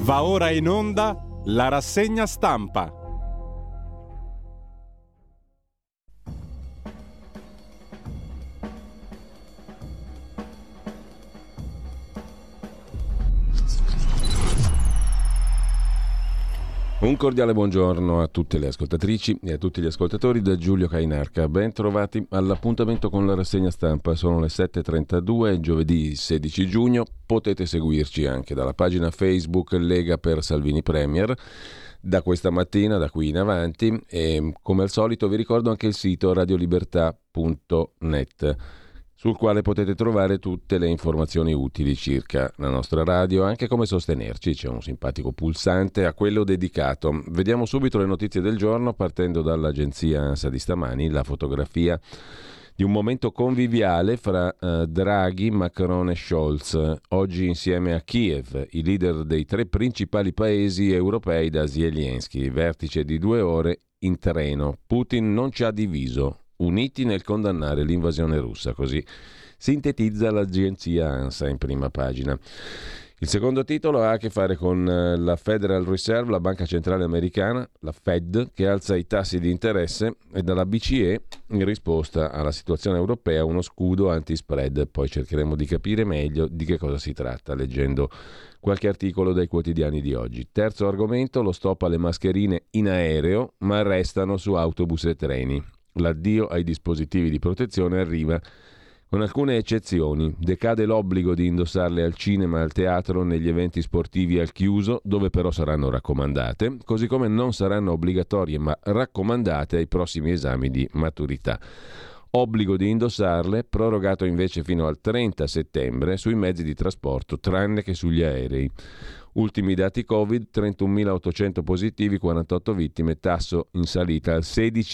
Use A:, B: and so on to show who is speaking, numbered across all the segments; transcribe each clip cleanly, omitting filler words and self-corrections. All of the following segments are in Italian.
A: Va ora in onda la rassegna stampa.
B: Un cordiale buongiorno a tutte le ascoltatrici e a tutti gli ascoltatori da Giulio Cainarca. Ben trovati all'appuntamento con la rassegna stampa. Sono le 7.32, giovedì 16 giugno. Potete seguirci anche dalla pagina Facebook Lega per Salvini Premier da questa mattina, da qui in avanti. E come al solito vi ricordo anche il sito radiolibertà.net, sul quale potete trovare tutte le informazioni utili circa la nostra radio, anche come sostenerci. C'è un simpatico pulsante a quello dedicato. Vediamo subito le notizie del giorno, partendo dall'agenzia ANSA di stamani, la fotografia di un momento conviviale fra Draghi, Macron e Scholz, oggi insieme a Kiev, i leader dei 3 principali paesi europei da Zelensky, vertice di 2 ore in treno. Putin non ci ha diviso, uniti nel condannare l'invasione russa, così sintetizza l'agenzia ANSA in prima pagina. Il secondo titolo ha a che fare con la Federal Reserve, la banca centrale americana, la Fed, che alza i tassi di interesse, e dalla BCE, in risposta alla situazione europea, uno scudo anti-spread. Poi cercheremo di capire meglio di che cosa si tratta, leggendo qualche articolo dai quotidiani di oggi. Terzo argomento, lo stop alle mascherine in aereo, ma restano su autobus e treni. L'addio ai dispositivi di protezione arriva con alcune eccezioni. Decade l'obbligo di indossarle al cinema, al teatro, negli eventi sportivi al chiuso, dove però saranno raccomandate, così come non saranno obbligatorie ma raccomandate ai prossimi esami di maturità. Obbligo di indossarle, prorogato invece fino al 30 settembre sui mezzi di trasporto, tranne che sugli aerei. Ultimi dati Covid, 31.800 positivi, 48 vittime, tasso in salita al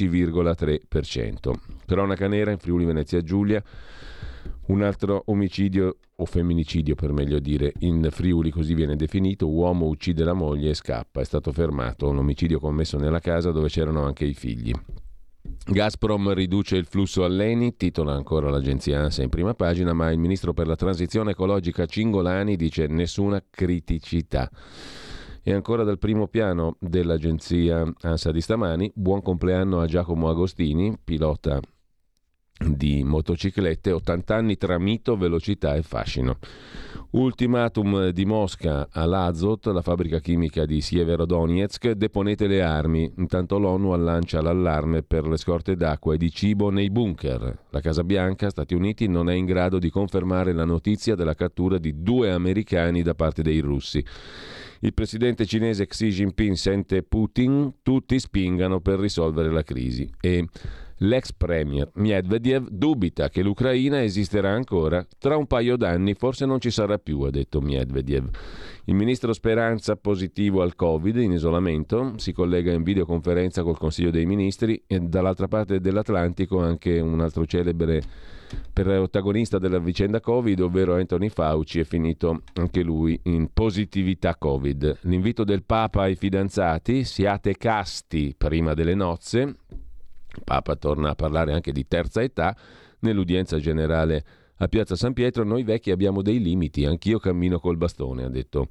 B: 16,3%. Cronaca nera in Friuli Venezia Giulia, un altro omicidio, o femminicidio per meglio dire, in Friuli, così viene definito. Uomo uccide la moglie e scappa, è stato fermato, un omicidio commesso nella casa dove c'erano anche i figli. Gazprom riduce il flusso all'ENI, titola ancora l'agenzia ANSA in prima pagina, ma il ministro per la transizione ecologica Cingolani dice nessuna criticità. E ancora dal primo piano dell'agenzia ANSA di stamani, buon compleanno a Giacomo Agostini, pilota di motociclette, 80 anni tra mito, velocità e fascino. Ultimatum di Mosca all'Azot, la fabbrica chimica di Sieverodonetsk, deponete le armi. Intanto l'ONU lancia l'allarme per le scorte d'acqua e di cibo nei bunker. La Casa Bianca, Stati Uniti, non è in grado di confermare la notizia della cattura di 2 americani da parte dei russi. Il presidente cinese Xi Jinping sente Putin, tutti spingano per risolvere la crisi. E l'ex premier Medvedev dubita che l'Ucraina esisterà ancora. Tra un paio d'anni forse non ci sarà più, ha detto Medvedev. Il ministro Speranza positivo al Covid, in isolamento, si collega in videoconferenza col Consiglio dei Ministri, e dall'altra parte dell'Atlantico anche un altro celebre protagonista della vicenda Covid, ovvero Anthony Fauci, è finito anche lui in positività Covid. L'invito del Papa ai fidanzati: siate casti prima delle nozze. Il Papa torna a parlare anche di terza età nell'udienza generale a Piazza San Pietro. Noi vecchi abbiamo dei limiti, anch'io cammino col bastone, ha detto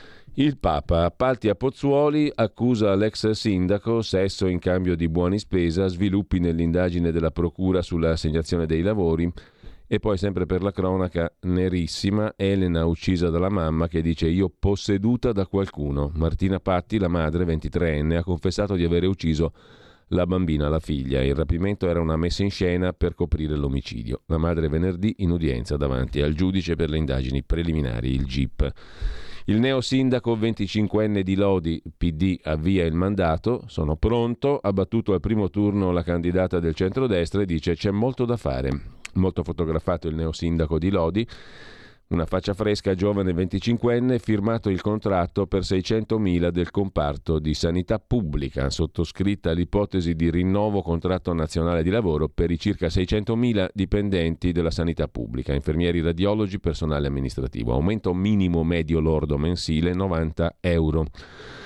B: il Papa. Appalti a Pozzuoli, accusa l'ex sindaco, sesso in cambio di buoni spesa, sviluppi nell'indagine della procura sull'assegnazione dei lavori. E poi, sempre per la cronaca nerissima, Elena uccisa dalla mamma che dice io posseduta da qualcuno. Martina Patti, la madre 23enne, ha confessato di avere ucciso la bambina, la figlia. Il rapimento era una messa in scena per coprire l'omicidio. La madre venerdì in udienza davanti al giudice per le indagini preliminari, il GIP. Il neosindaco 25enne di Lodi, PD, avvia il mandato. Sono pronto, ha battuto al primo turno la candidata del centrodestra e dice c'è molto da fare. Molto fotografato il neosindaco di Lodi, una faccia fresca, giovane 25enne, firmato il contratto per 600.000 del comparto di sanità pubblica, sottoscritta l'ipotesi di rinnovo contratto nazionale di lavoro per i circa 600.000 dipendenti della sanità pubblica, infermieri, radiologi, personale amministrativo, aumento minimo medio lordo mensile 90 euro.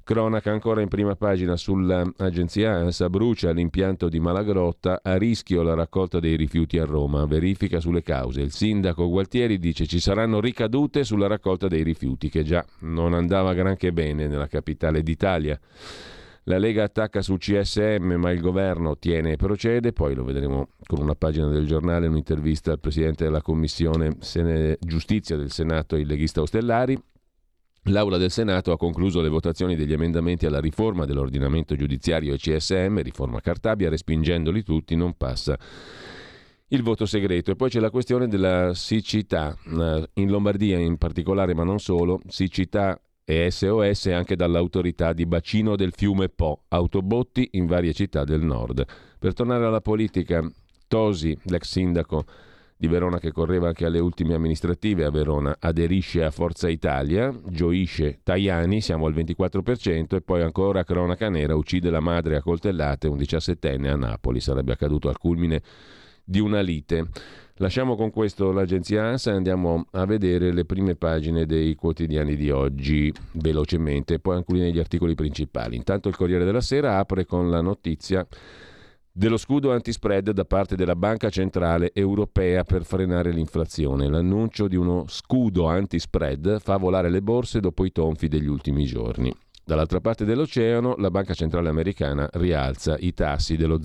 B: Cronaca ancora in prima pagina sull'agenzia ANSA, brucia l'impianto di Malagrotta, a rischio la raccolta dei rifiuti a Roma, verifica sulle cause. Il sindaco Gualtieri dice ci saranno ricadute sulla raccolta dei rifiuti, che già non andava granché bene nella capitale d'Italia. La Lega attacca su CSM, ma il governo tiene e procede. Poi lo vedremo con una pagina del giornale, un'intervista al presidente della Commissione Giustizia del Senato, il leghista Ostellari. L'Aula del Senato ha concluso le votazioni degli emendamenti alla riforma dell'ordinamento giudiziario e CSM, riforma Cartabia, respingendoli tutti, non passa il voto segreto. E poi c'è la questione della siccità, in Lombardia in particolare, ma non solo, siccità e SOS anche dall'autorità di bacino del fiume Po, autobotti in varie città del nord. Per tornare alla politica, Tosi, l'ex sindaco di Verona che correva anche alle ultime amministrative a Verona, aderisce a Forza Italia, gioisce Tajani, siamo al 24%, e poi ancora cronaca nera, uccide la madre a coltellate, un 17enne a Napoli, sarebbe accaduto al culmine di una lite. Lasciamo con questo l'agenzia ANSA e andiamo a vedere le prime pagine dei quotidiani di oggi velocemente, poi alcuni degli articoli principali. Intanto il Corriere della Sera apre con la notizia dello scudo antispread da parte della Banca Centrale Europea per frenare l'inflazione. L'annuncio di uno scudo antispread fa volare le borse dopo i tonfi degli ultimi giorni. Dall'altra parte dell'oceano, la Banca Centrale Americana rialza i tassi dello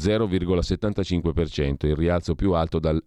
B: 0,75%, il rialzo più alto dal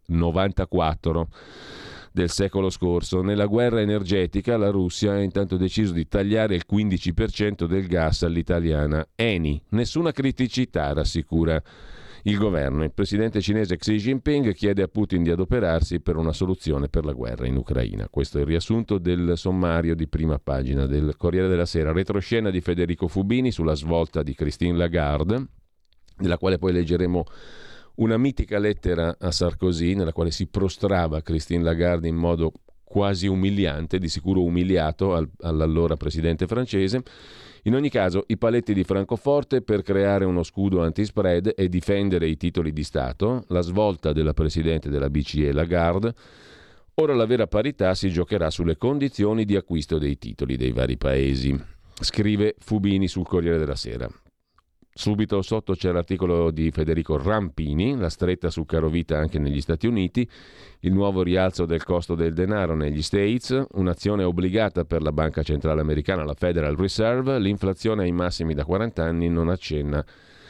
B: 94 del secolo scorso. Nella guerra energetica la Russia ha intanto deciso di tagliare il 15% del gas all'italiana Eni. Nessuna criticità, rassicura il governo. Il presidente cinese Xi Jinping chiede a Putin di adoperarsi per una soluzione per la guerra in Ucraina. Questo è il riassunto del sommario di prima pagina del Corriere della Sera. Retroscena di Federico Fubini sulla svolta di Christine Lagarde, della quale poi leggeremo una mitica lettera a Sarkozy, nella quale si prostrava Christine Lagarde in modo quasi umiliante, di sicuro umiliato all'allora presidente francese. In ogni caso, i paletti di Francoforte per creare uno scudo antispread e difendere i titoli di Stato, la svolta della presidente della BCE Lagarde. Ora la vera parità si giocherà sulle condizioni di acquisto dei titoli dei vari paesi, scrive Fubini sul Corriere della Sera. Subito sotto c'è l'articolo di Federico Rampini, la stretta sul carovita anche negli Stati Uniti, il nuovo rialzo del costo del denaro negli States, un'azione obbligata per la Banca Centrale Americana, la Federal Reserve, l'inflazione ai massimi da 40 anni non accenna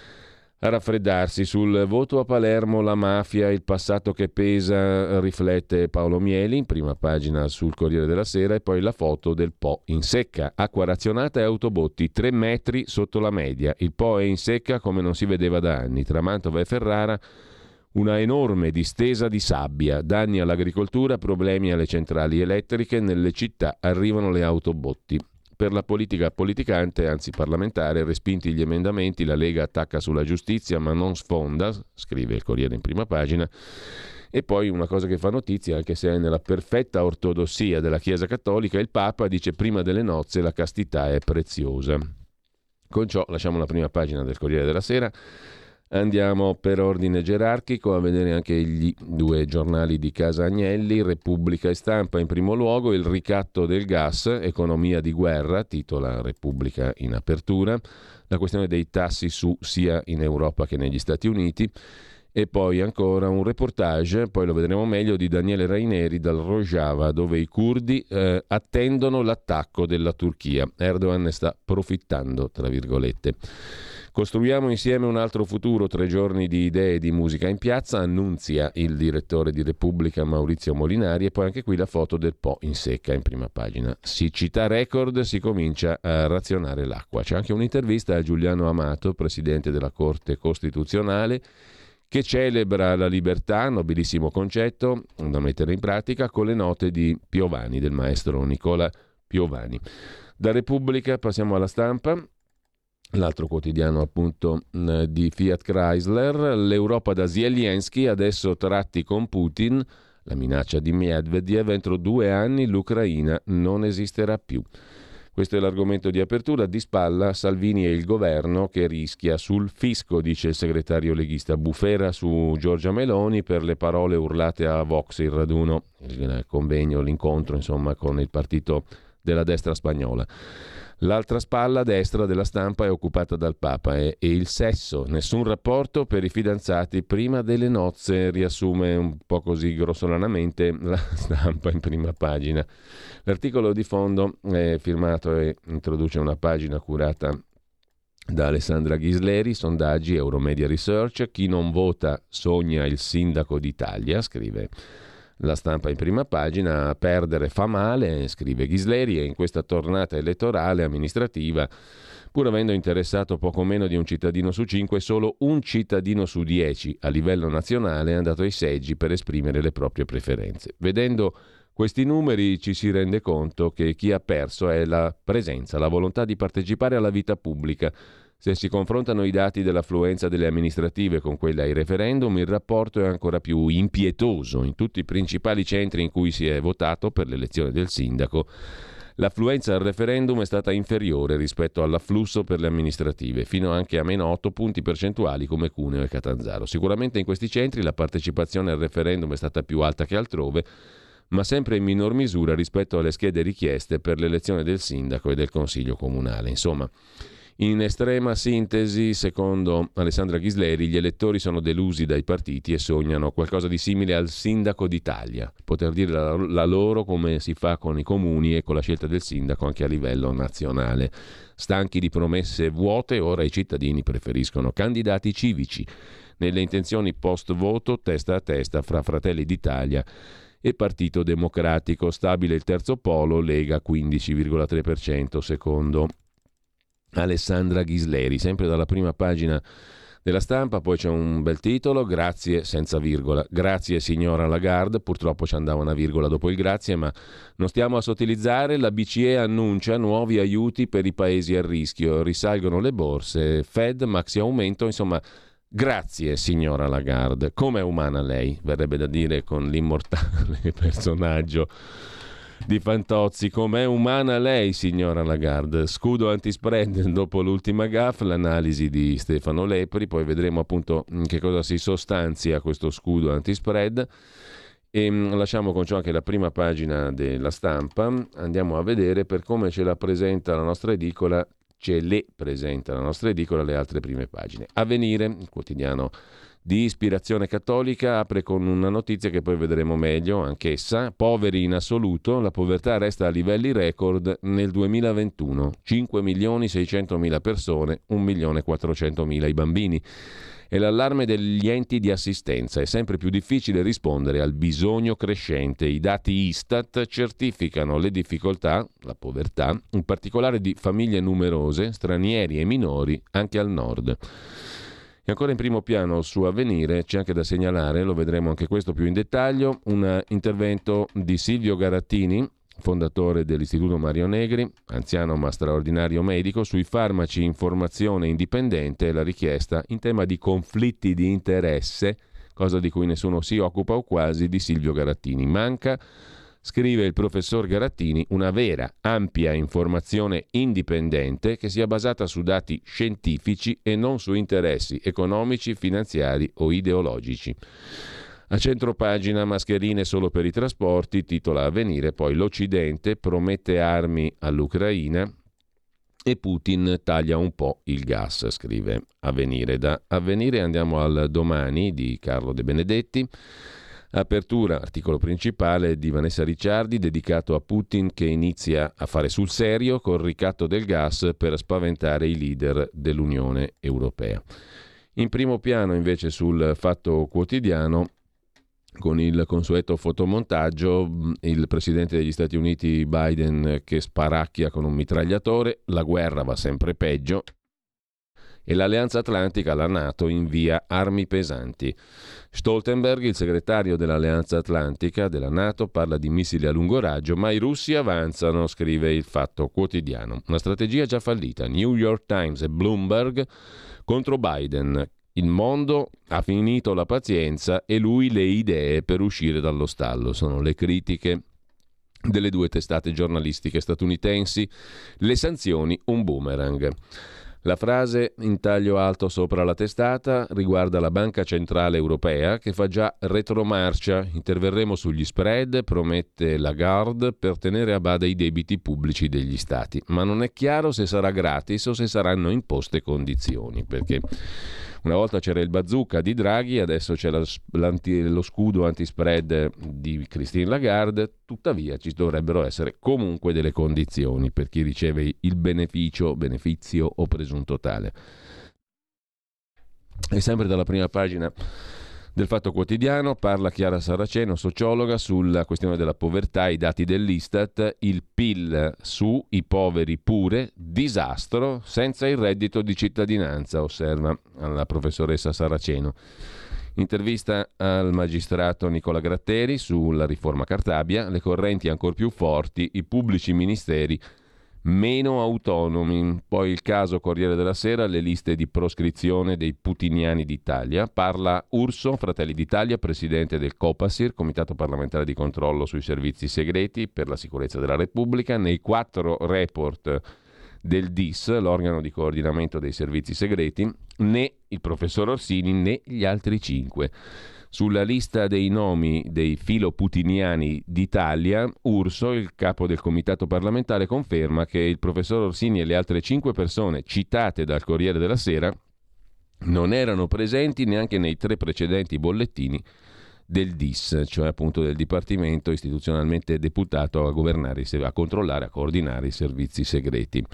B: a raffreddarsi. Sul voto a Palermo, la mafia, il passato che pesa, riflette Paolo Mieli, in prima pagina sul Corriere della Sera, e poi la foto del Po in secca, acqua razionata e autobotti 3 metri sotto la media. Il Po è in secca come non si vedeva da anni. Tra Mantova e Ferrara una enorme distesa di sabbia, danni all'agricoltura, problemi alle centrali elettriche, nelle città arrivano le autobotti. Per la politica politicante, anzi parlamentare, respinti gli emendamenti, la Lega attacca sulla giustizia ma non sfonda, scrive il Corriere in prima pagina. E poi una cosa che fa notizia, anche se è nella perfetta ortodossia della Chiesa Cattolica, il Papa dice prima delle nozze la castità è preziosa. Con ciò lasciamo la prima pagina del Corriere della Sera. Andiamo per ordine gerarchico a vedere anche gli due giornali di casa Agnelli, Repubblica e Stampa. In primo luogo il ricatto del gas, economia di guerra, titola Repubblica in apertura, la questione dei tassi su sia in Europa che negli Stati Uniti. E poi ancora un reportage, poi lo vedremo meglio, di Daniele Raineri dal Rojava, dove i curdi attendono l'attacco della Turchia. Erdogan ne sta profittando, tra virgolette. Costruiamo insieme un altro futuro, 3 giorni di idee e di musica in piazza, annunzia il direttore di Repubblica Maurizio Molinari, e poi anche qui la foto del Po in secca in prima pagina. Siccità record, si comincia a razionare l'acqua. C'è anche un'intervista a Giuliano Amato, presidente della Corte Costituzionale, che celebra la libertà, nobilissimo concetto da mettere in pratica, con le note di Piovani, del maestro Nicola Piovani. Da Repubblica passiamo alla Stampa. L'altro quotidiano appunto di Fiat Chrysler, l'Europa da Zelensky, adesso tratti con Putin, la minaccia di Medvedev, entro 2 anni l'Ucraina non esisterà più. Questo è l'argomento di apertura. Di spalla Salvini e il governo che rischia sul fisco, dice il segretario leghista. Bufera su Giorgia Meloni per le parole urlate a Vox, il raduno, il convegno, l'incontro insomma con il partito della destra spagnola. L'altra spalla destra della Stampa è occupata dal Papa e il sesso, nessun rapporto per i fidanzati prima delle nozze, riassume un po' così grossolanamente la Stampa in prima pagina. L'articolo di fondo è firmato e introduce una pagina curata da Alessandra Ghisleri, sondaggi Euromedia Research, chi non vota sogna il sindaco d'Italia, scrive la Stampa in prima pagina. A perdere fa male, scrive Ghisleri, e in questa tornata elettorale amministrativa, pur avendo interessato poco meno di un cittadino su 5, solo un cittadino su 10 a livello nazionale è andato ai seggi per esprimere le proprie preferenze. Vedendo questi numeri ci si rende conto che chi ha perso è la presenza, la volontà di partecipare alla vita pubblica. Se si confrontano i dati dell'affluenza delle amministrative con quelle ai referendum, il rapporto è ancora più impietoso. In tutti i principali centri in cui si è votato per l'elezione del sindaco, l'affluenza al referendum è stata inferiore rispetto all'afflusso per le amministrative, fino anche a meno 8 punti percentuali come Cuneo e Catanzaro. Sicuramente in questi centri la partecipazione al referendum è stata più alta che altrove, ma sempre in minor misura rispetto alle schede richieste per l'elezione del sindaco e del consiglio comunale. Insomma, in estrema sintesi, secondo Alessandra Ghisleri, gli elettori sono delusi dai partiti e sognano qualcosa di simile al sindaco d'Italia, poter dire la loro come si fa con i comuni e con la scelta del sindaco anche a livello nazionale. Stanchi di promesse vuote, ora i cittadini preferiscono candidati civici. Nelle intenzioni post-voto, testa a testa fra Fratelli d'Italia e Partito Democratico. Stabile il terzo polo, Lega 15,3% secondo Alessandra Ghisleri, sempre dalla prima pagina della Stampa. Poi c'è un bel titolo, grazie senza virgola, grazie signora Lagarde, purtroppo ci andava una virgola dopo il grazie, ma non stiamo a sottilizzare. La BCE annuncia nuovi aiuti per i paesi a rischio, risalgono le borse, Fed, maxi aumento, insomma grazie signora Lagarde. Com'è umana lei, verrebbe da dire con l'immortale personaggio di Fantozzi, com'è umana lei signora Lagarde. Scudo antispread dopo l'ultima gaffe, l'analisi di Stefano Lepri, poi vedremo appunto che cosa si sostanzia questo scudo antispread e lasciamo con ciò anche la prima pagina della Stampa. Andiamo a vedere per come ce la presenta la nostra edicola, le altre prime pagine. Avvenire, il quotidiano di ispirazione cattolica, apre con una notizia che poi vedremo meglio anch'essa. Poveri in assoluto, la povertà resta a livelli record nel 2021, 5.600.000 persone, 1.400.000 i bambini. E l'allarme degli enti di assistenza: è sempre più difficile rispondere al bisogno crescente. I dati Istat certificano le difficoltà, la povertà, in particolare di famiglie numerose, stranieri e minori, anche al nord. E ancora in primo piano su Avvenire c'è anche da segnalare, lo vedremo anche questo più in dettaglio, un intervento di Silvio Garattini, fondatore dell'Istituto Mario Negri, anziano ma straordinario medico, sui farmaci in formazione indipendente e la richiesta in tema di conflitti di interesse, cosa di cui nessuno si occupa o quasi, di Silvio Garattini. Manca, scrive il professor Garattini, una vera, ampia informazione indipendente che sia basata su dati scientifici e non su interessi economici, finanziari o ideologici. A centropagina, mascherine solo per i trasporti, titola Avvenire, poi l'Occidente promette armi all'Ucraina e Putin taglia un po' il gas, scrive Avvenire. Da Avvenire andiamo al Domani di Carlo De Benedetti. Apertura, articolo principale di Vanessa Ricciardi, dedicato a Putin che inizia a fare sul serio col ricatto del gas per spaventare i leader dell'Unione Europea. In primo piano invece sul Fatto Quotidiano, con il consueto fotomontaggio, il presidente degli Stati Uniti Biden che sparacchia con un mitragliatore, la guerra va sempre peggio e l'Alleanza Atlantica, la NATO, invia armi pesanti. Stoltenberg, il segretario dell'Alleanza Atlantica della NATO, parla di missili a lungo raggio, ma i russi avanzano, scrive il Fatto Quotidiano. Una strategia già fallita. New York Times e Bloomberg contro Biden. Il mondo ha finito la pazienza e lui le idee per uscire dallo stallo. Sono le critiche delle due testate giornalistiche statunitensi. Le sanzioni un boomerang. La frase in taglio alto sopra la testata riguarda la Banca Centrale Europea che fa già retromarcia. Interverremo sugli spread, promette Lagarde, per tenere a bada i debiti pubblici degli stati. Ma non è chiaro se sarà gratis o se saranno imposte condizioni, perché una volta c'era il bazooka di Draghi, adesso c'è lo scudo antispread di Christine Lagarde, tuttavia ci dovrebbero essere comunque delle condizioni per chi riceve il benefizio o presunto tale. E sempre dalla prima pagina del Fatto Quotidiano parla Chiara Saraceno, sociologa, sulla questione della povertà, i dati dell'Istat, il PIL su, i poveri pure, disastro senza il reddito di cittadinanza, osserva la professoressa Saraceno. Intervista al magistrato Nicola Gratteri sulla riforma Cartabia, le correnti ancor più forti, i pubblici ministeri meno autonomi. Poi il caso Corriere della Sera, le liste di proscrizione dei putiniani d'Italia. Parla Urso, Fratelli d'Italia, presidente del Copasir, Comitato parlamentare di controllo sui servizi segreti per la sicurezza della Repubblica. Nei 4 report del DIS, l'organo di coordinamento dei servizi segreti, né il professor Orsini né gli altri 5. Sulla lista dei nomi dei filoputiniani d'Italia, Urso, il capo del comitato parlamentare, conferma che il professor Orsini e le altre 5 persone citate dal Corriere della Sera non erano presenti neanche nei 3 precedenti bollettini del DIS, cioè appunto del Dipartimento istituzionalmente deputato a governare, a controllare, a coordinare i servizi segreti.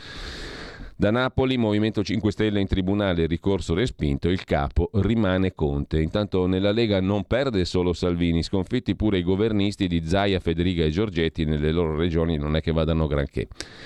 B: Da Napoli, Movimento 5 Stelle in tribunale, ricorso respinto, il capo rimane Conte. Intanto nella Lega non perde solo Salvini, sconfitti pure i governisti di Zaia, Federica e Giorgetti, nelle loro regioni non è che vadano granché.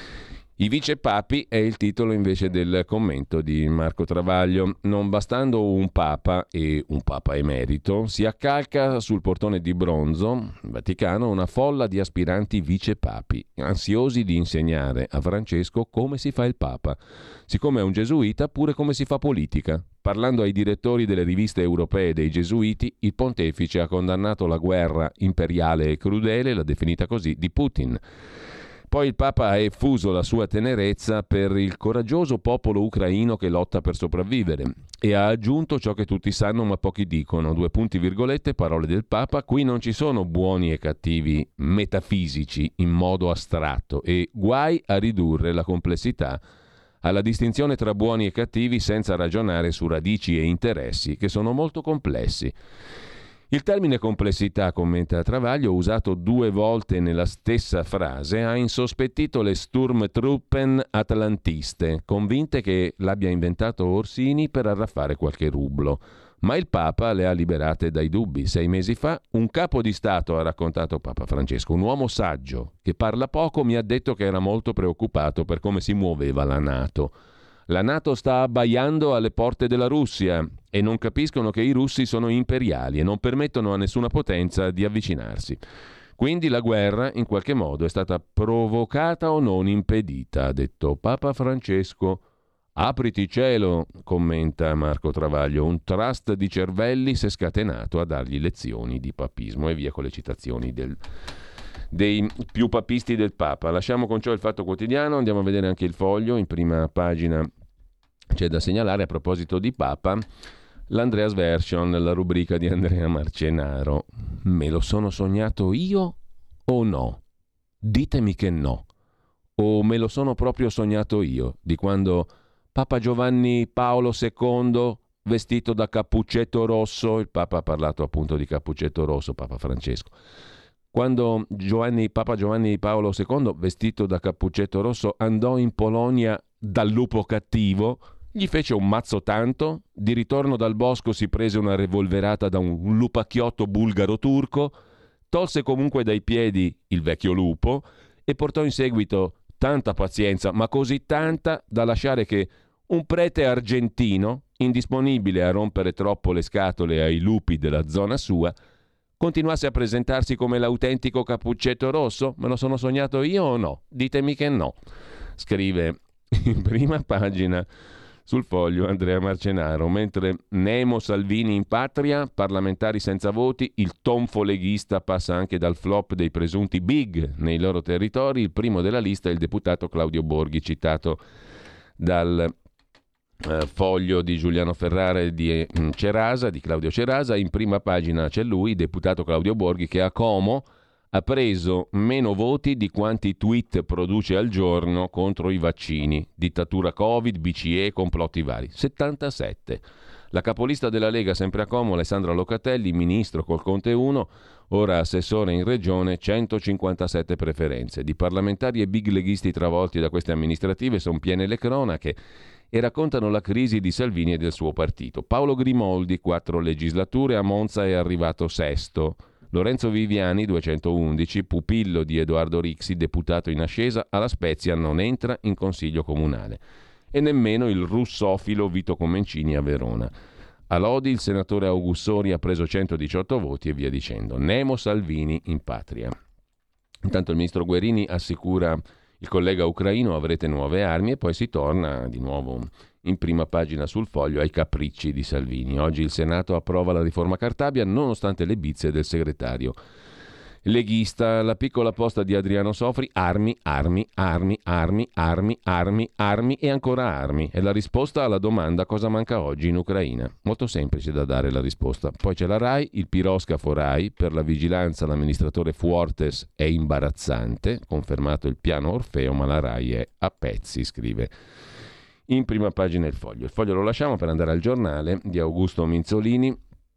B: I vicepapi è il titolo invece del commento di Marco Travaglio. Non bastando un papa e un papa emerito, si accalca sul portone di bronzo, Vaticano, una folla di aspiranti vicepapi, ansiosi di insegnare a Francesco come si fa il papa. Siccome è un gesuita, pure come si fa politica. Parlando ai direttori delle riviste europee dei gesuiti, il pontefice ha condannato la guerra imperiale e crudele, l'ha definita così, di Putin. Poi il Papa ha effuso la sua tenerezza per il coraggioso popolo ucraino che lotta per sopravvivere e ha aggiunto ciò che tutti sanno ma pochi dicono, parole del Papa, qui non ci sono buoni e cattivi metafisici in modo astratto e guai a ridurre la complessità alla distinzione tra buoni e cattivi senza ragionare su radici e interessi che sono molto complessi. Il termine complessità, commenta Travaglio, usato 2 volte nella stessa frase, ha insospettito le Sturmtruppen atlantiste, convinte che l'abbia inventato Orsini per arraffare qualche rublo. Ma il Papa le ha liberate dai dubbi. 6 mesi fa un capo di Stato, ha raccontato Papa Francesco, un uomo saggio che parla poco, mi ha detto che era molto preoccupato per come si muoveva la NATO. La NATO sta abbaiando alle porte della Russia e non capiscono che i russi sono imperiali e non permettono a nessuna potenza di avvicinarsi. Quindi la guerra in qualche modo è stata provocata o non impedita, ha detto Papa Francesco. Apriti cielo, commenta Marco Travaglio, un trust di cervelli si è scatenato a dargli lezioni di papismo e via con le citazioni dei più papisti del Papa. Lasciamo con ciò il Fatto Quotidiano, andiamo a vedere anche il Foglio. In prima pagina c'è da segnalare, a proposito di Papa, l'Andreas Version, la rubrica di Andrea Marcenaro. Me lo sono sognato io o no? Ditemi che no. O me lo sono proprio sognato io, di quando Papa Giovanni Paolo II, vestito da cappuccetto rosso, il Papa ha parlato appunto di cappuccetto rosso, Papa Francesco, quando Papa Giovanni Paolo II, vestito da cappuccetto rosso, andò in Polonia dal lupo cattivo, gli fece un mazzo tanto, di ritorno dal bosco si prese una revolverata da un lupacchiotto bulgaro-turco, tolse comunque dai piedi il vecchio lupo e portò in seguito tanta pazienza, ma così tanta da lasciare che un prete argentino, indisponibile a rompere troppo le scatole ai lupi della zona sua, continuasse a presentarsi come l'autentico cappuccetto rosso? Me lo sono sognato io o no? Ditemi che no. Scrive in prima pagina sul Foglio Andrea Marcenaro, mentre Nemo Salvini in patria, parlamentari senza voti, il tonfo leghista passa anche dal flop dei presunti big nei loro territori. Il primo della lista è il deputato Claudio Borghi, citato dal Foglio di Giuliano Ferrara e di Cerasa, di Claudio Cerasa. In prima pagina c'è lui, il deputato Claudio Borghi, che a Como ha preso meno voti di quanti tweet produce al giorno contro i vaccini. Dittatura Covid, BCE, complotti vari. 77. La capolista della Lega, sempre a Como, Alessandra Locatelli, ministro col Conte 1, ora assessore in regione, 157 preferenze. Di parlamentari e big leghisti travolti da queste amministrative sono piene le cronache e raccontano la crisi di Salvini e del suo partito. Paolo Grimoldi, 4 legislature, a Monza è arrivato sesto. Lorenzo Viviani, 211, pupillo di Edoardo Rixi, deputato in ascesa, alla Spezia non entra in consiglio comunale. E nemmeno il russofilo Vito Comencini a Verona. A Lodi il senatore Augussori ha preso 118 voti e via dicendo. Nemo Salvini in patria. Intanto il ministro Guerini assicura il collega ucraino: avrete nuove armi, e poi si torna di nuovo in prima pagina sul Foglio ai capricci di Salvini. Oggi il Senato approva la riforma Cartabia nonostante le bizze del segretario leghista. La piccola posta di Adriano Sofri: armi, armi, armi, armi, armi, armi, armi e ancora armi. È la risposta alla domanda cosa manca oggi in Ucraina. Molto semplice da dare la risposta. Poi c'è la RAI, il piroscafo RAI, per la vigilanza l'amministratore Fuortes è imbarazzante, confermato il piano Orfeo, ma la RAI è a pezzi, scrive in prima pagina il Foglio. Il Foglio lo lasciamo per andare al Giornale di Augusto Minzolini.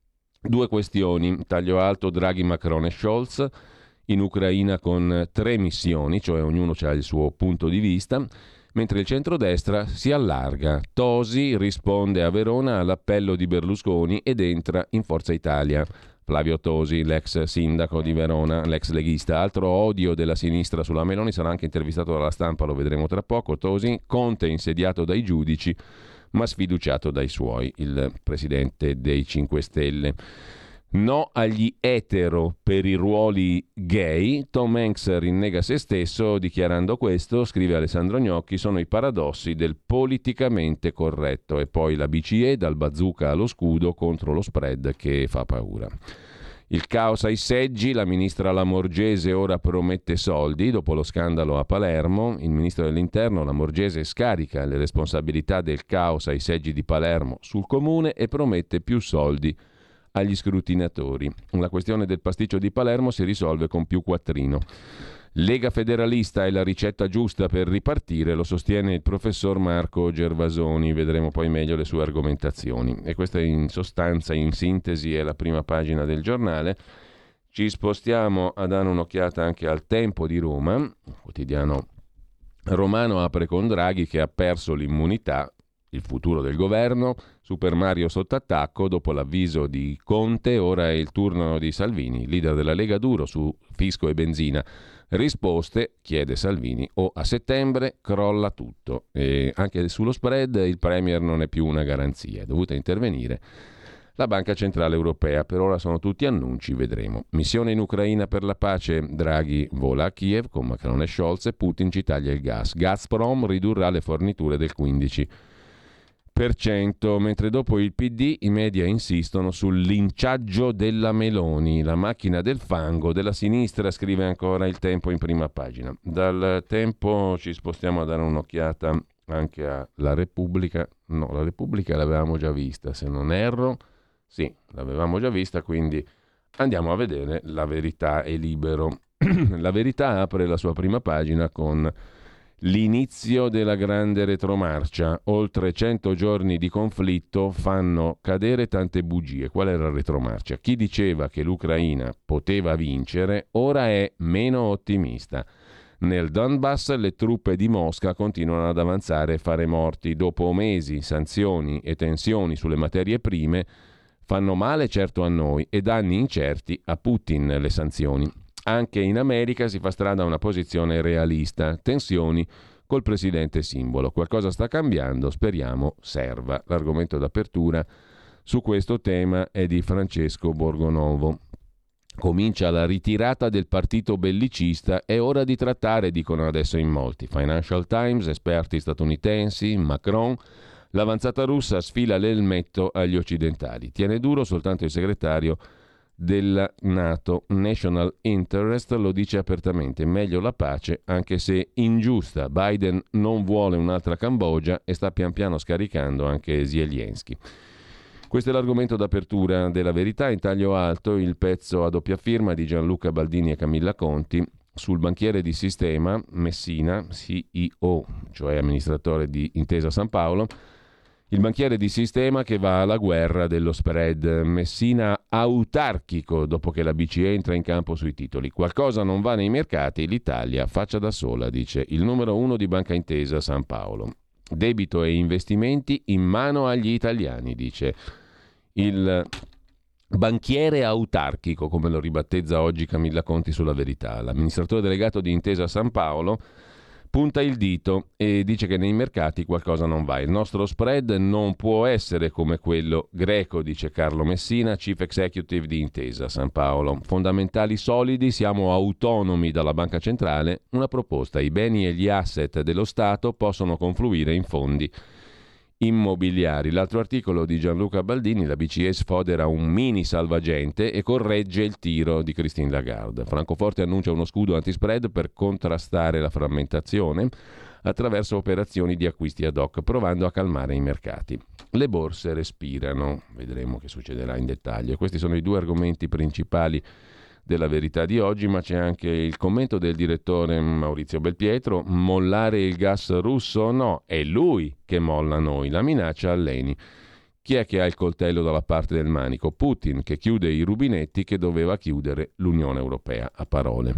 B: 2 questioni: taglio alto Draghi, Macron e Scholz in Ucraina con 3 missioni, cioè ognuno ha il suo punto di vista, mentre il centrodestra si allarga. Tosi risponde a Verona all'appello di Berlusconi ed entra in Forza Italia. Flavio Tosi, l'ex sindaco di Verona, l'ex leghista. Altro odio della sinistra sulla Meloni, sarà anche intervistato dalla Stampa, lo vedremo tra poco. Tosi: Conte insediato dai giudici ma sfiduciato dai suoi, il presidente dei 5 Stelle. No agli etero per i ruoli gay. Tom Hanks rinnega se stesso dichiarando questo, scrive Alessandro Gnocchi, sono i paradossi del politicamente corretto. E poi la BCE, dal bazooka allo scudo contro lo spread che fa paura. Il caos ai seggi, la ministra Lamorgese ora promette soldi dopo lo scandalo a Palermo. Il ministro dell'Interno Lamorgese scarica le responsabilità del caos ai seggi di Palermo sul comune e promette più soldi agli scrutinatori. La questione del pasticcio di Palermo si risolve con più quattrino. Lega federalista è la ricetta giusta per ripartire, lo sostiene il professor Marco Gervasoni. Vedremo poi meglio le sue argomentazioni. E questa in sostanza, in sintesi, è la prima pagina del Giornale. Ci spostiamo a dare un'occhiata anche al Tempo di Roma. Il quotidiano romano apre con Draghi che ha perso l'immunità, il futuro del governo, Super Mario sotto attacco, dopo l'avviso di Conte ora è il turno di Salvini, leader della Lega duro su fisco e benzina. Risposte, chiede Salvini, o a settembre crolla tutto. E anche sullo spread il Premier non è più una garanzia, è dovuta intervenire la Banca Centrale Europea. Per ora sono tutti annunci, vedremo. Missione in Ucraina per la pace, Draghi vola a Kiev con Macron e Scholz e Putin ci taglia il gas. Gazprom ridurrà le forniture del 15%, mentre dopo il PD i media insistono sul linciaggio della Meloni, la macchina del fango della sinistra, scrive ancora il Tempo in prima pagina. Dal Tempo ci spostiamo a dare un'occhiata anche alla Repubblica. No, la Repubblica l'avevamo già vista, se non erro. Sì, l'avevamo già vista, quindi andiamo a vedere La Verità è Libero. La Verità apre la sua prima pagina con l'inizio della grande retromarcia. Oltre 100 giorni di conflitto fanno cadere tante bugie. Qual era la retromarcia? Chi diceva che l'Ucraina poteva vincere ora è meno ottimista. Nel Donbass le truppe di Mosca continuano ad avanzare e fare morti. Dopo mesi, sanzioni e tensioni sulle materie prime fanno male certo a noi e danni incerti a Putin le sanzioni. Anche in America si fa strada una posizione realista, tensioni col presidente simbolo. Qualcosa sta cambiando, speriamo serva. L'argomento d'apertura su questo tema è di Francesco Borgonovo. Comincia la ritirata del partito bellicista, è ora di trattare, dicono adesso in molti. Financial Times, esperti statunitensi, Macron. L'avanzata russa sfila l'elmetto agli occidentali. Tiene duro soltanto il segretario della NATO. National interest, lo dice apertamente, meglio la pace anche se ingiusta. Biden non vuole un'altra Cambogia e sta pian piano scaricando anche Zelensky. Questo è l'argomento d'apertura della Verità. In taglio alto il pezzo a doppia firma di Gianluca Baldini e Camilla Conti sul banchiere di Sistema Messina, CEO, cioè amministratore di Intesa San Paolo. Il banchiere di Sistema che va alla guerra dello spread. Messina autarchico dopo che la BCE entra in campo sui titoli. Qualcosa non va nei mercati, l'Italia faccia da sola, dice il numero 1 di Banca Intesa San Paolo. Debito e investimenti in mano agli italiani, dice il banchiere autarchico, come lo ribattezza oggi Camilla Conti sulla Verità. L'amministratore delegato di Intesa San Paolo punta il dito e dice che nei mercati qualcosa non va. Il nostro spread non può essere come quello greco, dice Carlo Messina, Chief Executive di Intesa San Paolo. Fondamentali solidi, siamo autonomi dalla banca centrale. Una proposta: i beni e gli asset dello Stato possono confluire in fondi immobiliari. L'altro articolo di Gianluca Baldini, la BCE sfodera un mini salvagente e corregge il tiro di Christine Lagarde. Francoforte annuncia uno scudo antispread per contrastare la frammentazione attraverso operazioni di acquisti ad hoc, provando a calmare i mercati. Le borse respirano, vedremo che succederà in dettaglio. Questi sono i due argomenti principali della Verità di oggi, ma c'è anche il commento del direttore Maurizio Belpietro: mollare il gas russo? No, è lui che molla noi, la minaccia all'Eni. Chi è che ha il coltello dalla parte del manico? Putin, che chiude i rubinetti che doveva chiudere l'Unione Europea, a parole.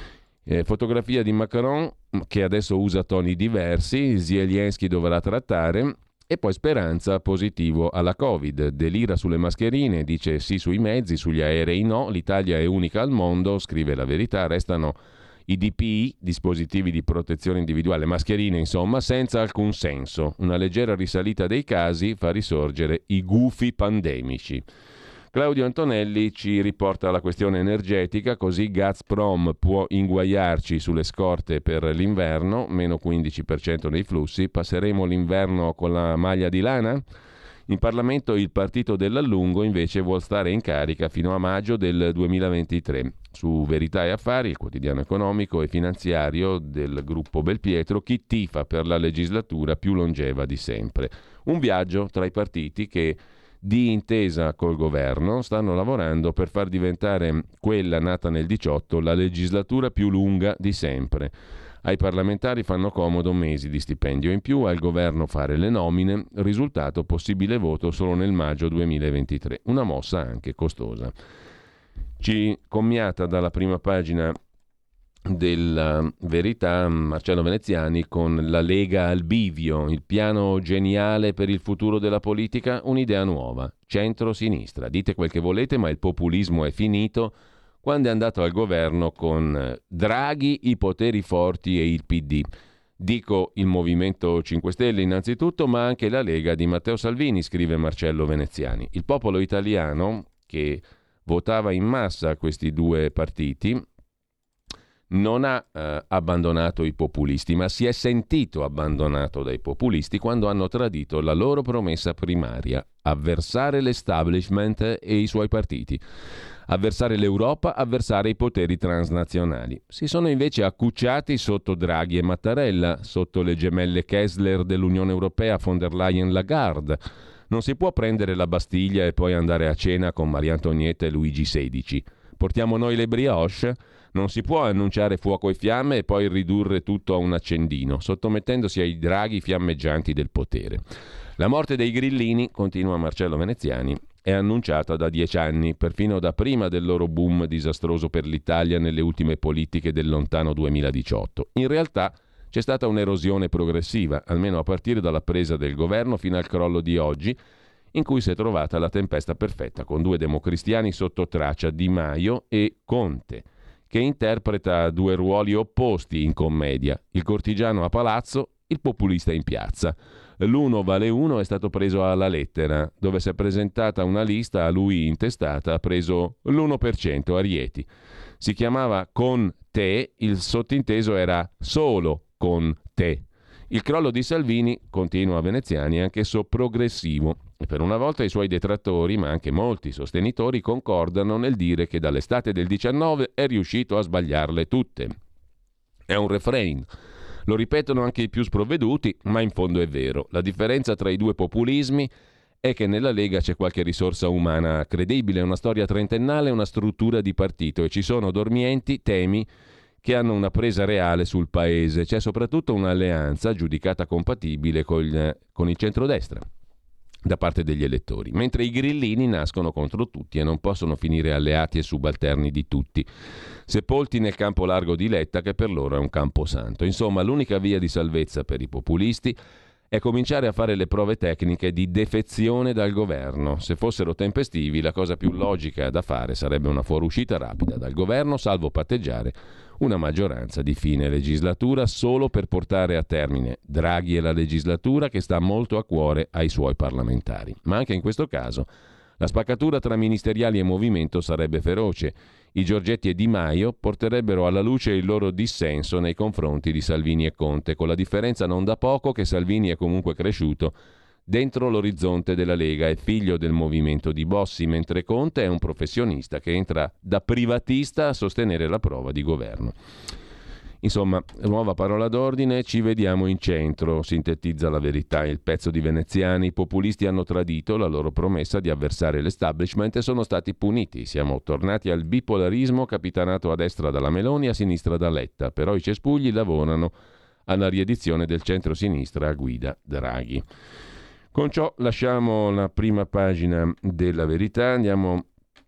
B: Fotografia di Macron che adesso usa toni diversi, Zelensky dovrà trattare. E poi Speranza, positivo alla Covid, delira sulle mascherine, dice sì sui mezzi, sugli aerei no, l'Italia è unica al mondo, scrive La Verità, restano i DPI, dispositivi di protezione individuale, mascherine insomma, senza alcun senso. Una leggera risalita dei casi fa risorgere i gufi pandemici. Claudio Antonelli ci riporta la questione energetica, così Gazprom può inguaiarci sulle scorte per l'inverno, meno 15% nei flussi, passeremo l'inverno con la maglia di lana? In Parlamento il partito dell'allungo invece vuol stare in carica fino a maggio del 2023. Su Verità e Affari, il quotidiano economico e finanziario del gruppo Belpietro, chi tifa per la legislatura più longeva di sempre. Un viaggio tra i partiti che di intesa col governo stanno lavorando per far diventare quella nata nel 18 la legislatura più lunga di sempre. Ai parlamentari fanno comodo mesi di stipendio in più, al governo fare le nomine, risultato possibile voto solo nel maggio 2023, una mossa anche costosa. Ci commiata dalla prima pagina della Verità Marcello Veneziani con la Lega al bivio, il piano geniale per il futuro della politica, un'idea nuova, centro-sinistra. Dite quel che volete, ma il populismo è finito quando è andato al governo con Draghi, i poteri forti e il PD. Dico il Movimento 5 Stelle innanzitutto, ma anche la Lega di Matteo Salvini, scrive Marcello Veneziani. Il popolo italiano, che votava in massa questi due partiti, non ha abbandonato i populisti, ma si è sentito abbandonato dai populisti quando hanno tradito la loro promessa primaria: avversare l'establishment e i suoi partiti, avversare l'Europa, avversare i poteri transnazionali. Si sono invece accucciati sotto Draghi e Mattarella, sotto le gemelle Kessler dell'Unione Europea, von der Leyen, Lagarde. Non si può prendere la Bastiglia e poi andare a cena con Maria Antonietta e Luigi XVI. Portiamo noi le brioche? Non si può annunciare fuoco e fiamme e poi ridurre tutto a un accendino, sottomettendosi ai draghi fiammeggianti del potere. La morte dei grillini, continua Marcello Veneziani, è annunciata da 10 anni, perfino da prima del loro boom disastroso per l'Italia nelle ultime politiche del lontano 2018. In realtà c'è stata un'erosione progressiva, almeno a partire dalla presa del governo fino al crollo di oggi, in cui si è trovata la tempesta perfetta, con due democristiani sotto traccia, Di Maio e Conte, che interpreta due ruoli opposti in commedia: il cortigiano a palazzo, il populista in piazza. L'uno vale uno è stato preso alla lettera, dove si è presentata una lista a lui intestata, ha preso l'1% a Rieti. Si chiamava Con te, il sottinteso era solo con te. Il crollo di Salvini, continua Veneziani, è anch'esso progressivo. E per una volta i suoi detrattori, ma anche molti sostenitori, concordano nel dire che dall'estate del 19 è riuscito a sbagliarle tutte. È un refrain. Lo ripetono anche i più sprovveduti, ma in fondo è vero. La differenza tra i due populismi è che nella Lega c'è qualche risorsa umana credibile, una storia trentennale, una struttura di partito e ci sono dormienti temi che hanno una presa reale sul paese. C'è soprattutto un'alleanza giudicata compatibile con il centrodestra da parte degli elettori, mentre i grillini nascono contro tutti e non possono finire alleati e subalterni di tutti, sepolti nel campo largo di Letta che per loro è un camposanto. Insomma, l'unica via di salvezza per i populisti è cominciare a fare le prove tecniche di defezione dal governo. Se fossero tempestivi, la cosa più logica da fare sarebbe una fuoriuscita rapida dal governo, salvo patteggiare una maggioranza di fine legislatura solo per portare a termine Draghi e la legislatura che sta molto a cuore ai suoi parlamentari. Ma anche in questo caso la spaccatura tra ministeriali e movimento sarebbe feroce. I Giorgetti e Di Maio porterebbero alla luce il loro dissenso nei confronti di Salvini e Conte, con la differenza non da poco che Salvini è comunque cresciuto dentro l'orizzonte della Lega, è figlio del movimento di Bossi, mentre Conte è un professionista che entra da privatista a sostenere la prova di governo. Insomma, nuova parola d'ordine, ci vediamo in centro, sintetizza La Verità, il pezzo di Veneziani. I populisti hanno tradito la loro promessa di avversare l'establishment e sono stati puniti. Siamo tornati al bipolarismo capitanato a destra dalla Meloni e a sinistra da Letta, però i cespugli lavorano alla riedizione del centro-sinistra a guida Draghi. Con ciò lasciamo la prima pagina della Verità, andiamo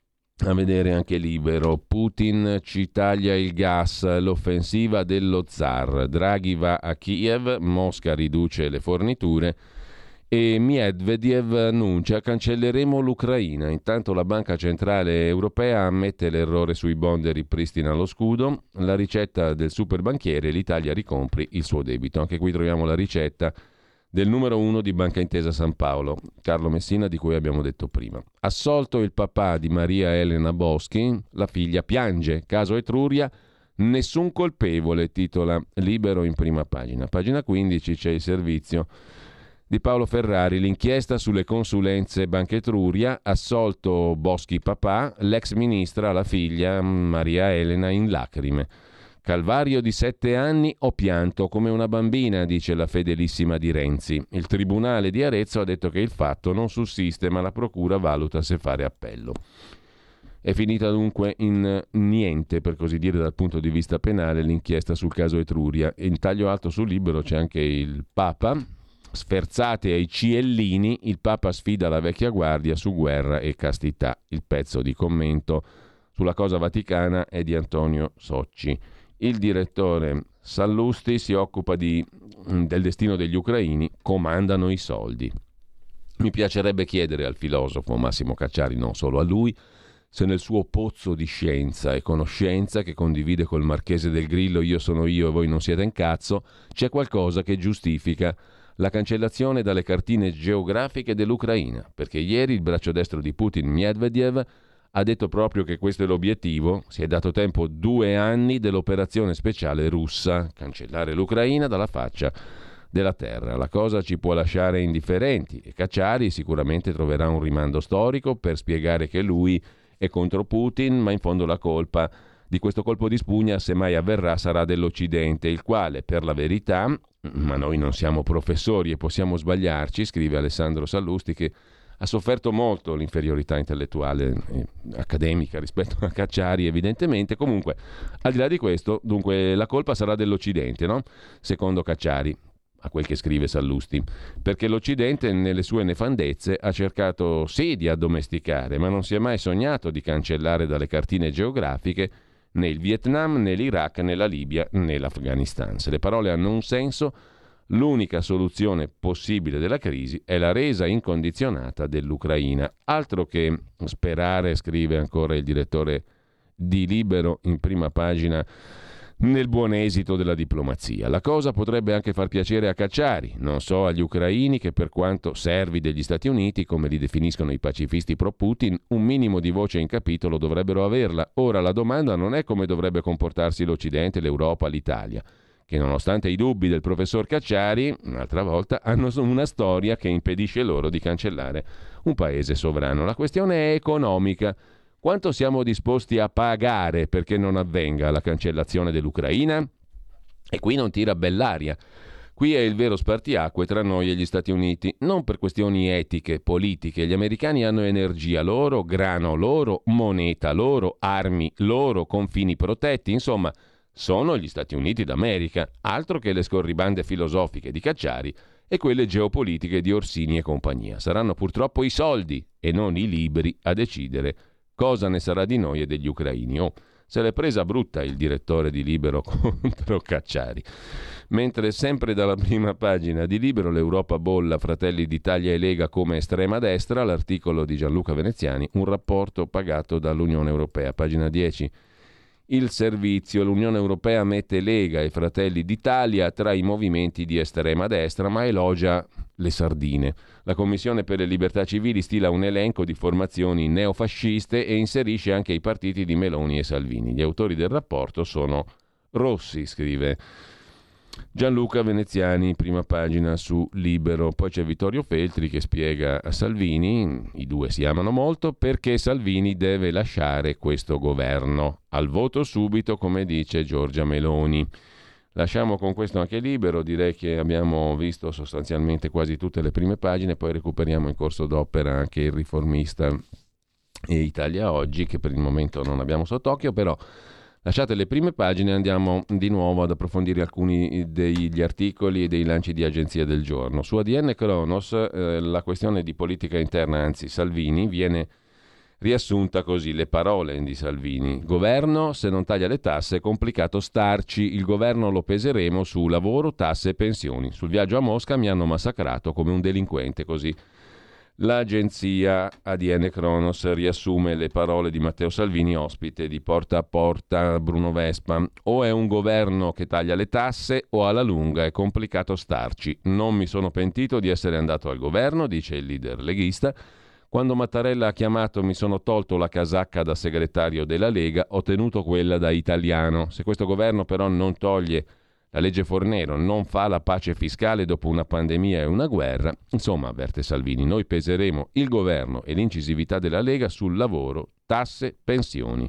B: a vedere anche Libero. Putin ci taglia il gas, l'offensiva dello zar. Draghi va a Kiev, Mosca riduce le forniture e Medvedev annuncia cancelleremo l'Ucraina. Intanto la Banca Centrale Europea ammette l'errore sui bond e ripristina lo scudo. La ricetta del superbanchiere, l'Italia ricompri il suo debito. Anche qui troviamo la ricetta del numero 1 di Banca Intesa San Paolo, Carlo Messina, di cui abbiamo detto prima. Assolto il papà di Maria Elena Boschi, la figlia piange, caso Etruria, nessun colpevole, titola Libero in prima pagina. Pagina 15 c'è il servizio di Paolo Ferrari, l'inchiesta sulle consulenze Banca Etruria, assolto Boschi papà, l'ex ministra, la figlia Maria Elena in lacrime. Calvario di 7 anni, ho pianto come una bambina, dice la fedelissima di Renzi. Il tribunale di Arezzo ha detto che il fatto non sussiste, ma la procura valuta se fare appello. È finita dunque in niente, per così dire, dal punto di vista penale l'inchiesta sul caso Etruria. In taglio alto sul Libero c'è anche il Papa. Sferzate ai ciellini, il Papa sfida la vecchia guardia su guerra e castità. Il pezzo di commento sulla cosa vaticana è di Antonio Socci. Il direttore Sallusti si occupa del destino degli ucraini, comandano i soldi. Mi piacerebbe chiedere al filosofo Massimo Cacciari, non solo a lui, se nel suo pozzo di scienza e conoscenza che condivide col Marchese del Grillo, io sono io e voi non siete un cazzo, c'è qualcosa che giustifica la cancellazione dalle cartine geografiche dell'Ucraina, perché ieri il braccio destro di Putin, Medvedev, ha detto proprio che questo è l'obiettivo. Si è dato tempo 2 anni dell'operazione speciale russa, cancellare l'Ucraina dalla faccia della terra. La cosa ci può lasciare indifferenti e Cacciari sicuramente troverà un rimando storico per spiegare che lui è contro Putin, ma in fondo la colpa di questo colpo di spugna, se mai avverrà, sarà dell'Occidente, il quale, per la verità, ma noi non siamo professori e possiamo sbagliarci, scrive Alessandro Sallusti, che ha sofferto molto l'inferiorità intellettuale accademica rispetto a Cacciari, evidentemente. Comunque, al di là di questo, dunque, la colpa sarà dell'Occidente, no? Secondo Cacciari, a quel che scrive Sallusti, perché l'Occidente nelle sue nefandezze ha cercato sì di addomesticare, ma non si è mai sognato di cancellare dalle cartine geografiche né il Vietnam, né l'Iraq, né la Libia, né l'Afghanistan. Se le parole hanno un senso, l'unica soluzione possibile della crisi è la resa incondizionata dell'Ucraina. Altro che sperare, scrive ancora il direttore di Libero in prima pagina, nel buon esito della diplomazia. La cosa potrebbe anche far piacere a Cacciari, non so agli ucraini che, per quanto servi degli Stati Uniti, come li definiscono i pacifisti pro-Putin, un minimo di voce in capitolo dovrebbero averla. Ora la domanda non è come dovrebbe comportarsi l'Occidente, l'Europa, l'Italia, che nonostante i dubbi del professor Cacciari, un'altra volta, hanno una storia che impedisce loro di cancellare un paese sovrano. La questione è economica. Quanto siamo disposti a pagare perché non avvenga la cancellazione dell'Ucraina? E qui non tira bell'aria. Qui è il vero spartiacque tra noi e gli Stati Uniti, non per questioni etiche, politiche. Gli americani hanno energia loro, grano loro, moneta loro, armi loro, confini protetti, insomma, sono gli Stati Uniti d'America, altro che le scorribande filosofiche di Cacciari e quelle geopolitiche di Orsini e compagnia. Saranno purtroppo i soldi e non i libri a decidere cosa ne sarà di noi e degli ucraini. Se l'è presa brutta il direttore di Libero contro Cacciari. Mentre sempre dalla prima pagina di Libero l'Europa bolla Fratelli d'Italia e Lega come estrema destra, l'articolo di Gianluca Veneziani, un rapporto pagato dall'Unione Europea, pagina 10. Il servizio, l'Unione Europea mette Lega e Fratelli d'Italia tra i movimenti di estrema destra, ma elogia le sardine. La Commissione per le Libertà Civili stila un elenco di formazioni neofasciste e inserisce anche i partiti di Meloni e Salvini. Gli autori del rapporto sono rossi, scrive Gianluca Veneziani, prima pagina su Libero. Poi c'è Vittorio Feltri che spiega a Salvini, i due si amano molto, perché Salvini deve lasciare questo governo. Al voto subito, come dice Giorgia Meloni. Lasciamo con questo anche Libero, direi che abbiamo visto sostanzialmente quasi tutte le prime pagine, poi recuperiamo in corso d'opera anche Il Riformista e Italia Oggi, che per il momento non abbiamo sott'occhio, però lasciate le prime pagine e andiamo di nuovo ad approfondire alcuni degli articoli e dei lanci di agenzia del giorno. Su ADN Kronos la questione di politica interna, anzi Salvini, viene riassunta così, le parole di Salvini. Governo, se non taglia le tasse è complicato starci, il governo lo peseremo su lavoro, tasse e pensioni. Sul viaggio a Mosca mi hanno massacrato come un delinquente, così l'agenzia ADN Kronos riassume le parole di Matteo Salvini, ospite di Porta a Porta Bruno Vespa. O è un governo che taglia le tasse o alla lunga è complicato starci. Non mi sono pentito di essere andato al governo, dice il leader leghista. Quando Mattarella ha chiamato mi sono tolto la casacca da segretario della Lega, ho tenuto quella da italiano. Se questo governo però non toglie la legge Fornero, non fa la pace fiscale dopo una pandemia e una guerra, insomma, avverte Salvini, noi peseremo il governo e l'incisività della Lega sul lavoro, tasse, pensioni.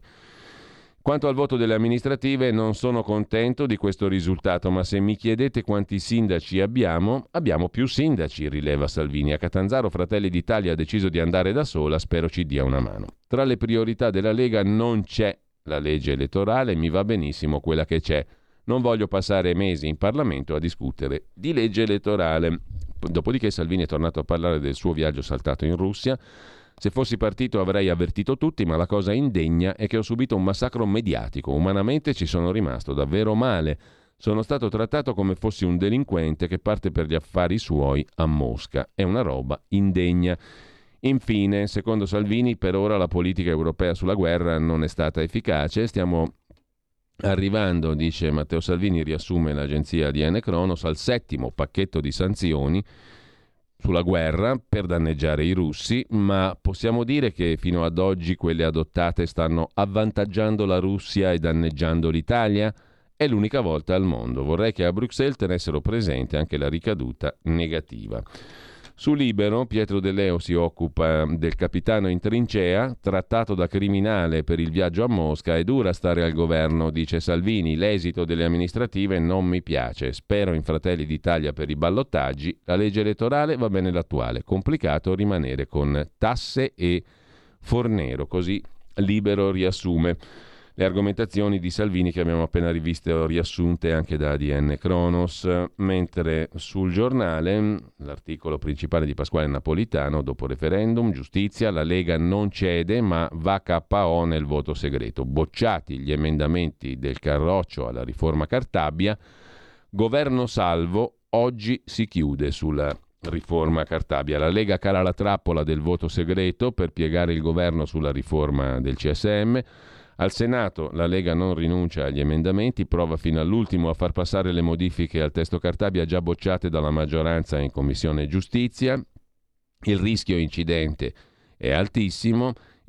B: Quanto al voto delle amministrative, non sono contento di questo risultato, ma se mi chiedete quanti sindaci abbiamo più sindaci, rileva Salvini. A Catanzaro Fratelli d'Italia ha deciso di andare da sola, spero ci dia una mano. Tra le priorità della Lega non c'è la legge elettorale, mi va benissimo quella che c'è. Non voglio passare mesi in Parlamento a discutere di legge elettorale. Dopodiché Salvini è tornato a parlare del suo viaggio saltato in Russia. Se fossi partito avrei avvertito tutti, ma la cosa indegna è che ho subito un massacro mediatico. Umanamente ci sono rimasto davvero male. Sono stato trattato come fossi un delinquente che parte per gli affari suoi a Mosca. È una roba indegna. Infine, secondo Salvini, per ora la politica europea sulla guerra non è stata efficace. Stiamo arrivando, dice Matteo Salvini, riassume l'agenzia ADN Kronos, al 7° pacchetto di sanzioni sulla guerra per danneggiare i russi, ma possiamo dire che fino ad oggi quelle adottate stanno avvantaggiando la Russia e danneggiando l'Italia? È l'unica volta al mondo. Vorrei che a Bruxelles tenessero presente anche la ricaduta negativa. Su Libero, Pietro De Leo si occupa del capitano in trincea, trattato da criminale per il viaggio a Mosca. È dura stare al governo, dice Salvini. L'esito delle amministrative non mi piace. Spero in Fratelli d'Italia per i ballottaggi. La legge elettorale va bene l'attuale. Complicato rimanere con tasse e Fornero. Così Libero riassume le argomentazioni di Salvini che abbiamo appena rivisto riassunte anche da ADN Kronos, mentre sul Giornale l'articolo principale di Pasquale Napolitano, dopo referendum, giustizia, la Lega non cede ma va KO nel voto segreto, bocciati gli emendamenti del Carroccio alla riforma Cartabia, governo salvo, oggi si chiude sulla riforma Cartabia. La Lega cala la trappola del voto segreto per piegare il governo sulla riforma del CSM. Al Senato la Lega non rinuncia agli emendamenti, prova fino all'ultimo a far passare le modifiche al testo Cartabia già bocciate dalla maggioranza in Commissione Giustizia. Il rischio incidente è altissimo.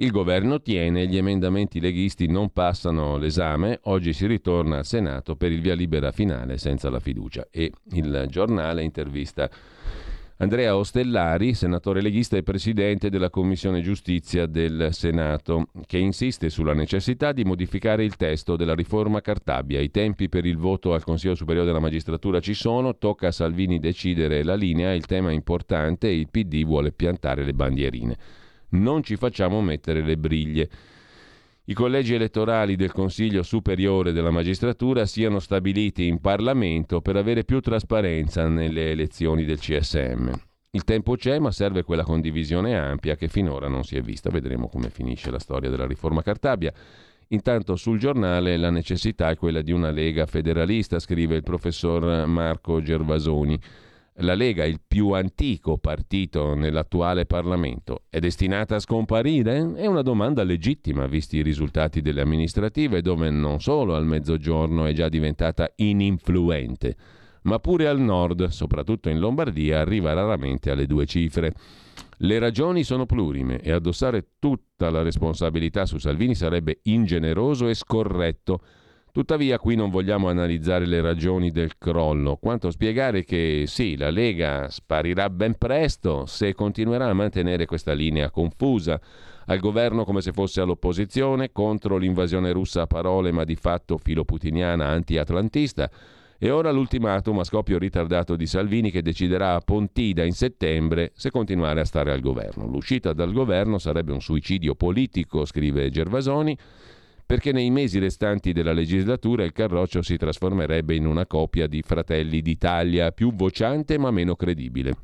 B: Il governo tiene, gli emendamenti leghisti non passano l'esame, oggi si ritorna al Senato per il via libera finale senza la fiducia. E il giornale intervista Andrea Ostellari, senatore leghista e presidente della Commissione Giustizia del Senato, che insiste sulla necessità di modificare il testo della riforma Cartabia. I tempi per il voto al Consiglio Superiore della Magistratura ci sono, tocca a Salvini decidere la linea, il tema è importante e il PD vuole piantare le bandierine. Non ci facciamo mettere le briglie. I collegi elettorali del Consiglio Superiore della Magistratura siano stabiliti in Parlamento per avere più trasparenza nelle elezioni del CSM. Il tempo c'è, ma serve quella condivisione ampia che finora non si è vista. Vedremo come finisce la storia della riforma Cartabia. Intanto sul giornale la necessità è quella di una Lega federalista, scrive il professor Marco Gervasoni. La Lega, il più antico partito nell'attuale Parlamento, è destinata a scomparire? È una domanda legittima, visti i risultati delle amministrative, dove non solo al Mezzogiorno è già diventata ininfluente, ma pure al nord, soprattutto in Lombardia, arriva raramente alle 2 cifre. Le ragioni sono plurime e addossare tutta la responsabilità su Salvini sarebbe ingeneroso e scorretto. Tuttavia qui non vogliamo analizzare le ragioni del crollo, quanto spiegare che sì, la Lega sparirà ben presto se continuerà a mantenere questa linea confusa, al governo come se fosse all'opposizione, contro l'invasione russa a parole ma di fatto filoputiniana anti-atlantista, e ora l'ultimatum a scoppio ritardato di Salvini che deciderà a Pontida in settembre se continuare a stare al governo. L'uscita dal governo sarebbe un suicidio politico, scrive Gervasoni, perché nei mesi restanti della legislatura il Carroccio si trasformerebbe in una coppia di Fratelli d'Italia più vociante ma meno credibile.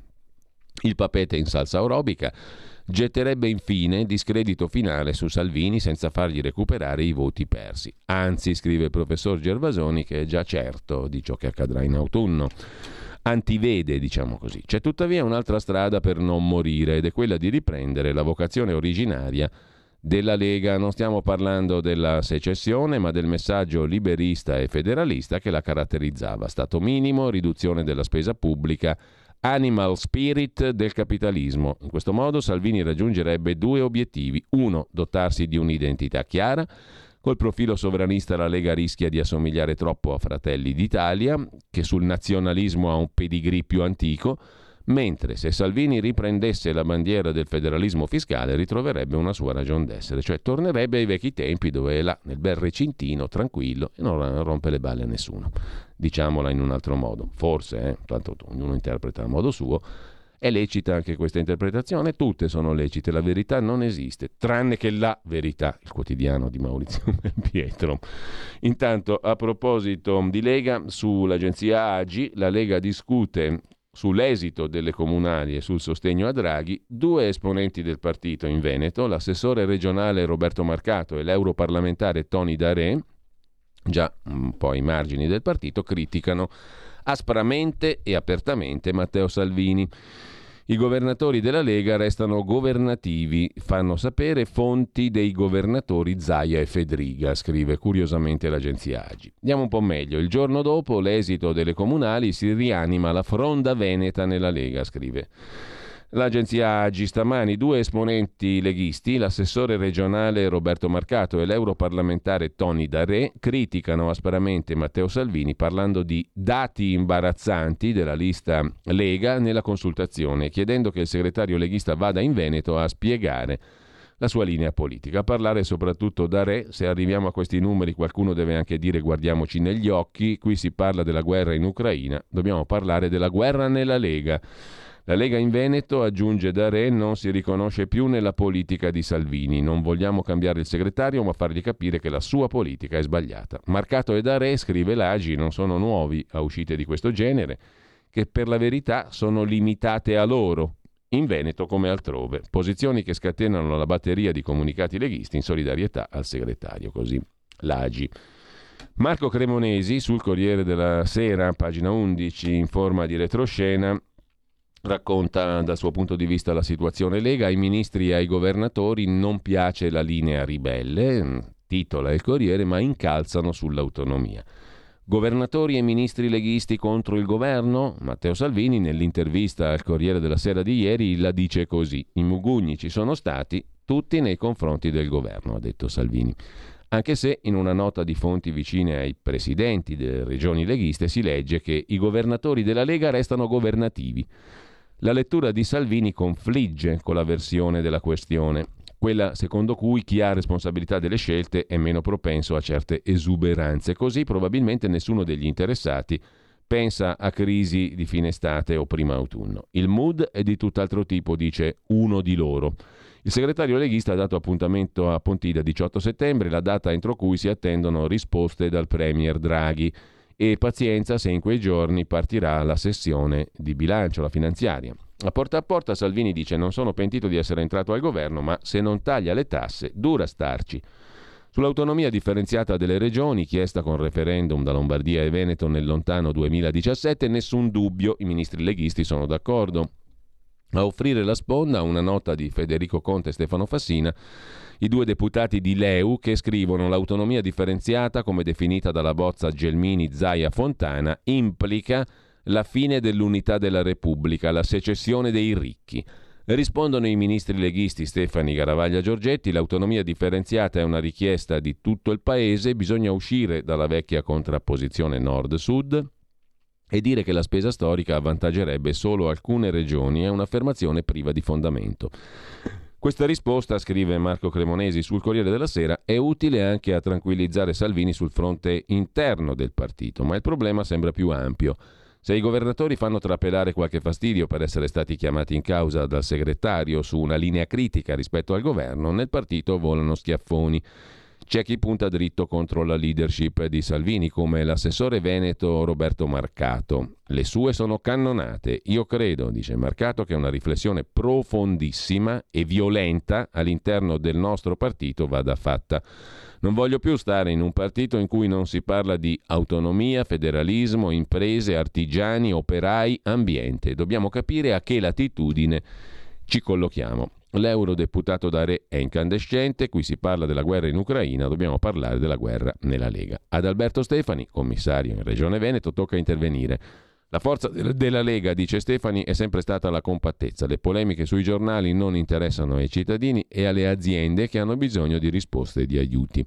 B: Il papete in salsa aerobica getterebbe infine discredito finale su Salvini senza fargli recuperare i voti persi. Anzi, scrive il professor Gervasoni, che è già certo di ciò che accadrà in autunno. Antivede, diciamo così. C'è tuttavia un'altra strada per non morire ed è quella di riprendere la vocazione originaria della Lega. Non stiamo parlando della secessione, ma del messaggio liberista e federalista che la caratterizzava. Stato minimo, riduzione della spesa pubblica, animal spirit del capitalismo. In questo modo Salvini raggiungerebbe 2 obiettivi. 1. Dotarsi di un'identità chiara. Col profilo sovranista la Lega rischia di assomigliare troppo a Fratelli d'Italia, che sul nazionalismo ha un pedigree più antico, mentre se Salvini riprendesse la bandiera del federalismo fiscale ritroverebbe una sua ragion d'essere, cioè tornerebbe ai vecchi tempi dove è là nel bel Recintino, tranquillo e non rompe le balle a nessuno. Diciamola in un altro modo, forse, tanto ognuno interpreta a modo suo, è lecita anche questa interpretazione, tutte sono lecite, la verità non esiste, tranne che la verità, il quotidiano di Maurizio Belpietro. Intanto, a proposito di Lega, sull'agenzia AGI, la Lega discute sull'esito delle comunali e sul sostegno a Draghi 2 esponenti del partito in Veneto, l'assessore regionale Roberto Marcato e l'europarlamentare Tony Daré, già un po' ai margini del partito, criticano aspramente e apertamente Matteo Salvini. I governatori della Lega restano governativi, fanno sapere fonti dei governatori Zaia e Fedriga, scrive curiosamente l'agenzia AGI. Andiamo un po' meglio. Il giorno dopo l'esito delle comunali si rianima la fronda veneta nella Lega, scrive l'agenzia AGI. Stamani 2 esponenti leghisti, l'assessore regionale Roberto Marcato e l'europarlamentare Tony Daré, criticano aspramente Matteo Salvini parlando di dati imbarazzanti della lista Lega nella consultazione, chiedendo che il segretario leghista vada in Veneto a spiegare la sua linea politica. A parlare soprattutto Daré. Se arriviamo a questi numeri qualcuno deve anche dire guardiamoci negli occhi, qui si parla della guerra in Ucraina, dobbiamo parlare della guerra nella Lega. La Lega in Veneto, aggiunge Daré, non si riconosce più nella politica di Salvini. Non vogliamo cambiare il segretario, ma fargli capire che la sua politica è sbagliata. Marcato e Daré, scrive l'AGI, non sono nuovi a uscite di questo genere, che per la verità sono limitate a loro, in Veneto come altrove. Posizioni che scatenano la batteria di comunicati leghisti in solidarietà al segretario, così l'AGI. Marco Cremonesi, sul Corriere della Sera, pagina 11, in forma di retroscena, racconta dal suo punto di vista la situazione Lega. Ai ministri e ai governatori non piace la linea ribelle, titola il Corriere, ma incalzano sull'autonomia. Governatori e ministri leghisti contro il governo? Matteo Salvini nell'intervista al Corriere della Sera di ieri la dice così: i mugugni ci sono stati tutti nei confronti del governo, ha detto Salvini. Anche se in una nota di fonti vicine ai presidenti delle regioni leghiste si legge che i governatori della Lega restano governativi. La lettura di Salvini confligge con la versione della questione, quella secondo cui chi ha responsabilità delle scelte è meno propenso a certe esuberanze. Così probabilmente nessuno degli interessati pensa a crisi di fine estate o prima autunno. Il mood è di tutt'altro tipo, dice uno di loro. Il segretario leghista ha dato appuntamento a Pontida 18 settembre, la data entro cui si attendono risposte dal premier Draghi, e pazienza se in quei giorni partirà la sessione di bilancio, la finanziaria. A porta Salvini dice: non sono pentito di essere entrato al governo, ma se non taglia le tasse dura starci. Sull'autonomia differenziata delle regioni, chiesta con referendum da Lombardia e Veneto nel lontano 2017, nessun dubbio, i ministri leghisti sono d'accordo. A offrire la sponda una nota di Federico Conte e Stefano Fassina, i due deputati di LeU, che scrivono: l'autonomia differenziata, come definita dalla bozza Gelmini-Zaia-Fontana, implica la fine dell'unità della Repubblica, la secessione dei ricchi. Rispondono i ministri leghisti Stefani, Garavaglia, Giorgetti: l'autonomia differenziata è una richiesta di tutto il paese, bisogna uscire dalla vecchia contrapposizione nord-sud e dire che la spesa storica avvantaggerebbe solo alcune regioni è un'affermazione priva di fondamento. Questa risposta, scrive Marco Cremonesi sul Corriere della Sera, è utile anche a tranquillizzare Salvini sul fronte interno del partito, ma il problema sembra più ampio. Se i governatori fanno trapelare qualche fastidio per essere stati chiamati in causa dal segretario su una linea critica rispetto al governo, nel partito volano schiaffoni. C'è chi punta dritto contro la leadership di Salvini, come l'assessore veneto Roberto Marcato. Le sue sono cannonate. Io credo, dice Marcato, che una riflessione profondissima e violenta all'interno del nostro partito vada fatta. Non voglio più stare in un partito in cui non si parla di autonomia, federalismo, imprese, artigiani, operai, ambiente. Dobbiamo capire a che latitudine ci collochiamo. L'eurodeputato da Re è incandescente, qui si parla della guerra in Ucraina, dobbiamo parlare della guerra nella Lega. Ad Alberto Stefani, commissario in Regione Veneto, tocca intervenire. La forza della Lega, dice Stefani, è sempre stata la compattezza. Le polemiche sui giornali non interessano ai cittadini e alle aziende che hanno bisogno di risposte e di aiuti.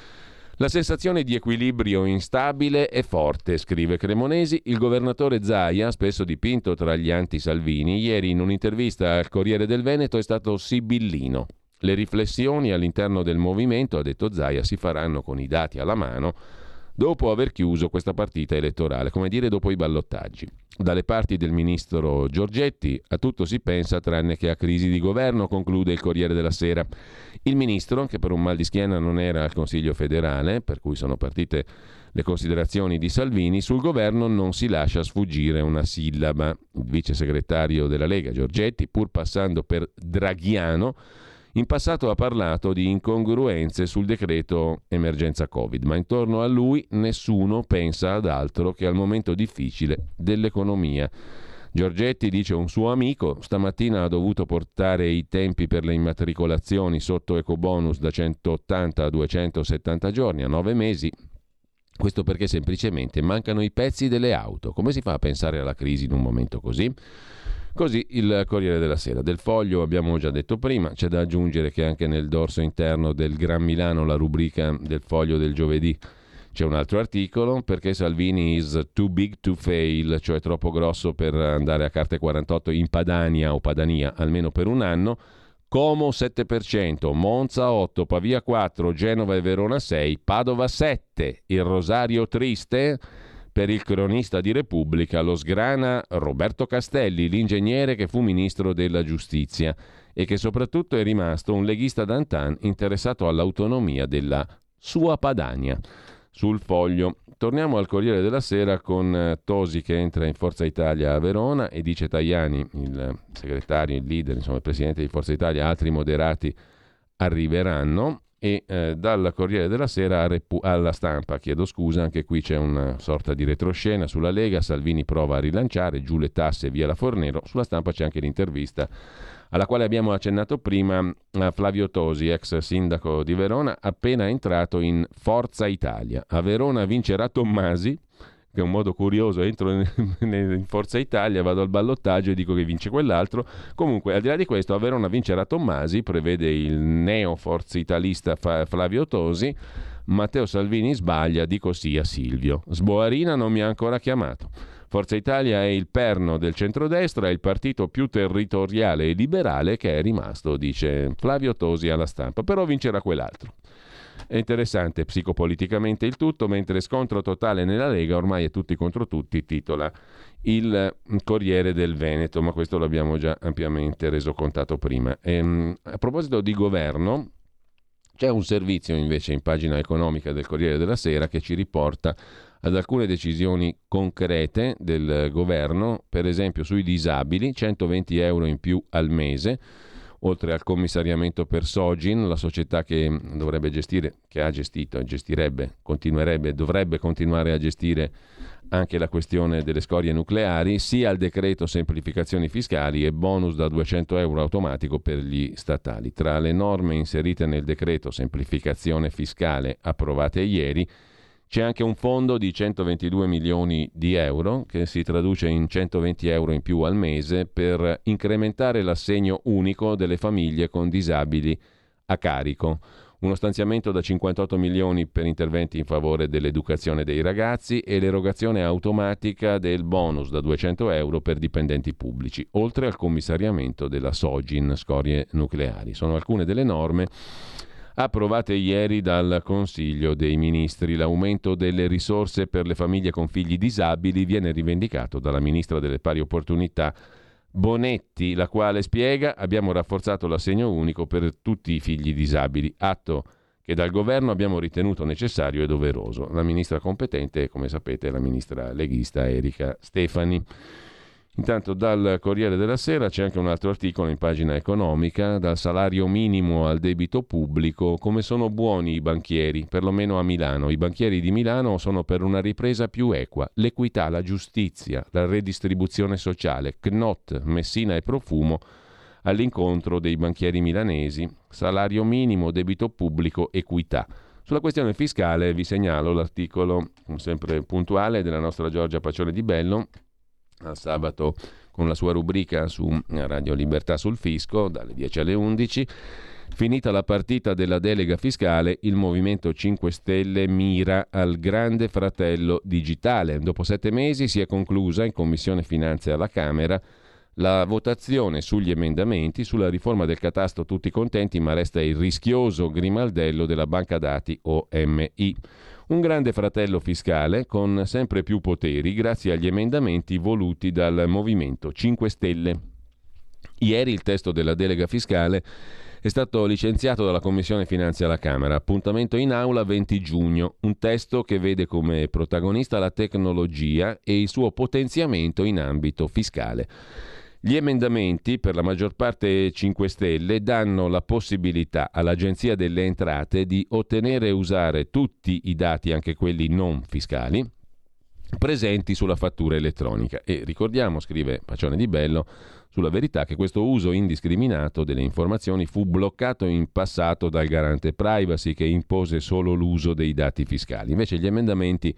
B: La sensazione di equilibrio instabile è forte, scrive Cremonesi. Il governatore Zaia, spesso dipinto tra gli anti-Salvini, ieri in un'intervista al Corriere del Veneto è stato sibillino. Le riflessioni all'interno del movimento, ha detto Zaia, si faranno con i dati alla mano dopo aver chiuso questa partita elettorale, come dire dopo i ballottaggi. Dalle parti del ministro Giorgetti a tutto si pensa tranne che a crisi di governo, conclude il Corriere della Sera. Il ministro, che per un mal di schiena non era al Consiglio federale, per cui sono partite le considerazioni di Salvini, sul governo non si lascia sfuggire una sillaba. Il vice segretario della Lega Giorgetti, pur passando per draghiano, in passato ha parlato di incongruenze sul decreto emergenza Covid, ma intorno a lui nessuno pensa ad altro che al momento difficile dell'economia. Giorgetti, dice un suo amico, stamattina ha dovuto portare i tempi per le immatricolazioni sotto ecobonus da 180 a 270 giorni, a 9 mesi. Questo perché semplicemente mancano i pezzi delle auto. Come si fa a pensare alla crisi in un momento così? Così il Corriere della Sera. Del Foglio abbiamo già detto prima, c'è da aggiungere che anche nel dorso interno del Gran Milano, la rubrica del Foglio del giovedì, c'è un altro articolo: perché Salvini is too big to fail, cioè troppo grosso per andare a carte 48 in Padania o Padania almeno per un anno. Como 7%, Monza 8, Pavia 4, Genova e Verona 6, Padova 7. Il rosario triste per il cronista di Repubblica, lo sgrana Roberto Castelli, l'ingegnere che fu ministro della giustizia e che soprattutto è rimasto un leghista d'antan interessato all'autonomia della sua Padania. Sul Foglio. Torniamo al Corriere della Sera con Tosi che entra in Forza Italia a Verona e dice Tajani, il segretario, il leader, insomma il presidente di Forza Italia, altri moderati arriveranno. E dal Corriere della Sera alla Stampa, anche qui c'è una sorta di retroscena sulla Lega, Salvini prova a rilanciare, giù le tasse, via la Fornero. Sulla Stampa c'è anche l'intervista alla quale abbiamo accennato prima a Flavio Tosi, ex sindaco di Verona, appena entrato in Forza Italia. A Verona vincerà Tommasi, che è un modo curioso, entro in Forza Italia, vado al ballottaggio e dico che vince quell'altro. Comunque, al di là di questo, a Verona vincerà Tommasi, prevede il neo forzitalista Flavio Tosi. Matteo Salvini sbaglia, dico sì a Silvio. Sboarina non mi ha ancora chiamato. Forza Italia è il perno del centrodestra, è il partito più territoriale e liberale che è rimasto, dice Flavio Tosi alla Stampa, però vincerà quell'altro. È interessante psicopoliticamente il tutto, mentre scontro totale nella Lega, ormai è tutti contro tutti, titola il Corriere del Veneto, ma questo l'abbiamo già ampiamente reso contato prima. A proposito di governo, c'è un servizio invece in pagina economica del Corriere della Sera che ci riporta ad alcune decisioni concrete del governo, per esempio sui disabili, 120 euro in più al mese, oltre al commissariamento per Sogin, la società che dovrebbe gestire, che ha gestito, gestirebbe, dovrebbe continuare a gestire anche la questione delle scorie nucleari, sia al decreto semplificazioni fiscali e bonus da 200 euro automatico per gli statali. Tra le norme inserite nel decreto semplificazione fiscale approvate ieri, c'è anche un fondo di 122 milioni di euro, che si traduce in 120 euro in più al mese, per incrementare l'assegno unico delle famiglie con disabili a carico. Uno stanziamento da 58 milioni per interventi in favore dell'educazione dei ragazzi e l'erogazione automatica del bonus da 200 euro per dipendenti pubblici, oltre al commissariamento della Sogin, scorie nucleari. Sono alcune delle norme approvate ieri dal Consiglio dei Ministri. L'aumento delle risorse per le famiglie con figli disabili viene rivendicato dalla Ministra delle Pari Opportunità Bonetti, la quale spiega: abbiamo rafforzato l'assegno unico per tutti i figli disabili, atto che dal governo abbiamo ritenuto necessario e doveroso. La ministra competente, come sapete, è la ministra leghista Erika Stefani. Intanto dal Corriere della Sera c'è anche un altro articolo in pagina economica: dal salario minimo al debito pubblico, come sono buoni i banchieri, perlomeno a Milano. I banchieri di Milano sono per una ripresa più equa, l'equità, la giustizia, la redistribuzione sociale. Knot, Messina e Profumo all'incontro dei banchieri milanesi. Salario minimo, debito pubblico, equità. Sulla questione fiscale vi segnalo l'articolo, sempre puntuale, della nostra Giorgia Pacione di Bello, al sabato, con la sua rubrica su Radio Libertà sul fisco, dalle 10 alle 11. Finita la partita della delega fiscale, il Movimento 5 Stelle mira al grande fratello digitale. Dopo 7 mesi si è conclusa in Commissione Finanze alla Camera la votazione sugli emendamenti sulla riforma del catasto. Tutti contenti, ma resta il rischioso grimaldello della banca dati OMI. Un grande fratello fiscale con sempre più poteri grazie agli emendamenti voluti dal Movimento 5 Stelle. Ieri il testo della delega fiscale è stato licenziato dalla Commissione Finanze alla Camera. Appuntamento in aula 20 giugno. Un testo che vede come protagonista la tecnologia e il suo potenziamento in ambito fiscale. Gli emendamenti, per la maggior parte 5 Stelle, danno la possibilità all'Agenzia delle Entrate di ottenere e usare tutti i dati, anche quelli non fiscali, presenti sulla fattura elettronica. E ricordiamo, scrive Pacione di Bello sulla Verità, che questo uso indiscriminato delle informazioni fu bloccato in passato dal garante privacy, che impose solo l'uso dei dati fiscali. Invece gli emendamenti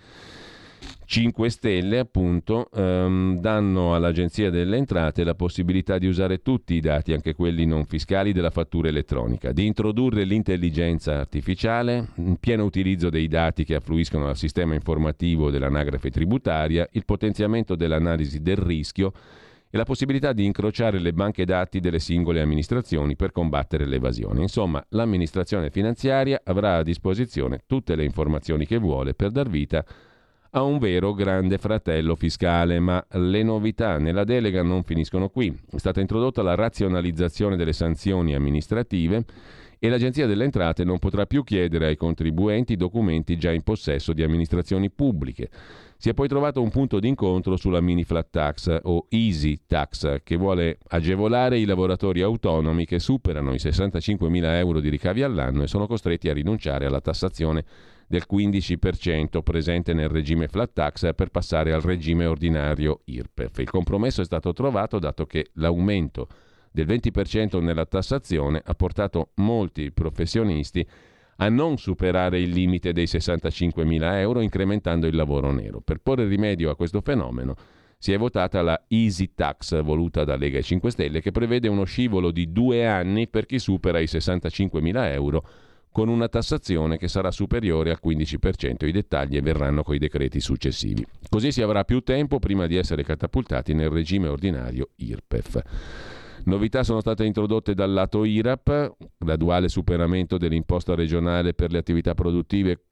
B: 5 Stelle appunto danno all'Agenzia delle Entrate la possibilità di usare tutti i dati, anche quelli non fiscali, della fattura elettronica, di introdurre l'intelligenza artificiale, un pieno utilizzo dei dati che affluiscono al sistema informativo dell'anagrafe tributaria, il potenziamento dell'analisi del rischio e la possibilità di incrociare le banche dati delle singole amministrazioni per combattere l'evasione. Insomma, l'amministrazione finanziaria avrà a disposizione tutte le informazioni che vuole per dar vita a un vero grande fratello fiscale. Ma le novità nella delega non finiscono qui. È stata introdotta la razionalizzazione delle sanzioni amministrative e l'Agenzia delle Entrate non potrà più chiedere ai contribuenti documenti già in possesso di amministrazioni pubbliche. Si è poi trovato un punto d'incontro sulla mini flat tax o easy tax, che vuole agevolare i lavoratori autonomi che superano i 65.000 euro di ricavi all'anno e sono costretti a rinunciare alla tassazione del 15% presente nel regime flat tax per passare al regime ordinario IRPEF. Il compromesso è stato trovato dato che l'aumento del 20% nella tassazione ha portato molti professionisti a non superare il limite dei 65.000 euro, incrementando il lavoro nero. Per porre rimedio a questo fenomeno si è votata la Easy Tax, voluta da Lega e 5 Stelle, che prevede uno scivolo di 2 anni per chi supera i 65.000 euro, con una tassazione che sarà superiore al 15%. I dettagli verranno coi decreti successivi. Così si avrà più tempo prima di essere catapultati nel regime ordinario IRPEF. Novità sono state introdotte dal lato IRAP, graduale superamento dell'imposta regionale per le attività produttive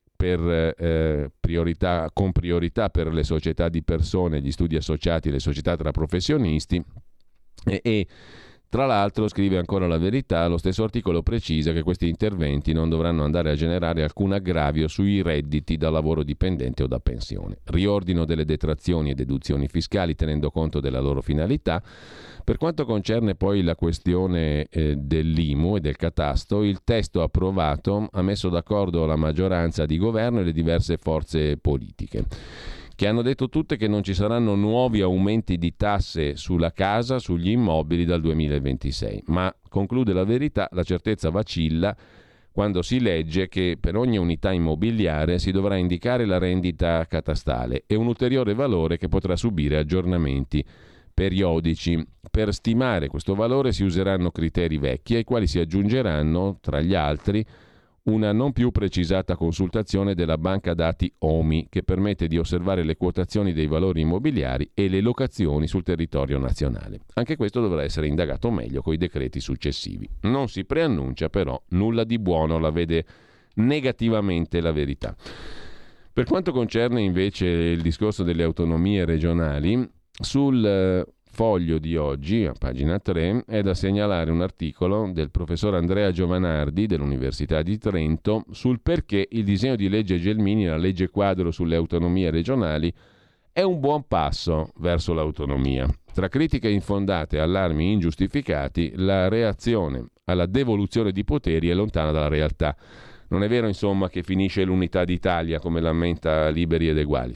B: con priorità per le società di persone, gli studi associati e le società tra professionisti e tra l'altro, scrive ancora La Verità, lo stesso articolo precisa che questi interventi non dovranno andare a generare alcun aggravio sui redditi da lavoro dipendente o da pensione. Riordino delle detrazioni e deduzioni fiscali tenendo conto della loro finalità. Per quanto concerne poi la questione dell'IMU e del catasto, il testo approvato ha messo d'accordo la maggioranza di governo e le diverse forze politiche, che hanno detto tutte che non ci saranno nuovi aumenti di tasse sulla casa, sugli immobili dal 2026. Ma, conclude La Verità, la certezza vacilla quando si legge che per ogni unità immobiliare si dovrà indicare la rendita catastale e un ulteriore valore che potrà subire aggiornamenti periodici. Per stimare questo valore si useranno criteri vecchi ai quali si aggiungeranno, tra gli altri, una non più precisata consultazione della banca dati OMI che permette di osservare le quotazioni dei valori immobiliari e le locazioni sul territorio nazionale. Anche questo dovrà essere indagato meglio coi decreti successivi. Non si preannuncia però nulla di buono, la vede negativamente La Verità. Per quanto concerne invece il discorso delle autonomie regionali, sul Foglio di oggi, a pagina 3, è da segnalare un articolo del professor Andrea Giovanardi dell'Università di Trento sul perché il disegno di legge Gelmini, la legge quadro sulle autonomie regionali, è un buon passo verso l'autonomia. Tra critiche infondate e allarmi ingiustificati, la reazione alla devoluzione di poteri è lontana dalla realtà. Non è vero, insomma, che finisce l'unità d'Italia, come lamenta Liberi ed Eguali.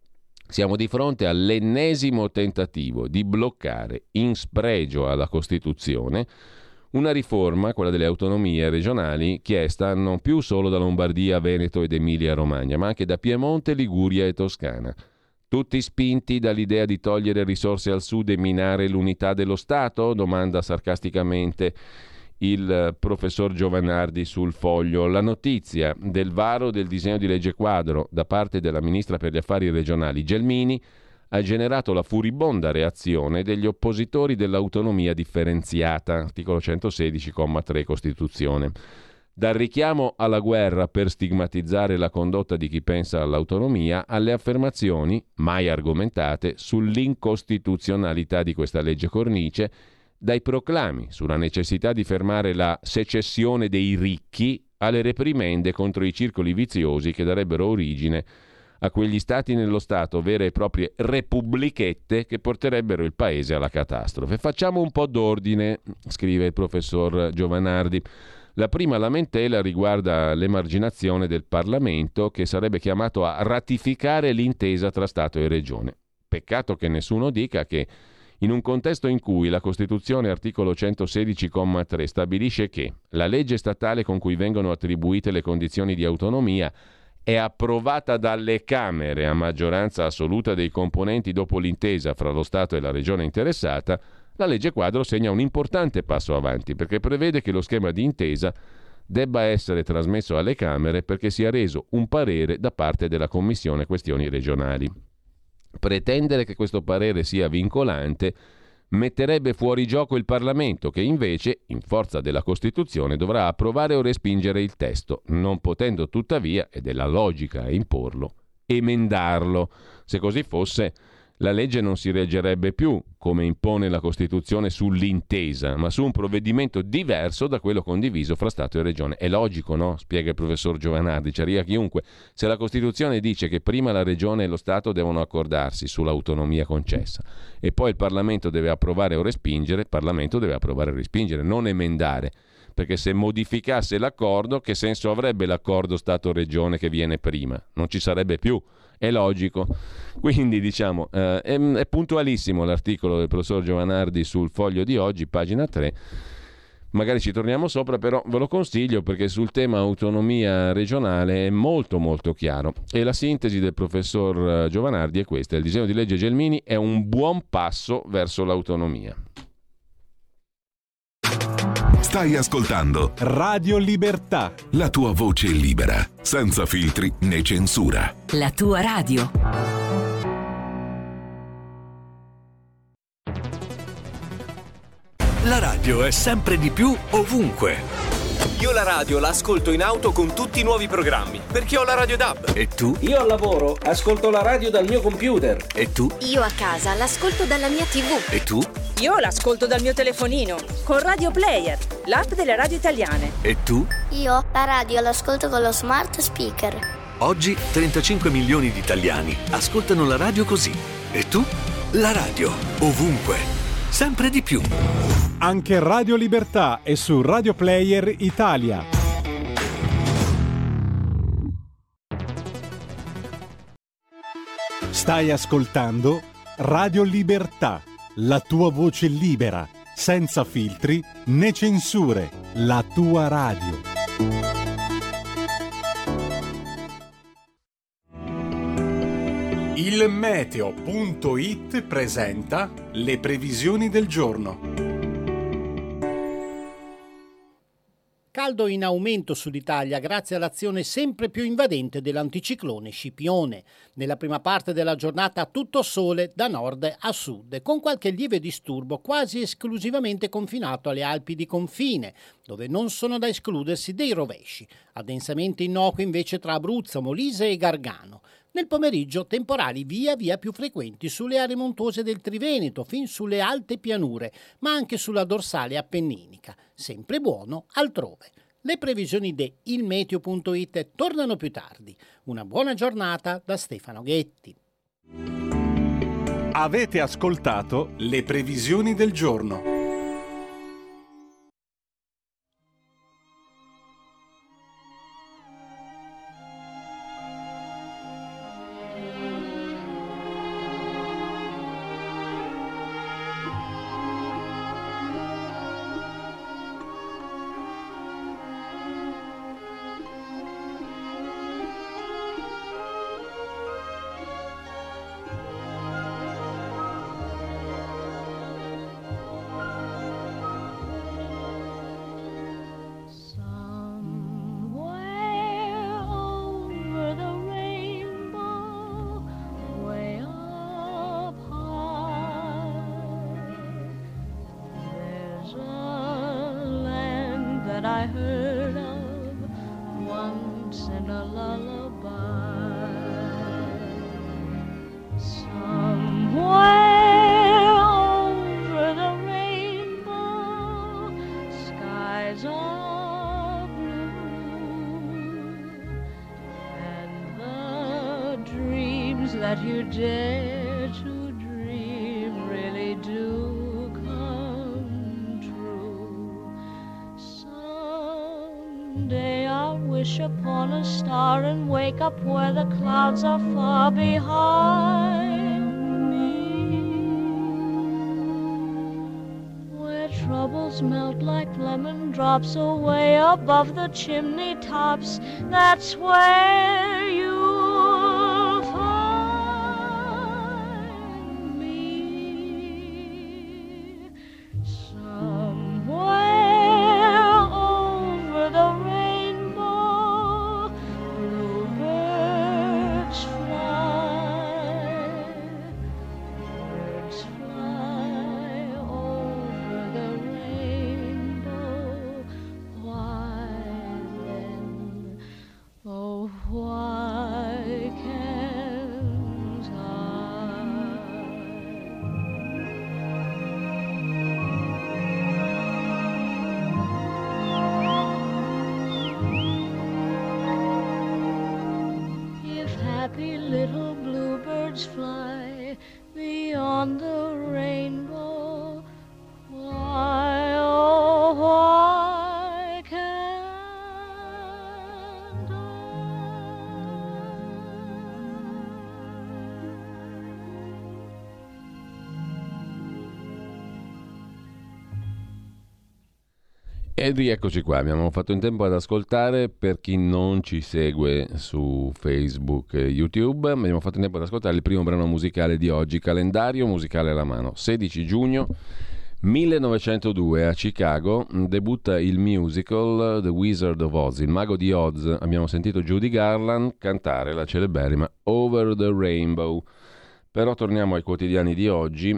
B: Siamo di fronte all'ennesimo tentativo di bloccare, in spregio alla Costituzione, una riforma, quella delle autonomie regionali, chiesta non più solo da Lombardia, Veneto ed Emilia-Romagna, ma anche da Piemonte, Liguria e Toscana. Tutti spinti dall'idea di togliere risorse al sud e minare l'unità dello Stato? Domanda sarcasticamente il professor Giovanardi sul Foglio. La notizia del varo del disegno di legge quadro da parte della ministra per gli affari regionali Gelmini ha generato la furibonda reazione degli oppositori dell'autonomia differenziata, articolo 116,3 Costituzione. Dal richiamo alla guerra per stigmatizzare la condotta di chi pensa all'autonomia, alle affermazioni, mai argomentate, sull'incostituzionalità di questa legge cornice, dai proclami sulla necessità di fermare la secessione dei ricchi alle reprimende contro i circoli viziosi che darebbero origine a quegli stati nello Stato, vere e proprie repubblichette che porterebbero il paese alla catastrofe. Facciamo un po' d'ordine, scrive il professor Giovanardi. La prima lamentela riguarda l'emarginazione del Parlamento che sarebbe chiamato a ratificare l'intesa tra Stato e Regione. Peccato che nessuno dica che in un contesto in cui la Costituzione, articolo 116,3, stabilisce che la legge statale con cui vengono attribuite le condizioni di autonomia è approvata dalle Camere a maggioranza assoluta dei componenti dopo l'intesa fra lo Stato e la Regione interessata, la legge quadro segna un importante passo avanti perché prevede che lo schema di intesa debba essere trasmesso alle Camere perché sia reso un parere da parte della Commissione Questioni Regionali. Pretendere che questo parere sia vincolante metterebbe fuori gioco il Parlamento che invece, in forza della Costituzione, dovrà approvare o respingere il testo, non potendo tuttavia, ed è la logica a imporlo, emendarlo. Se così fosse, la legge non si reggerebbe più, come impone la Costituzione, sull'intesa, ma su un provvedimento diverso da quello condiviso fra Stato e Regione. È logico, no? Spiega il professor Giovanardi, ci arriva chiunque. Se la Costituzione dice che prima la Regione e lo Stato devono accordarsi sull'autonomia concessa e poi il Parlamento deve approvare o respingere, il Parlamento deve approvare o respingere, non emendare. Perché se modificasse l'accordo, che senso avrebbe l'accordo Stato-Regione che viene prima? Non ci sarebbe più. È logico. Quindi diciamo è puntualissimo l'articolo del professor Giovanardi sul Foglio di oggi, pagina 3. Magari ci torniamo sopra, però ve lo consiglio perché sul tema autonomia regionale è molto molto chiaro. E la sintesi del professor Giovanardi è questa: il disegno di legge Gelmini è un buon passo verso l'autonomia.
C: Stai ascoltando
A: Radio Libertà,
C: la tua voce libera, senza filtri né censura.
D: La tua radio.
E: La radio è sempre di più ovunque.
F: Io la radio la ascolto in auto con tutti i nuovi programmi, perché ho la Radio DAB.
E: E tu?
G: Io al lavoro ascolto la radio dal mio computer.
E: E tu?
H: Io a casa l'ascolto dalla mia TV.
E: E tu?
I: Io l'ascolto dal mio telefonino, con Radio Player, l'app delle radio italiane.
E: E tu?
H: Io la radio l'ascolto con lo smart speaker.
E: Oggi 35 milioni di italiani ascoltano la radio così. E tu? La radio, ovunque, sempre di più.
A: anche Radio Libertà è su Radio Player Italia. Stai ascoltando Radio Libertà, la tua voce libera, senza filtri né censure, la tua radio. Il meteo.it presenta le previsioni del giorno.
J: Caldo in aumento sull'Italia grazie all'azione sempre più invadente dell'anticiclone Scipione. Nella prima parte della giornata tutto sole da nord a sud, con qualche lieve disturbo quasi esclusivamente confinato alle Alpi di confine, dove non sono da escludersi dei rovesci. Addensamente innocui invece tra Abruzzo, Molise e Gargano. Nel pomeriggio temporali via via più frequenti sulle aree montuose del Triveneto, fin sulle alte pianure, ma anche sulla dorsale appenninica. Sempre buono altrove. Le previsioni di ilmeteo.it tornano più tardi. Una buona giornata da Stefano Ghetti.
A: Avete ascoltato le previsioni del giorno.
K: That you dare to dream really do come true. Someday I'll wish upon a star and wake up where the clouds are far behind me, where troubles melt like lemon drops away above the chimney tops. That's where you why
B: E rieccoci qua, abbiamo fatto in tempo ad ascoltare, per chi non ci segue su Facebook e YouTube, abbiamo fatto in tempo ad ascoltare il primo brano musicale di oggi, calendario musicale alla mano. 16 giugno 1902 a Chicago debutta il musical The Wizard of Oz, il mago di Oz. Abbiamo sentito Judy Garland cantare la celeberrima Over the Rainbow. Però torniamo ai quotidiani di oggi,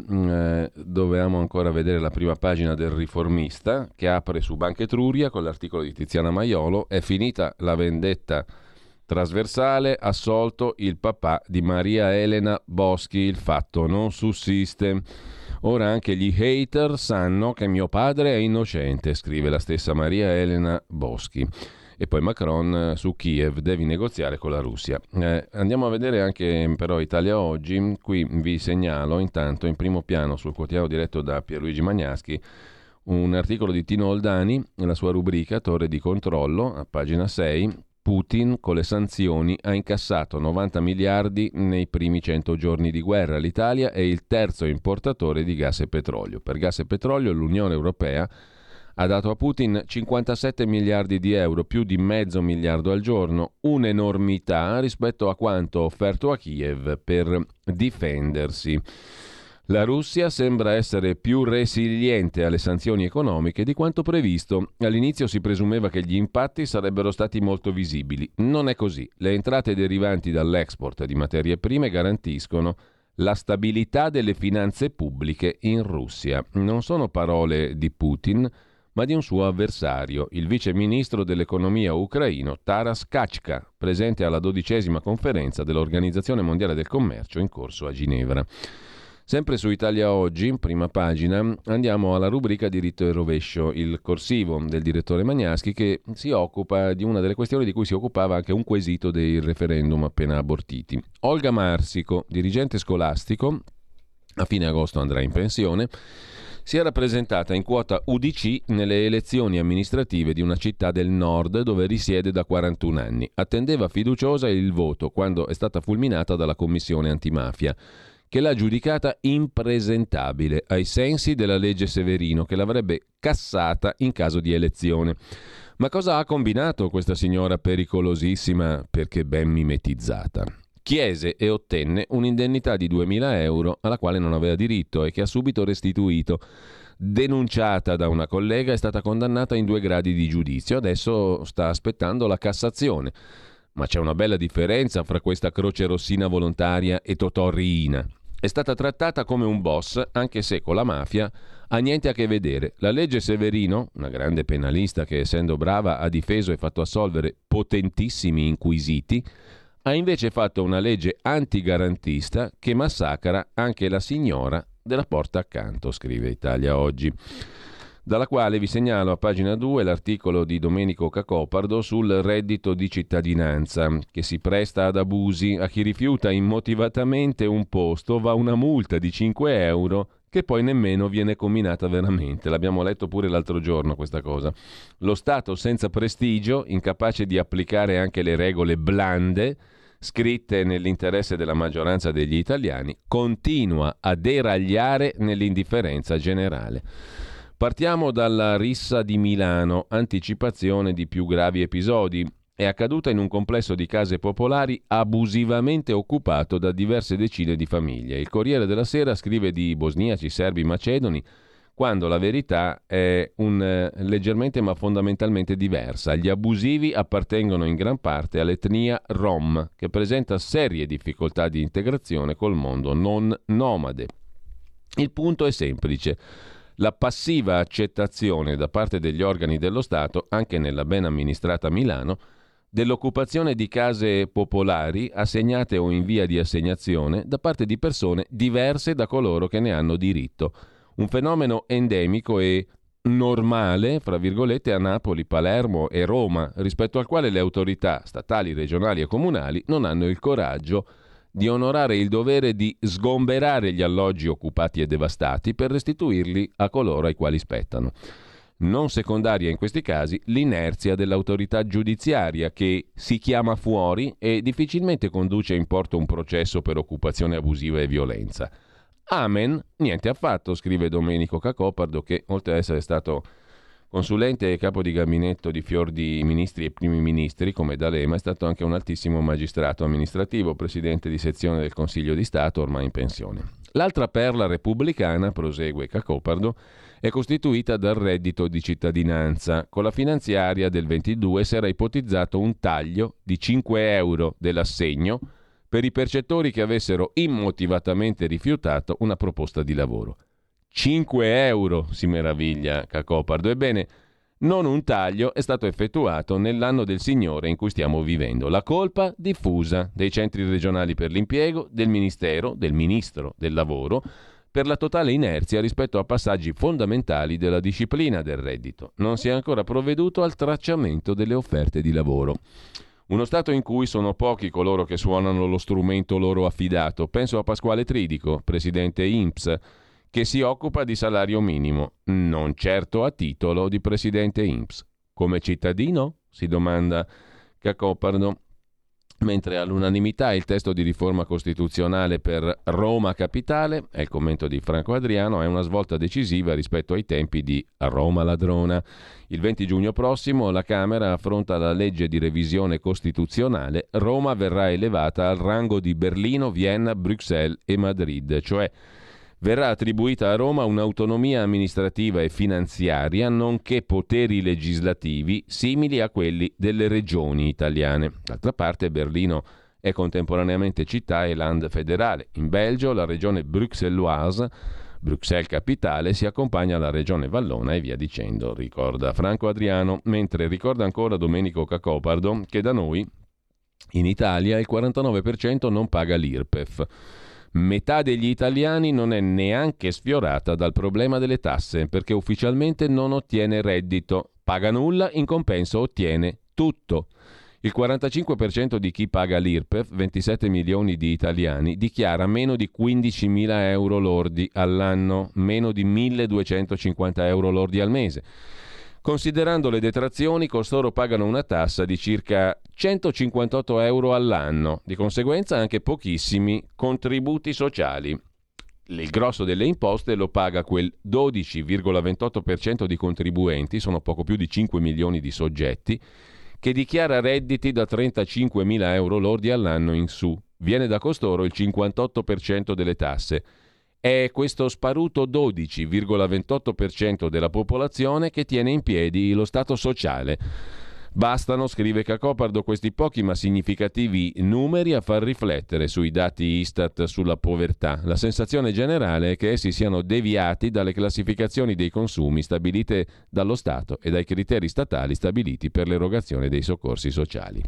B: dovevamo ancora vedere la prima pagina del Riformista, che apre su Banca Etruria con l'articolo di Tiziana Maiolo. È finita la vendetta trasversale, assolto il papà di Maria Elena Boschi, il fatto non sussiste. Ora anche gli hater sanno che mio padre è innocente, scrive la stessa Maria Elena Boschi. E poi Macron su Kiev, devi negoziare con la Russia. Andiamo a vedere anche però Italia Oggi. Qui vi segnalo intanto in primo piano sul quotidiano diretto da Pierluigi Magnaschi un articolo di Tino Oldani, la sua rubrica Torre di controllo, a pagina 6. Putin con le sanzioni ha incassato 90 miliardi nei primi 100 giorni di guerra. L'Italia è il terzo importatore di gas e petrolio. Per gas e petrolio l'Unione Europea ha dato a Putin 57 miliardi di euro, più di mezzo miliardo al giorno, un'enormità rispetto a quanto offerto a Kiev per difendersi. La Russia sembra essere più resiliente alle sanzioni economiche di quanto previsto. All'inizio si presumeva che gli impatti sarebbero stati molto visibili. Non è così. Le entrate derivanti dall'export di materie prime garantiscono la stabilità delle finanze pubbliche in Russia. Non sono parole di Putin, ma di un suo avversario, il vice ministro dell'economia ucraino Taras Kachka, presente alla 12ª conferenza dell'Organizzazione Mondiale del Commercio in corso a Ginevra. Sempre su Italia Oggi, prima pagina, andiamo alla rubrica Diritto e Rovescio, il corsivo del direttore Magnaschi, che si occupa di una delle questioni di cui si occupava anche un quesito dei referendum appena abortiti. Olga Marsico, dirigente scolastico, a fine agosto andrà in pensione, si era presentata in quota UDC nelle elezioni amministrative di una città del nord dove risiede da 41 anni. Attendeva fiduciosa il voto quando è stata fulminata dalla commissione antimafia, che l'ha giudicata impresentabile ai sensi della legge Severino, che l'avrebbe cassata in caso di elezione. Ma cosa ha combinato questa signora pericolosissima perché ben mimetizzata? Chiese e ottenne un'indennità di 2.000 euro alla quale non aveva diritto e che ha subito restituito. Denunciata da una collega, è stata condannata in 2 gradi di giudizio, adesso sta aspettando la Cassazione. Ma c'è una bella differenza fra questa croce rossina volontaria e Totò Riina. È stata trattata come un boss, anche se con la mafia ha niente a che vedere. La legge Severino, una grande penalista che essendo brava ha difeso e fatto assolvere potentissimi inquisiti, ha invece fatto una legge antigarantista che massacra anche la signora della porta accanto, scrive Italia Oggi, dalla quale vi segnalo a pagina 2 l'articolo di Domenico Cacopardo sul reddito di cittadinanza, che si presta ad abusi. A chi rifiuta immotivatamente un posto va una multa di 5 euro che poi nemmeno viene comminata veramente. L'abbiamo letto pure l'altro giorno questa cosa. Lo Stato senza prestigio, incapace di applicare anche le regole blande, scritte nell'interesse della maggioranza degli italiani, continua a deragliare nell'indifferenza generale. Partiamo dalla rissa di Milano, anticipazione di più gravi episodi. È accaduta in un complesso di case popolari abusivamente occupato da diverse decine di famiglie. Il Corriere della Sera scrive di bosniaci, serbi, macedoni, quando la verità è leggermente ma fondamentalmente diversa. Gli abusivi appartengono in gran parte all'etnia Rom, che presenta serie difficoltà di integrazione col mondo non nomade. Il punto è semplice. La passiva accettazione da parte degli organi dello Stato, anche nella ben amministrata Milano, dell'occupazione di case popolari assegnate o in via di assegnazione da parte di persone diverse da coloro che ne hanno diritto. Un fenomeno endemico e normale, fra virgolette, a Napoli, Palermo e Roma, rispetto al quale le autorità statali, regionali e comunali non hanno il coraggio di onorare il dovere di sgomberare gli alloggi occupati e devastati per restituirli a coloro ai quali spettano. Non secondaria in questi casi l'inerzia dell'autorità giudiziaria che si chiama fuori e difficilmente conduce in porto un processo per occupazione abusiva e violenza. Amen, niente affatto, scrive Domenico Cacopardo, che oltre ad essere stato Consulente e capo di gabinetto di fior di ministri e primi ministri, come D'Alema, è stato anche un altissimo magistrato amministrativo, presidente di sezione del Consiglio di Stato, ormai in pensione. L'altra perla repubblicana, prosegue Cacopardo, è costituita dal reddito di cittadinanza. Con la finanziaria del 22 si era ipotizzato un taglio di 5 euro dell'assegno per i percettori che avessero immotivatamente rifiutato una proposta di lavoro. 5 euro, si meraviglia Cacopardo. Ebbene, non un taglio è stato effettuato nell'anno del Signore in cui stiamo vivendo. La colpa diffusa dei centri regionali per l'impiego, del Ministero, del Ministro del Lavoro, per la totale inerzia rispetto a passaggi fondamentali della disciplina del reddito. Non si è ancora provveduto al tracciamento delle offerte di lavoro. Uno Stato in cui sono pochi coloro che suonano lo strumento loro affidato. Penso a Pasquale Tridico, presidente INPS, che si occupa di salario minimo, non certo a titolo di presidente INPS. Come cittadino? Si domanda Cacopardo. Mentre all'unanimità il testo di riforma costituzionale per Roma Capitale, è il commento di Franco Adriano, è una svolta decisiva rispetto ai tempi di Roma ladrona. Il 20 giugno prossimo la Camera affronta la legge di revisione costituzionale. Roma verrà elevata al rango di Berlino, Vienna, Bruxelles e Madrid, cioè verrà attribuita a Roma un'autonomia amministrativa e finanziaria, nonché poteri legislativi simili a quelli delle regioni italiane. D'altra parte Berlino è contemporaneamente città e land federale. In Belgio la regione bruxelloise, Bruxelles capitale, si accompagna alla regione vallona e via dicendo, ricorda Franco Adriano, mentre ricorda ancora Domenico Cacopardo che da noi, in Italia, il 49% non paga l'IRPEF. Metà degli italiani non è neanche sfiorata dal problema delle tasse perché ufficialmente non ottiene reddito, paga nulla, in compenso ottiene tutto. Il 45% di chi paga l'IRPEF, 27 milioni di italiani, dichiara meno di 15.000 euro lordi all'anno, meno di 1.250 euro lordi al mese. Considerando le detrazioni, costoro pagano una tassa di circa 158 euro all'anno, di conseguenza anche pochissimi contributi sociali. Il grosso delle imposte lo paga quel 12,28% di contribuenti, sono poco più di 5 milioni di soggetti, che dichiara redditi da 35.000 euro lordi all'anno in su. Viene da costoro il 58% delle tasse. È questo sparuto 12,28% della popolazione che tiene in piedi lo Stato sociale. Bastano, scrive Cacopardo, questi pochi ma significativi numeri a far riflettere sui dati Istat sulla povertà. La sensazione generale è che essi siano deviati dalle classificazioni dei consumi stabilite dallo Stato e dai criteri statali stabiliti per l'erogazione dei soccorsi sociali.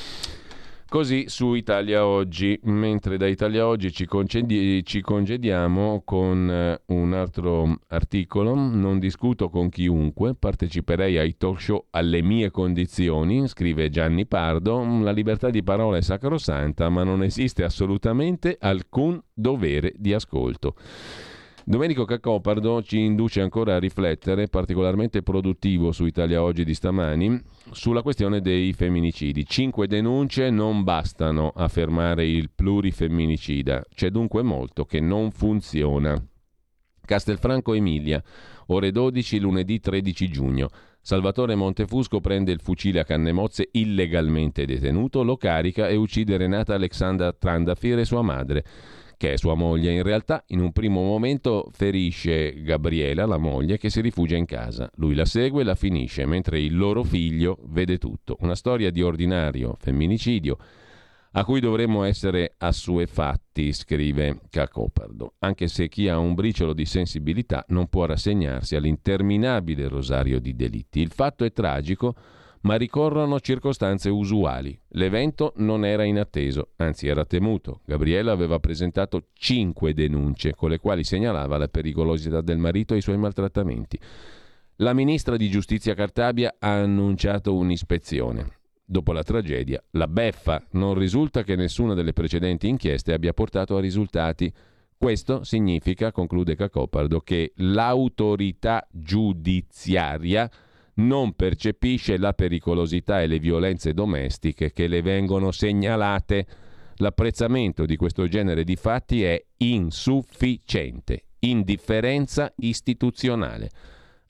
B: Così su Italia Oggi, mentre da Italia Oggi ci congediamo con un altro articolo. Non discuto con chiunque, parteciperei ai talk show alle mie condizioni, scrive Gianni Pardo. La libertà di parola è sacrosanta, ma non esiste assolutamente alcun dovere di ascolto. Domenico Cacopardo ci induce ancora a riflettere, particolarmente produttivo su Italia Oggi di stamani, sulla questione dei femminicidi. 5 denunce non bastano a fermare il plurifemminicida, c'è dunque molto che non funziona. Castelfranco Emilia, ore 12 lunedì 13 giugno. Salvatore Montefusco prende il fucile a canne mozze illegalmente detenuto, lo carica e uccide Renata Alexandra Trandafir e sua madre, che è sua moglie. In realtà, in un primo momento ferisce Gabriela, la moglie, che si rifugia in casa. Lui la segue e la finisce, mentre il loro figlio vede tutto. Una storia di ordinario femminicidio a cui dovremmo essere assuefatti, scrive Cacopardo, anche se chi ha un briciolo di sensibilità non può rassegnarsi all'interminabile rosario di delitti. Il fatto è tragico, ma ricorrono circostanze usuali. L'evento non era inatteso, anzi era temuto. Gabriela aveva presentato 5 denunce con le quali segnalava la pericolosità del marito e i suoi maltrattamenti. La ministra di Giustizia Cartabia ha annunciato un'ispezione. Dopo la tragedia, la beffa: non risulta che nessuna delle precedenti inchieste abbia portato a risultati. Questo significa, conclude Cacopardo, che l'autorità giudiziaria non percepisce la pericolosità e le violenze domestiche che le vengono segnalate. L'apprezzamento di questo genere di fatti è insufficiente. Indifferenza istituzionale.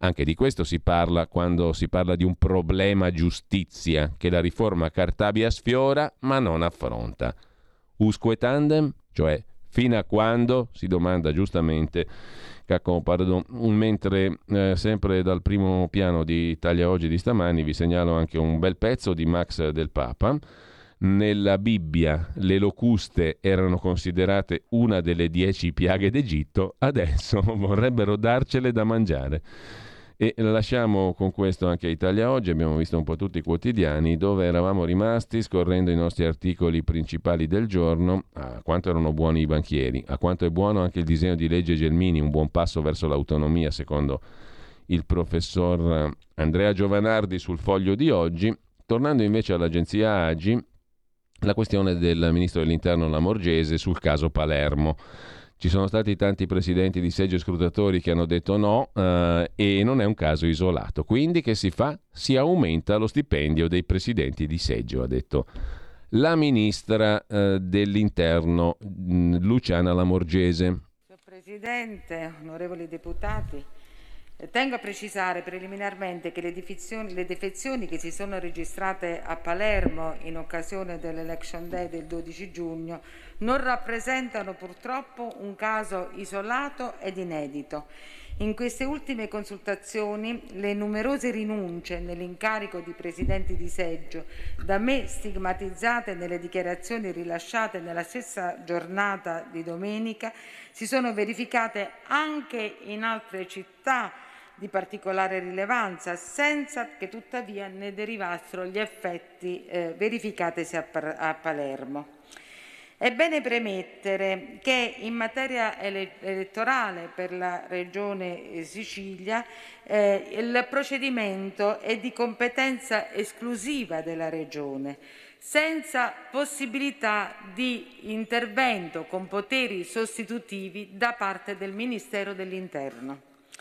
B: Anche di questo si parla quando si parla di un problema giustizia che la riforma Cartabia sfiora ma non affronta. Usque tandem, cioè fino a quando, si domanda giustamente Cacco Pardo, mentre sempre dal primo piano di Italia Oggi di stamani vi segnalo anche un bel pezzo di Max del Papa. Nella Bibbia le locuste erano considerate una delle 10 piaghe d'Egitto, adesso vorrebbero darcele da mangiare. E lasciamo con questo anche Italia Oggi, abbiamo visto un po' tutti i quotidiani, dove eravamo rimasti scorrendo i nostri articoli principali del giorno, a quanto erano buoni i banchieri, a quanto è buono anche il disegno di legge Gelmini, un buon passo verso l'autonomia secondo il professor Andrea Giovanardi sul Foglio di oggi. Tornando invece all'agenzia AGI, la questione del ministro dell'Interno Lamorgese sul caso Palermo. Ci sono stati tanti presidenti di seggio e scrutatori che hanno detto no e non è un caso isolato. Quindi che si fa? Si aumenta lo stipendio dei presidenti di seggio, ha detto la ministra dell'Interno Luciana Lamorgese.
D: Signor Presidente, onorevoli deputati, tengo a precisare preliminarmente che le defezioni che si sono registrate a Palermo in occasione dell'Election Day del 12 giugno non rappresentano purtroppo un caso isolato ed inedito. In queste ultime consultazioni le numerose rinunce nell'incarico di presidenti di seggio, da me stigmatizzate nelle dichiarazioni rilasciate nella stessa giornata di domenica, si sono verificate anche in altre città di particolare rilevanza, senza che tuttavia ne derivassero gli effetti verificatisi a Palermo. È bene premettere che in materia elettorale per la Regione Sicilia il procedimento è di competenza esclusiva della Regione, senza possibilità di intervento con poteri sostitutivi da parte del Ministero dell'Interno.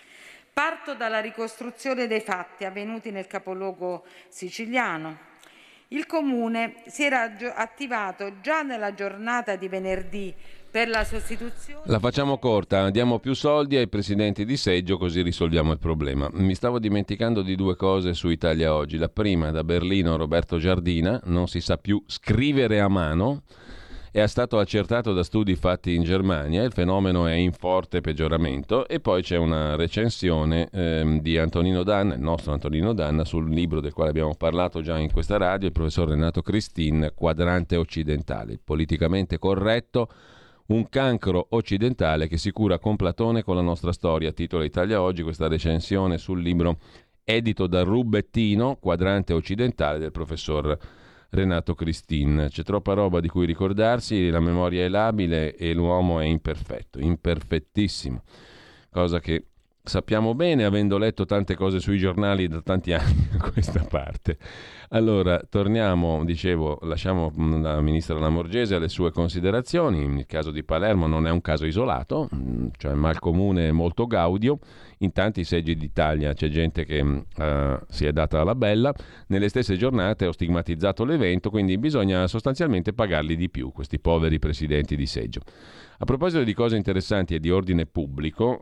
D: Parto dalla ricostruzione dei fatti avvenuti nel capoluogo siciliano. Il Comune si era attivato già nella giornata di venerdì per la sostituzione.
B: La facciamo corta, diamo più soldi ai presidenti di seggio così risolviamo il problema. Mi stavo dimenticando di due cose su Italia Oggi. La prima, da Berlino, Roberto Giardina, non si sa più scrivere a mano. È stato accertato da studi fatti in Germania, il fenomeno è in forte peggioramento. E poi c'è una recensione di Antonino Danna, il nostro Antonino Danna, sul libro del quale abbiamo parlato già in questa radio, il professor Renato Cristin, Quadrante occidentale, il politicamente corretto, un cancro occidentale che si cura con Platone con la nostra storia. Titola Italia Oggi questa recensione sul libro edito da Rubettino, Quadrante occidentale, del professor Renato Cristin. C'è troppa roba di cui ricordarsi, la memoria è labile e l'uomo è imperfetto, imperfettissimo, cosa che sappiamo bene avendo letto tante cose sui giornali da tanti anni a questa parte. Allora, torniamo, dicevo, lasciamo la ministra Lamorgese alle sue considerazioni. Il caso di Palermo non è un caso isolato, cioè Malcomune è molto gaudio, in tanti seggi d'Italia c'è gente che si è data alla bella, nelle stesse giornate ho stigmatizzato l'evento, quindi bisogna sostanzialmente pagarli di più, questi poveri presidenti di seggio. A proposito di cose interessanti e di ordine pubblico,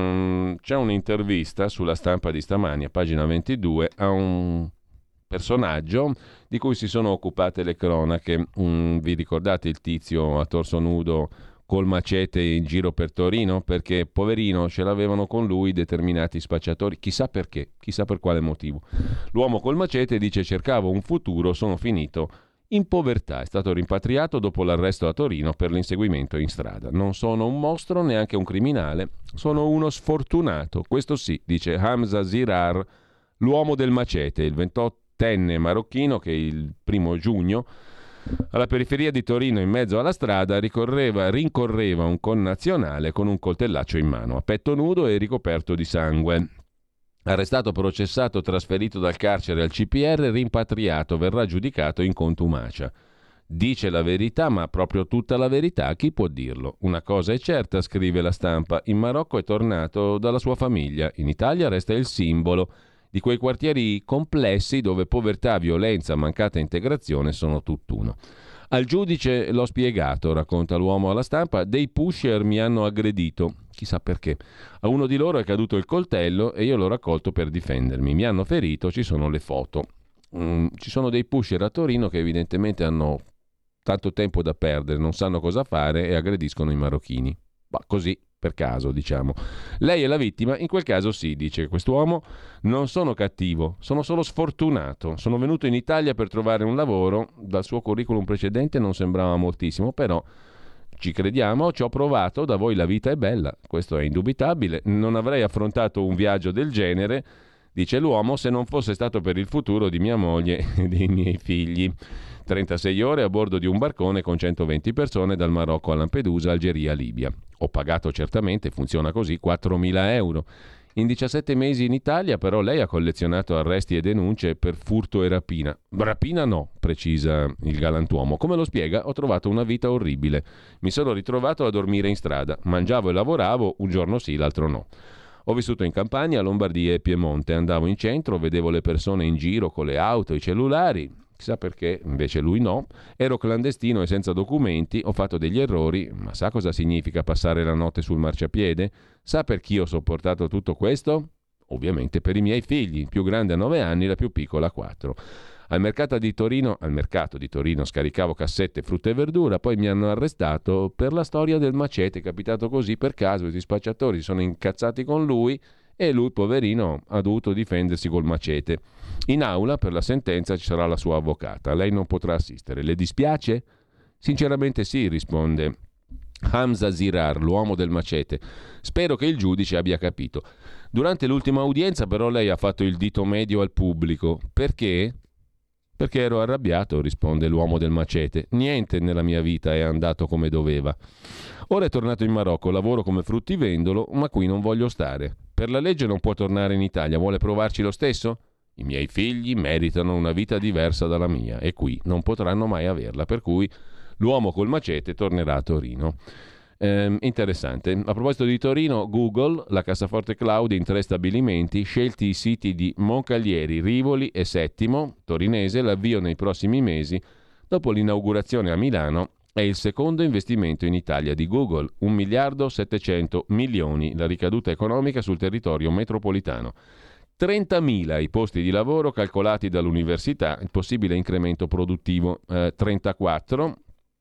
B: c'è un'intervista sulla Stampa di stamani, a pagina 22, a un personaggio di cui si sono occupate le cronache. Vi ricordate il tizio a torso nudo col macete in giro per Torino? Perché, poverino, ce l'avevano con lui determinati spacciatori, chissà perché, chissà per quale motivo. L'uomo col macete dice: cercavo un futuro, sono finito in povertà, è stato rimpatriato dopo l'arresto a Torino per l'inseguimento in strada. Non sono un mostro, neanche un criminale, sono uno sfortunato, questo sì, dice Hamza Zirar, l'uomo del macete, il 28enne marocchino che il 1 giugno alla periferia di Torino, in mezzo alla strada, rincorreva un connazionale con un coltellaccio in mano, a petto nudo e ricoperto di sangue. Arrestato, processato, trasferito dal carcere al CPR, rimpatriato, verrà giudicato in contumacia. Dice la verità, ma proprio tutta la verità, chi può dirlo? Una cosa è certa, scrive la Stampa, in Marocco è tornato dalla sua famiglia, in Italia resta il simbolo di quei quartieri complessi dove povertà, violenza, mancata integrazione sono tutt'uno. Al giudice l'ho spiegato, racconta l'uomo alla stampa, dei pusher mi hanno aggredito, chissà perché. A uno di loro è caduto il coltello e io l'ho raccolto per difendermi. Mi hanno ferito, ci sono le foto. Ci sono dei pusher a Torino che evidentemente hanno tanto tempo da perdere, non sanno cosa fare e aggrediscono i marocchini. Ma così, per caso, diciamo. Lei è la vittima? In quel caso sì, dice quest'uomo. Non sono cattivo, sono solo sfortunato. Sono venuto in Italia per trovare un lavoro. Dal suo curriculum precedente non sembrava moltissimo, però ci crediamo, ci ho provato, da voi la vita è bella, questo è indubitabile. Non avrei affrontato un viaggio del genere, dice l'uomo, se non fosse stato per il futuro di mia moglie e dei miei figli. 36 ore a bordo di un barcone con 120 persone dal Marocco a Lampedusa, Algeria, Libia. Ho pagato certamente, funziona così, 4.000 euro. In 17 mesi in Italia però lei ha collezionato arresti e denunce per furto e rapina. Rapina no, precisa il galantuomo. Come lo spiega? Ho trovato una vita orribile. Mi sono ritrovato a dormire in strada. Mangiavo e lavoravo, un giorno sì, l'altro no. Ho vissuto in Campania, Lombardia e Piemonte. Andavo in centro, vedevo le persone in giro con le auto, i cellulari. Chissà perché, invece lui no. Ero clandestino e senza documenti, ho fatto degli errori, ma sa cosa significa passare la notte sul marciapiede? Sa per chi ho sopportato tutto questo? Ovviamente per i miei figli, il più grande a 9 anni, la più piccola a 4. Al mercato di Torino scaricavo cassette, frutta e verdura, poi mi hanno arrestato per la storia del macete, è capitato così per caso, i spacciatori si sono incazzati con lui e lui, poverino, ha dovuto difendersi col macete. In aula per la sentenza ci sarà la sua avvocata, lei non potrà assistere. Le dispiace? Sinceramente sì, risponde Hamza Zirar, l'uomo del macete. Spero che il giudice abbia capito. Durante l'ultima udienza però lei ha fatto il dito medio al pubblico. Perché? Perché ero arrabbiato, risponde l'uomo del macete. Niente nella mia vita è andato come doveva. Ora è tornato in Marocco, lavoro come fruttivendolo, ma qui non voglio stare. Per la legge non può tornare in Italia, vuole provarci lo stesso? I miei figli meritano una vita diversa dalla mia e qui non potranno mai averla, per cui l'uomo col macete tornerà a Torino. Interessante. A proposito di Torino, Google, la cassaforte cloud in 3 stabilimenti, scelti i siti di Moncalieri, Rivoli e Settimo, torinese, l'avvio nei prossimi mesi. Dopo l'inaugurazione a Milano è il secondo investimento in Italia di Google, 1.700 milioni, la ricaduta economica sul territorio metropolitano. 30.000 i posti di lavoro calcolati dall'università, il possibile incremento produttivo 34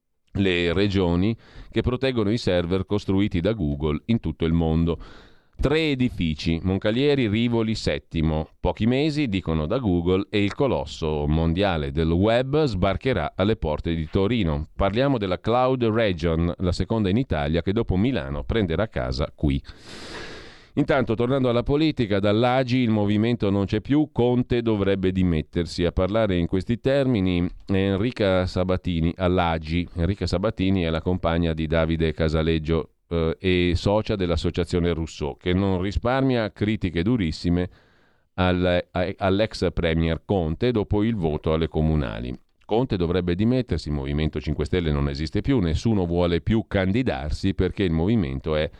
B: le regioni che proteggono i server costruiti da Google in tutto il mondo. 3 edifici, Moncalieri, Rivoli, Settimo. Pochi mesi, dicono da Google, e il colosso mondiale del web sbarcherà alle porte di Torino. Parliamo della Cloud Region, la seconda in Italia, che dopo Milano prenderà casa qui. Intanto, tornando alla politica, dall'Agi il movimento non c'è più, Conte dovrebbe dimettersi. A parlare in questi termini è Enrica Sabatini, all'Agi. Enrica Sabatini è la compagna di Davide Casaleggio e socia dell'associazione Rousseau, che non risparmia critiche durissime all'ex premier Conte dopo il voto alle comunali. Conte dovrebbe dimettersi, il Movimento 5 Stelle non esiste più, nessuno vuole più candidarsi perché il movimento è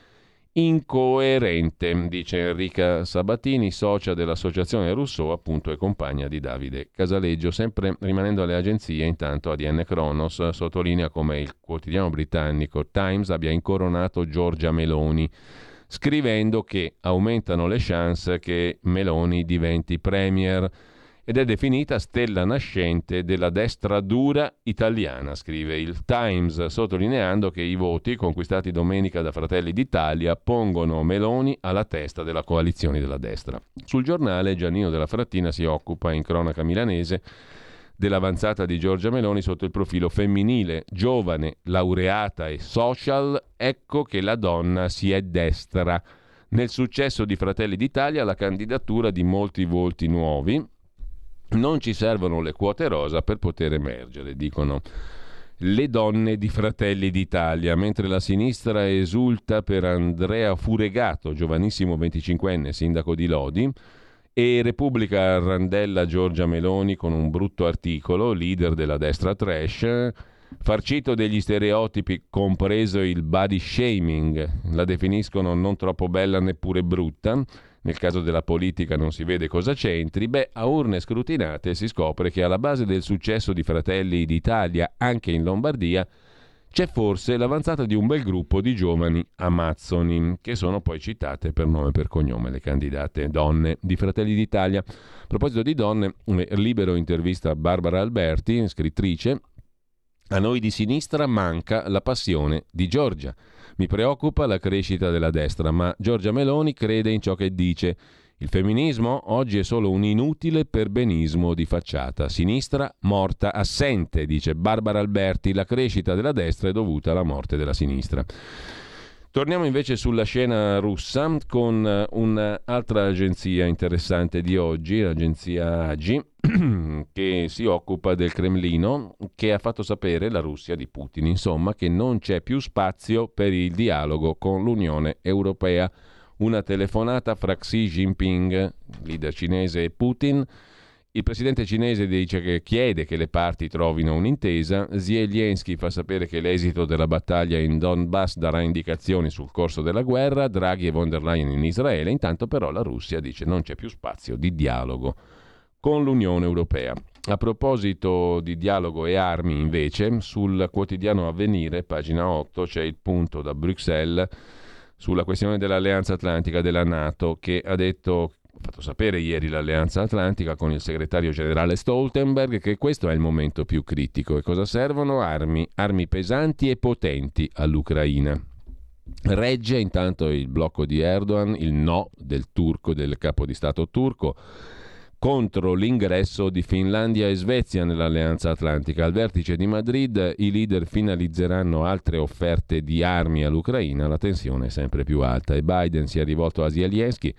B: incoerente, dice Enrica Sabatini, socia dell'associazione Rousseau, appunto, e compagna di Davide Casaleggio. Sempre rimanendo alle agenzie, intanto ADN Kronos sottolinea come il quotidiano britannico Times abbia incoronato Giorgia Meloni, scrivendo che aumentano le chance che Meloni diventi premier, ed è definita stella nascente della destra dura italiana, scrive il Times, sottolineando che i voti conquistati domenica da Fratelli d'Italia pongono Meloni alla testa della coalizione della destra. Sul giornale Giannino Della Frattina si occupa, in cronaca milanese, dell'avanzata di Giorgia Meloni sotto il profilo femminile. Giovane, laureata e social, ecco che la donna si è destra. Nel successo di Fratelli d'Italia la candidatura di molti volti nuovi. Non ci servono le quote rosa per poter emergere, dicono le donne di Fratelli d'Italia, mentre la sinistra esulta per Andrea Furegato, giovanissimo 25enne, sindaco di Lodi, e Repubblica arrandella Giorgia Meloni con un brutto articolo, leader della destra trash, farcito degli stereotipi, compreso il body shaming, la definiscono non troppo bella neppure brutta. nel caso della politica non si vede cosa c'entri, a urne scrutinate si scopre che alla base del successo di Fratelli d'Italia anche in Lombardia c'è forse l'avanzata di un bel gruppo di giovani amazzoni, che sono poi citate per nome e per cognome le candidate donne di Fratelli d'Italia. A proposito di donne, Libero intervista Barbara Alberti, scrittrice. A noi di sinistra manca la passione di Giorgia. Mi preoccupa la crescita della destra, ma Giorgia Meloni crede in ciò che dice. Il femminismo oggi è solo un inutile perbenismo di facciata. Sinistra morta assente, dice Barbara Alberti. La crescita della destra è dovuta alla morte della sinistra. Torniamo invece sulla scena russa con un'altra agenzia interessante di oggi, l'agenzia AGI, che si occupa del Cremlino, che ha fatto sapere, la Russia di Putin, insomma, che non c'è più spazio per il dialogo con l'Unione Europea. Una telefonata fra Xi Jinping, leader cinese, e Putin. Il presidente cinese dice che chiede che le parti trovino un'intesa. Zelensky fa sapere che l'esito della battaglia in Donbass darà indicazioni sul corso della guerra. Draghi e von der Leyen in Israele. Intanto però la Russia dice non c'è più spazio di dialogo con l'Unione Europea. A proposito di dialogo e armi, invece, sul quotidiano Avvenire, pagina 8, c'è il punto da Bruxelles sulla questione dell'Alleanza Atlantica della NATO, che ha fatto sapere ieri l'Alleanza Atlantica con il segretario generale Stoltenberg che questo è il momento più critico. E cosa servono? Armi pesanti e potenti all'Ucraina. Regge intanto il blocco di Erdogan, il no del capo di Stato turco, contro l'ingresso di Finlandia e Svezia nell'Alleanza Atlantica. Al vertice di Madrid i leader finalizzeranno altre offerte di armi all'Ucraina, la tensione è sempre più alta e Biden si è rivolto a Zelensky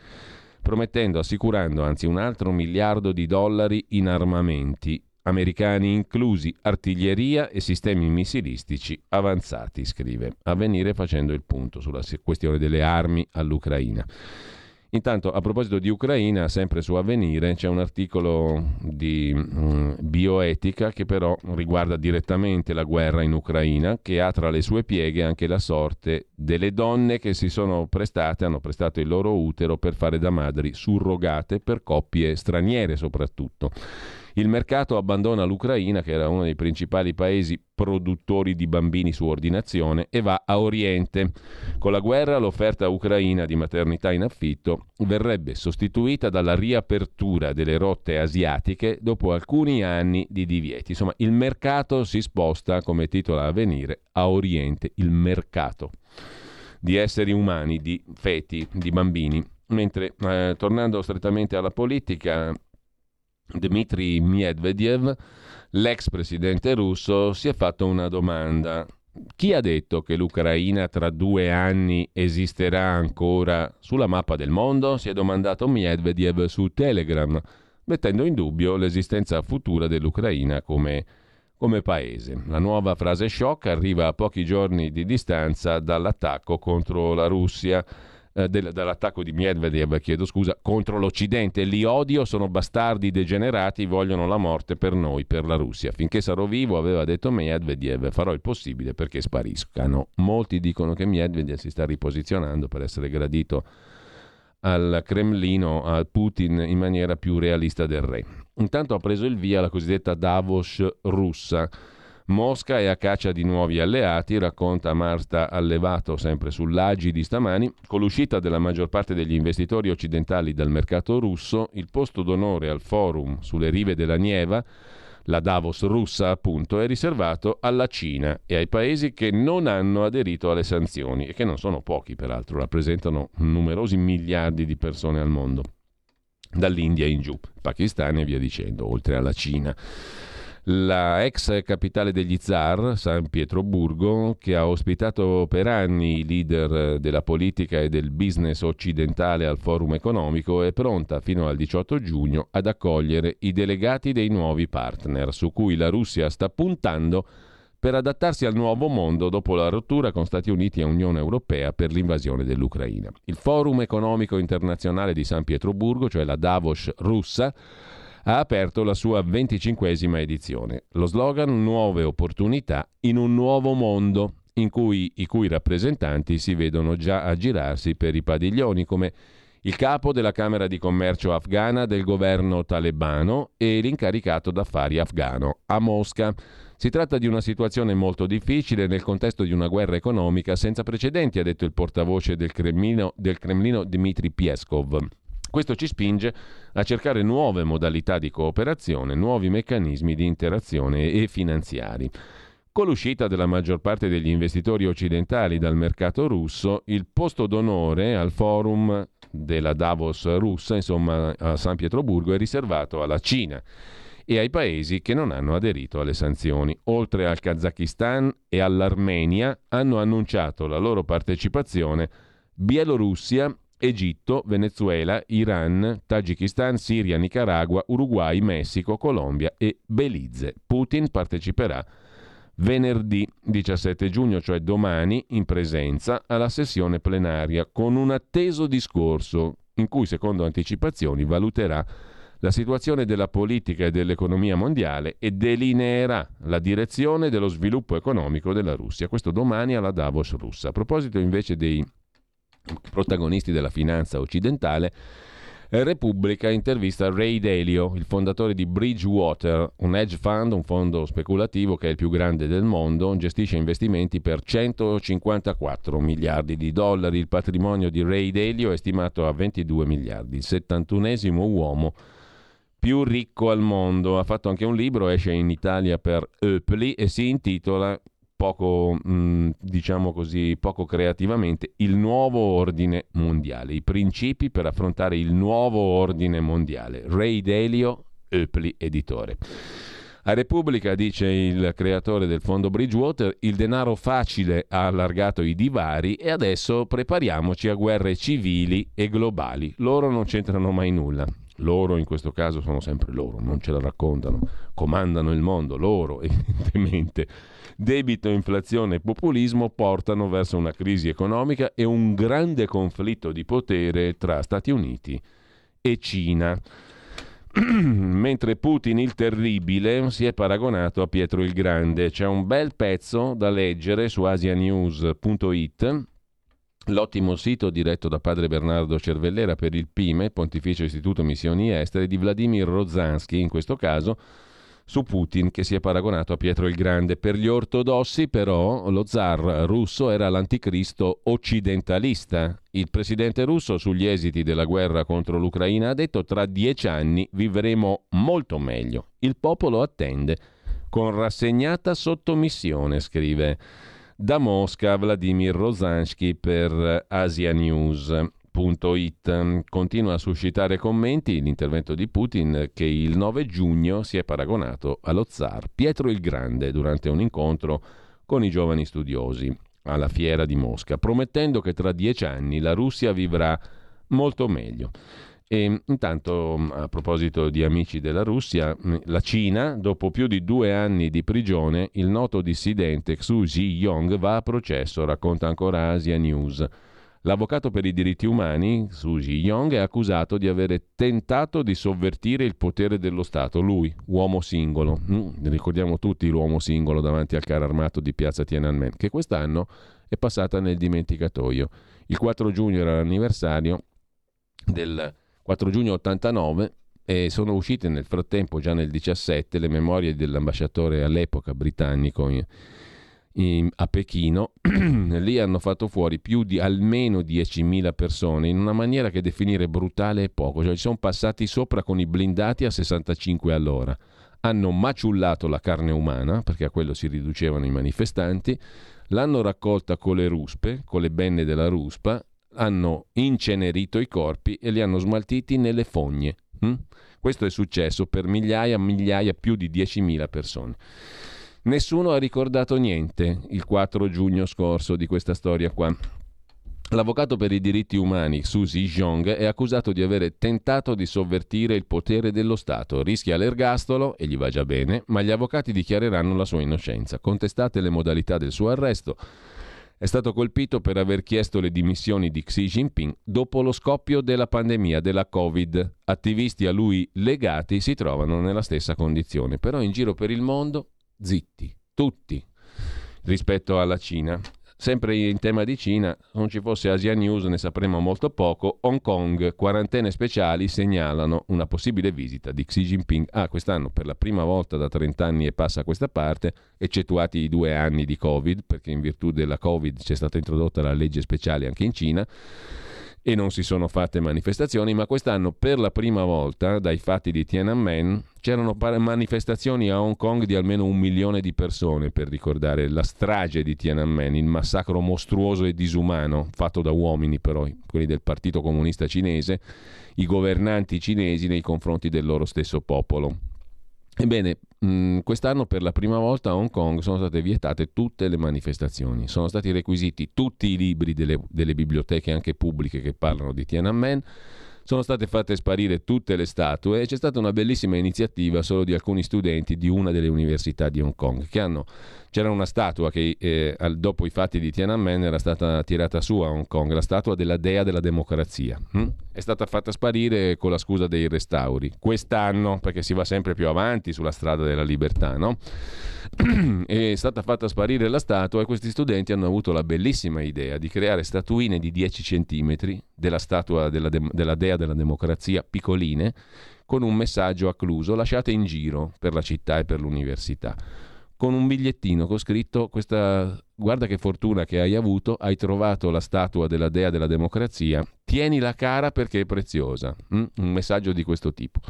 B: assicurando un altro $1 miliardo in armamenti americani inclusi, artiglieria e sistemi missilistici avanzati, scrive Avvenire facendo il punto sulla questione delle armi all'Ucraina. Intanto, a proposito di Ucraina, sempre su Avvenire, c'è un articolo di bioetica che però riguarda direttamente la guerra in Ucraina, che ha tra le sue pieghe anche la sorte delle donne che hanno prestato il loro utero per fare da madri surrogate per coppie straniere soprattutto. Il mercato abbandona l'Ucraina, che era uno dei principali paesi produttori di bambini su ordinazione, e va a Oriente. Con la guerra l'offerta ucraina di maternità in affitto verrebbe sostituita dalla riapertura delle rotte asiatiche dopo alcuni anni di divieti. Insomma, il mercato si sposta, come titola Avvenire, a Oriente. Il mercato di esseri umani, di feti, di bambini. Mentre, tornando strettamente alla politica, Dmitry Medvedev, l'ex presidente russo, si è fatto una domanda. Chi ha detto che l'Ucraina tra 2 anni esisterà ancora sulla mappa del mondo? Si è domandato Medvedev su Telegram, mettendo in dubbio l'esistenza futura dell'Ucraina come paese. La nuova frase shock arriva a pochi giorni di distanza dall'attacco contro la Russia, dall'attacco di Medvedev, contro l'Occidente. Li odio, sono bastardi degenerati, vogliono la morte per noi, per la Russia. Finché sarò vivo, aveva detto Medvedev, farò il possibile perché spariscano. Molti dicono che Medvedev si sta riposizionando per essere gradito al Cremlino, a Putin, in maniera più realista del re. Intanto ha preso il via la cosiddetta Davos russa. Mosca è a caccia di nuovi alleati, racconta Marta Allevato sempre sull'Agi di stamani. Con l'uscita della maggior parte degli investitori occidentali dal mercato russo, il posto d'onore al forum sulle rive della Neva, la Davos russa appunto, è riservato alla Cina e ai paesi che non hanno aderito alle sanzioni e che non sono pochi, peraltro, rappresentano numerosi miliardi di persone al mondo, dall'India in giù, Pakistan e via dicendo, oltre alla Cina. La ex capitale degli zar, San Pietroburgo, che ha ospitato per anni i leader della politica e del business occidentale al forum economico, è pronta fino al 18 giugno ad accogliere i delegati dei nuovi partner, su cui la Russia sta puntando per adattarsi al nuovo mondo dopo la rottura con Stati Uniti e Unione Europea per l'invasione dell'Ucraina. Il forum economico internazionale di San Pietroburgo, cioè la Davos russa, ha aperto la sua 25esima edizione. Lo slogan: nuove opportunità in un nuovo mondo, in cui i cui rappresentanti si vedono già aggirarsi per i padiglioni, come il capo della Camera di Commercio afghana del governo talebano e l'incaricato d'affari afghano a Mosca. Si tratta di una situazione molto difficile nel contesto di una guerra economica senza precedenti, ha detto il portavoce del Cremlino Dmitry Peskov. Questo ci spinge a cercare nuove modalità di cooperazione, nuovi meccanismi di interazione e finanziari. Con l'uscita della maggior parte degli investitori occidentali dal mercato russo, il posto d'onore al forum della Davos russa, insomma a San Pietroburgo, è riservato alla Cina e ai paesi che non hanno aderito alle sanzioni. Oltre al Kazakistan e all'Armenia hanno annunciato la loro partecipazione Bielorussia, Egitto, Venezuela, Iran, Tagikistan, Siria, Nicaragua, Uruguay, Messico, Colombia e Belize. Putin parteciperà venerdì 17 giugno, cioè domani, in presenza alla sessione plenaria con un atteso discorso in cui, secondo anticipazioni, valuterà la situazione della politica e dell'economia mondiale e delineerà la direzione dello sviluppo economico della Russia. Questo domani alla Davos russa. A proposito invece dei protagonisti della finanza occidentale, Repubblica intervista Ray Dalio, il fondatore di Bridgewater, un hedge fund, un fondo speculativo che è il più grande del mondo, gestisce investimenti per 154 miliardi di dollari. Il patrimonio di Ray Dalio è stimato a 22 miliardi, il 71esimo uomo più ricco al mondo. Ha fatto anche un libro, esce in Italia per Oepli e si intitola poco creativamente, il nuovo ordine mondiale, i principi per affrontare il nuovo ordine mondiale. Ray Dalio, Oepli editore. A Repubblica, dice il creatore del fondo Bridgewater, il denaro facile ha allargato i divari e adesso prepariamoci a guerre civili e globali. Loro non c'entrano mai nulla. Loro in questo caso sono sempre loro, non ce la raccontano, comandano il mondo, loro evidentemente. Debito, inflazione e populismo portano verso una crisi economica e un grande conflitto di potere tra Stati Uniti e Cina. Mentre Putin il terribile si è paragonato a Pietro il Grande. C'è un bel pezzo da leggere su asianews.it, l'ottimo sito diretto da padre Bernardo Cervellera per il PIME, Pontificio Istituto Missioni Estere, di Vladimir Rozansky, in questo caso su Putin che si è paragonato a Pietro il Grande. Per gli ortodossi però lo zar russo era l'anticristo occidentalista. Il presidente russo sugli esiti della guerra contro l'Ucraina ha detto: tra 10 anni vivremo molto meglio. Il popolo attende con rassegnata sottomissione, scrive da Mosca Vladimir Rozansky per asianews.it. Continua a suscitare commenti l'intervento di Putin, che il 9 giugno si è paragonato allo zar Pietro il Grande durante un incontro con i giovani studiosi alla fiera di Mosca, promettendo che tra 10 anni la Russia vivrà molto meglio. E intanto, a proposito di amici della Russia, la Cina, dopo più di 2 anni di prigione, il noto dissidente Xu Zhiyong va a processo, racconta ancora Asia News. L'avvocato per i diritti umani, Xu Zhiyong, è accusato di avere tentato di sovvertire il potere dello Stato. Lui, uomo singolo, ricordiamo tutti l'uomo singolo davanti al carro armato di piazza Tiananmen, che quest'anno è passata nel dimenticatoio. Il 4 giugno era l'anniversario del 4 giugno 89 e sono uscite nel frattempo, già nel 17, le memorie dell'ambasciatore all'epoca britannico a Pechino. Lì hanno fatto fuori più di almeno 10.000 persone in una maniera che definire brutale è poco, cioè ci sono passati sopra con i blindati a 65 all'ora, hanno maciullato la carne umana, perché a quello si riducevano i manifestanti, l'hanno raccolta con le ruspe, con le benne della ruspa, hanno incenerito i corpi e li hanno smaltiti nelle fogne. Questo è successo per migliaia, più di 10.000 persone. Nessuno ha ricordato niente il 4 giugno scorso di questa storia qua. L'avvocato per i diritti umani Xu Zhiyong è accusato di avere tentato di sovvertire il potere dello Stato. Rischia l'ergastolo e gli va già bene, ma gli avvocati dichiareranno la sua innocenza. Contestate le modalità del suo arresto. È stato colpito per aver chiesto le dimissioni di Xi Jinping dopo lo scoppio della pandemia della Covid. Attivisti a lui legati si trovano nella stessa condizione, però in giro per il mondo zitti, tutti, rispetto alla Cina. Sempre in tema di Cina, se non ci fosse Asia News ne sapremo molto poco. Hong Kong, quarantene speciali segnalano una possibile visita di Xi Jinping quest'anno per la prima volta da 30 anni e passa a questa parte, eccettuati i 2 anni di Covid, perché in virtù della Covid c'è stata introdotta la legge speciale anche in Cina e non si sono fatte manifestazioni, ma quest'anno per la prima volta dai fatti di Tiananmen c'erano manifestazioni a Hong Kong di almeno 1 milione di persone per ricordare la strage di Tiananmen, il massacro mostruoso e disumano fatto da uomini, però quelli del Partito Comunista Cinese, i governanti cinesi nei confronti del loro stesso popolo. Ebbene, quest'anno per la prima volta a Hong Kong sono state vietate tutte le manifestazioni, sono stati requisiti tutti i libri delle biblioteche anche pubbliche che parlano di Tiananmen, sono state fatte sparire tutte le statue e c'è stata una bellissima iniziativa solo di alcuni studenti di una delle università di Hong Kong c'era una statua che dopo i fatti di Tiananmen era stata tirata su a Hong Kong, la statua della dea della democrazia. È stata fatta sparire con la scusa dei restauri quest'anno, perché si va sempre più avanti sulla strada della libertà, no? È stata fatta sparire la statua e questi studenti hanno avuto la bellissima idea di creare statuine di 10 centimetri della statua della dea della democrazia, piccoline, con un messaggio accluso lasciate in giro per la città e per l'università, con un bigliettino con scritto guarda che fortuna che hai avuto, hai trovato la statua della dea della democrazia, tienila cara perché è preziosa. Un messaggio di questo tipo.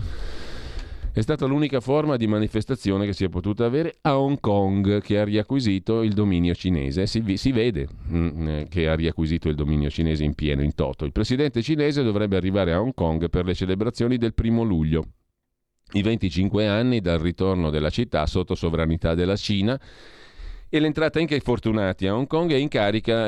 B: È stata l'unica forma di manifestazione che si è potuta avere a Hong Kong, che ha riacquisito il dominio cinese. Si vede che ha riacquisito il dominio cinese in pieno, in toto. Il presidente cinese dovrebbe arrivare a Hong Kong per le celebrazioni del 1 luglio. I 25 anni dal ritorno della città sotto sovranità della Cina e l'entrata fortunati a Hong Kong è in carica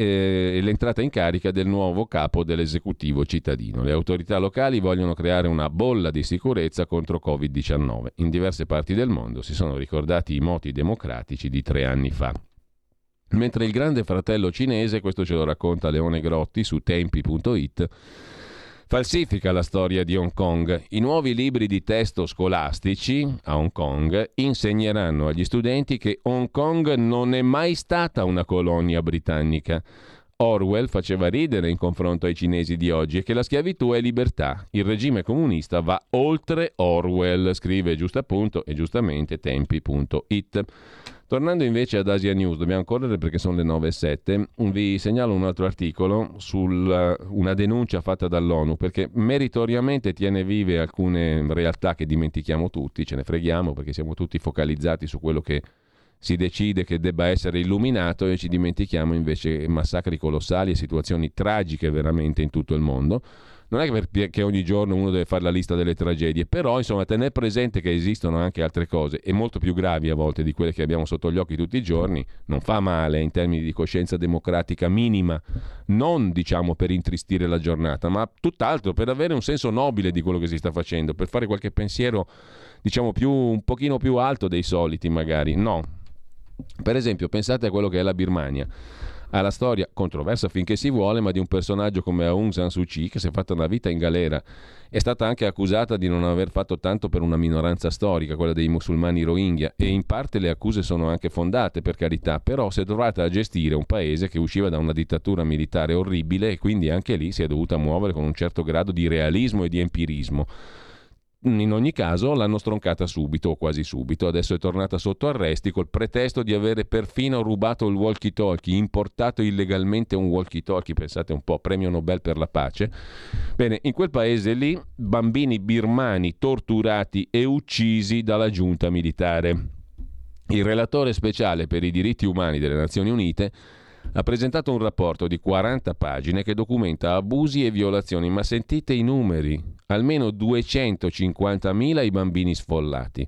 B: e l'entrata in carica del nuovo capo dell'esecutivo cittadino. Le autorità locali vogliono creare una bolla di sicurezza contro Covid-19. In diverse parti del mondo si sono ricordati i moti democratici di 3 anni fa. Mentre il grande fratello cinese, questo ce lo racconta Leone Grotti su tempi.it, falsifica la storia di Hong Kong. I nuovi libri di testo scolastici a Hong Kong insegneranno agli studenti che Hong Kong non è mai stata una colonia britannica. Orwell faceva ridere in confronto ai cinesi di oggi e che la schiavitù è libertà. Il regime comunista va oltre Orwell, scrive giustappunto e giustamente tempi.it. Tornando invece ad Asia News, dobbiamo correre perché sono le 9:07, vi segnalo un altro articolo su una denuncia fatta dall'ONU, perché meritoriamente tiene vive alcune realtà che dimentichiamo tutti, ce ne freghiamo perché siamo tutti focalizzati su quello che si decide che debba essere illuminato e ci dimentichiamo invece massacri colossali e situazioni tragiche veramente in tutto il mondo. Non è che ogni giorno uno deve fare la lista delle tragedie, però insomma tenere presente che esistono anche altre cose e molto più gravi a volte di quelle che abbiamo sotto gli occhi tutti i giorni non fa male in termini di coscienza democratica minima, non diciamo per intristire la giornata, ma tutt'altro per avere un senso nobile di quello che si sta facendo, per fare qualche pensiero diciamo un pochino più alto dei soliti magari. No, per esempio pensate a quello che è la Birmania, alla storia controversa finché si vuole, ma di un personaggio come Aung San Suu Kyi che si è fatta una vita in galera, è stata anche accusata di non aver fatto tanto per una minoranza storica, quella dei musulmani Rohingya, e in parte le accuse sono anche fondate, per carità, però si è trovata a gestire un paese che usciva da una dittatura militare orribile e quindi anche lì si è dovuta muovere con un certo grado di realismo e di empirismo. In ogni caso l'hanno stroncata subito o quasi subito, adesso è tornata sotto arresti col pretesto di avere perfino rubato il walkie-talkie, importato illegalmente un walkie-talkie, pensate un po', premio Nobel per la pace. Bene, in quel paese lì bambini birmani torturati e uccisi dalla giunta militare. Il relatore speciale per i diritti umani delle Nazioni Unite ha presentato un rapporto di 40 pagine che documenta abusi e violazioni, ma sentite i numeri, almeno 250.000 i bambini sfollati,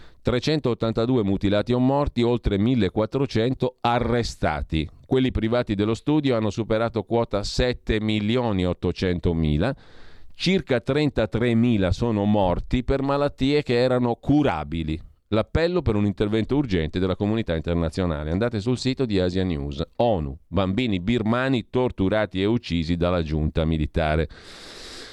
B: 382 mutilati o morti, oltre 1.400 arrestati. Quelli privati dello studio hanno superato quota 7.800.000, circa 33.000 sono morti per malattie che erano curabili. L'appello per un intervento urgente della comunità internazionale. Andate sul sito di Asia News. ONU, bambini birmani torturati e uccisi dalla giunta militare.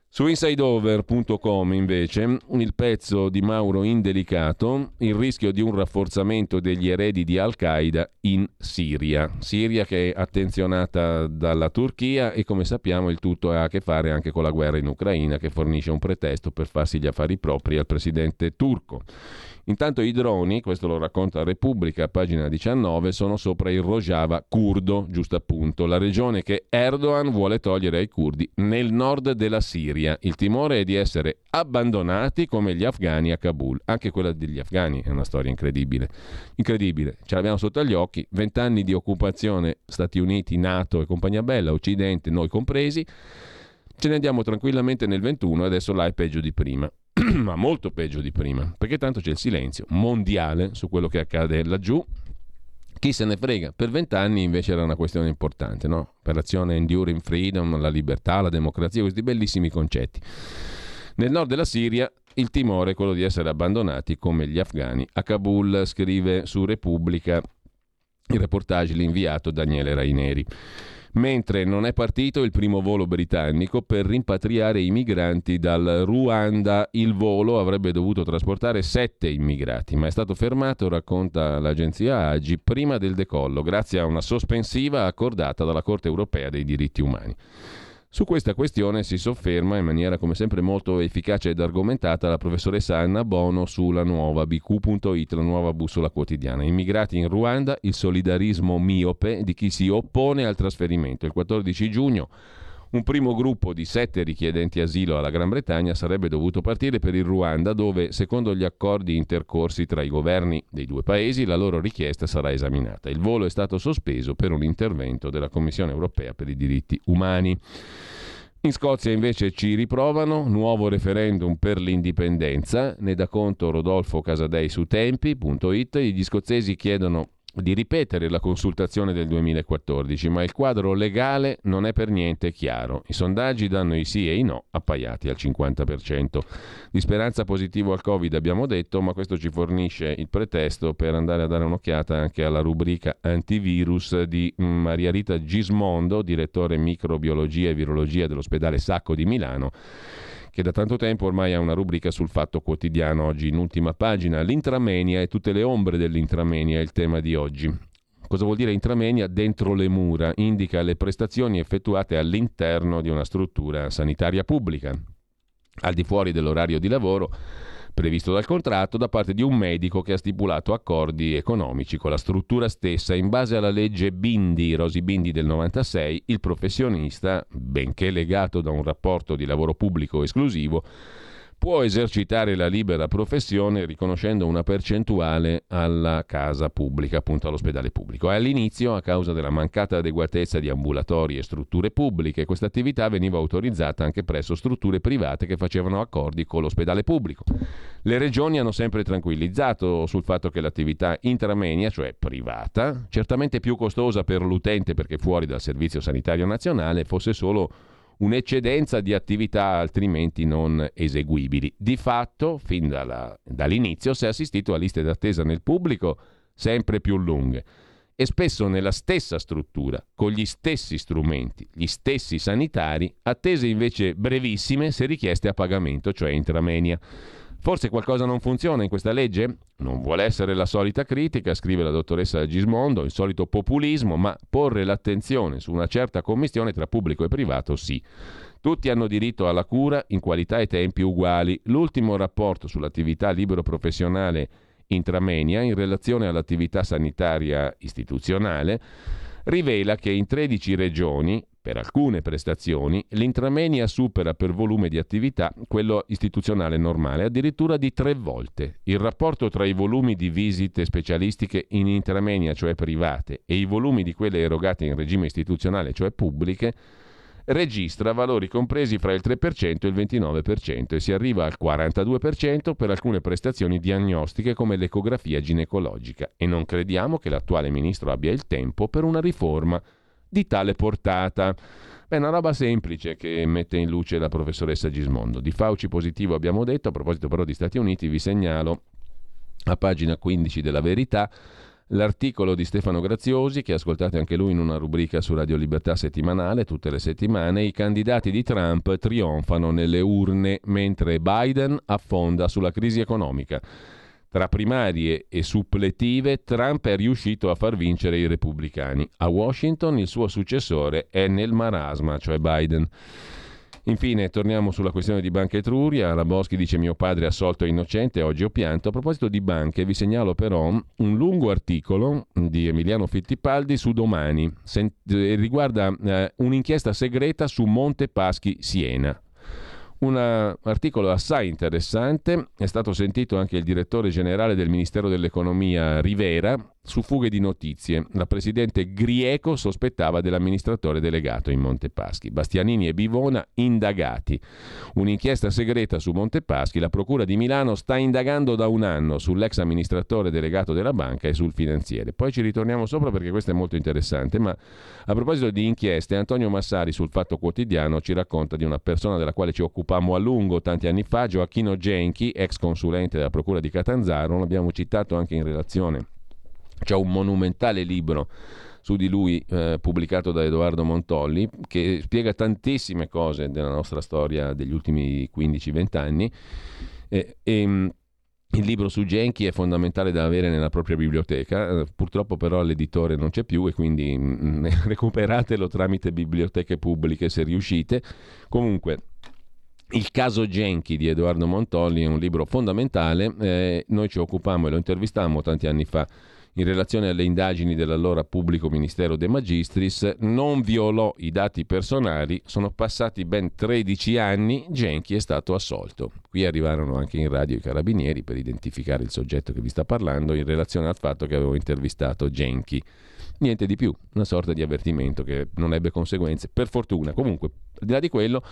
B: Su insideover.com invece il pezzo di Mauro Indelicato, il rischio di un rafforzamento degli eredi di Al-Qaeda in Siria. Siria che è attenzionata dalla Turchia e come sappiamo il tutto ha a che fare anche con la guerra in Ucraina che fornisce un pretesto per farsi gli affari propri al presidente turco. Intanto i droni, questo lo racconta Repubblica, pagina 19, sono sopra il Rojava curdo, giusto appunto, la regione che Erdogan vuole togliere ai curdi nel nord della Siria. Il timore è di essere abbandonati come gli afghani a Kabul. Anche quella degli afghani è una storia incredibile. Incredibile, ce l'abbiamo sotto agli occhi, 20 anni di occupazione, Stati Uniti, NATO e compagnia bella, Occidente, noi compresi. Ce ne andiamo tranquillamente nel 21 e adesso là è peggio di prima. Ma molto peggio di prima, perché tanto c'è il silenzio mondiale su quello che accade laggiù. Chi se ne frega? Per 20 anni invece era una questione importante, no? Operazione Enduring Freedom, la libertà, la democrazia, questi bellissimi concetti. Nel nord della Siria il timore è quello di essere abbandonati come gli afghani a Kabul, scrive su Repubblica il reportage l'inviato Daniele Raineri. Mentre non è partito il primo volo britannico per rimpatriare i migranti dal Ruanda. Il volo avrebbe dovuto trasportare 7 immigrati, ma è stato fermato, racconta l'agenzia AGI, prima del decollo, grazie a una sospensiva accordata dalla Corte Europea dei Diritti Umani. Su questa questione si sofferma in maniera come sempre molto efficace ed argomentata la professoressa Anna Bono sulla nuova BQ.it, la nuova bussola quotidiana. Immigrati in Ruanda, il solidarismo miope di chi si oppone al trasferimento. Il 14 giugno un primo gruppo di 7 richiedenti asilo alla Gran Bretagna sarebbe dovuto partire per il Ruanda, dove, secondo gli accordi intercorsi tra i governi dei due paesi, la loro richiesta sarà esaminata. Il volo è stato sospeso per un intervento della Commissione Europea per i diritti umani. In Scozia invece ci riprovano, nuovo referendum per l'indipendenza, ne dà conto Rodolfo Casadei su tempi.it. Gli scozzesi chiedono di ripetere la consultazione del 2014, ma il quadro legale non è per niente chiaro. I sondaggi danno i sì e i no appaiati al 50%. Di speranza positivo al Covid abbiamo detto, ma questo ci fornisce il pretesto per andare a dare un'occhiata anche alla rubrica antivirus di Maria Rita Gismondo, direttore microbiologia e virologia dell'ospedale Sacco di Milano, che da tanto tempo ormai ha una rubrica sul Fatto Quotidiano. Oggi in ultima pagina l'intramenia e tutte le ombre dell'intramenia è il tema di oggi. Cosa vuol dire intramenia? Dentro le mura, indica le prestazioni effettuate all'interno di una struttura sanitaria pubblica, al di fuori dell'orario di lavoro previsto dal contratto, da parte di un medico che ha stipulato accordi economici con la struttura stessa. In base alla legge Bindi, Rosi Bindi del 96, il professionista, benché legato da un rapporto di lavoro pubblico esclusivo, può esercitare la libera professione riconoscendo una percentuale alla casa pubblica, appunto all'ospedale pubblico. E all'inizio, a causa della mancata adeguatezza di ambulatori e strutture pubbliche, questa attività veniva autorizzata anche presso strutture private che facevano accordi con l'ospedale pubblico. Le regioni hanno sempre tranquillizzato sul fatto che l'attività intramenia, cioè privata, certamente più costosa per l'utente perché fuori dal Servizio Sanitario Nazionale, fosse solo un'eccedenza di attività altrimenti non eseguibili. Di fatto, fin dall'inizio, si è assistito a liste d'attesa nel pubblico sempre più lunghe e spesso nella stessa struttura, con gli stessi strumenti, gli stessi sanitari, attese invece brevissime se richieste a pagamento, cioè intramenia. Forse qualcosa non funziona in questa legge? Non vuole essere la solita critica, scrive la dottoressa Gismondo, il solito populismo, ma porre l'attenzione su una certa commistione tra pubblico e privato sì. Tutti hanno diritto alla cura in qualità e tempi uguali. L'ultimo rapporto sull'attività libero professionale intramenia in relazione all'attività sanitaria istituzionale rivela che in 13 regioni, per alcune prestazioni, l'intramenia supera per volume di attività quello istituzionale normale, addirittura di 3 volte. Il rapporto tra i volumi di visite specialistiche in intramenia, cioè private, e i volumi di quelle erogate in regime istituzionale, cioè pubbliche, registra valori compresi fra il 3% e il 29% e si arriva al 42% per alcune prestazioni diagnostiche come l'ecografia ginecologica. E non crediamo che l'attuale ministro abbia il tempo per una riforma di tale portata. È una roba semplice che mette in luce la professoressa Gismondo. Di Fauci positivo abbiamo detto. A proposito però di Stati Uniti, vi segnalo a pagina 15 della Verità l'articolo di Stefano Graziosi, che ascoltate anche lui in una rubrica su Radio Libertà settimanale, tutte le settimane. I candidati di Trump trionfano nelle urne mentre Biden affonda sulla crisi economica. Tra primarie e suppletive, Trump è riuscito a far vincere i repubblicani. A Washington il suo successore è nel marasma, cioè Biden. Infine, torniamo sulla questione di Banca Etruria. La Boschi dice: mio padre assolto è innocente, oggi ho pianto. A proposito di banche, vi segnalo però un lungo articolo di Emiliano Fittipaldi su Domani. Riguarda un'inchiesta segreta su Monte Paschi Siena. Un articolo assai interessante. È stato sentito anche il direttore generale del Ministero dell'Economia Rivera su fughe di notizie. La presidente Grieco sospettava dell'amministratore delegato in Montepaschi. Bastianini e Bivona indagati. Un'inchiesta segreta su Montepaschi. La Procura di Milano sta indagando da un anno sull'ex amministratore delegato della banca e sul finanziere. Poi ci ritorniamo sopra perché questo è molto interessante. Ma a proposito di inchieste, Antonio Massari sul Fatto Quotidiano ci racconta di una persona della quale ci occupammo a lungo tanti anni fa, Gioacchino Genchi, ex consulente della Procura di Catanzaro. L'abbiamo citato anche in relazione. C'è un monumentale libro su di lui pubblicato da Edoardo Montolli che spiega tantissime cose della nostra storia degli ultimi 15-20 anni. Il libro su Genchi è fondamentale da avere nella propria biblioteca, purtroppo però l'editore non c'è più e quindi recuperatelo tramite biblioteche pubbliche se riuscite. Comunque, il caso Genchi di Edoardo Montolli è un libro fondamentale. Noi ci occupammo e lo intervistammo tanti anni fa in relazione alle indagini dell'allora pubblico ministero De Magistris. Non violò i dati personali, sono passati ben 13 anni, Genchi è stato assolto. Qui arrivarono anche in radio i carabinieri per identificare il soggetto che vi sta parlando in relazione al fatto che avevo intervistato Genchi. Niente di più, una sorta di avvertimento che non ebbe conseguenze, per fortuna. Comunque, al di là di quello,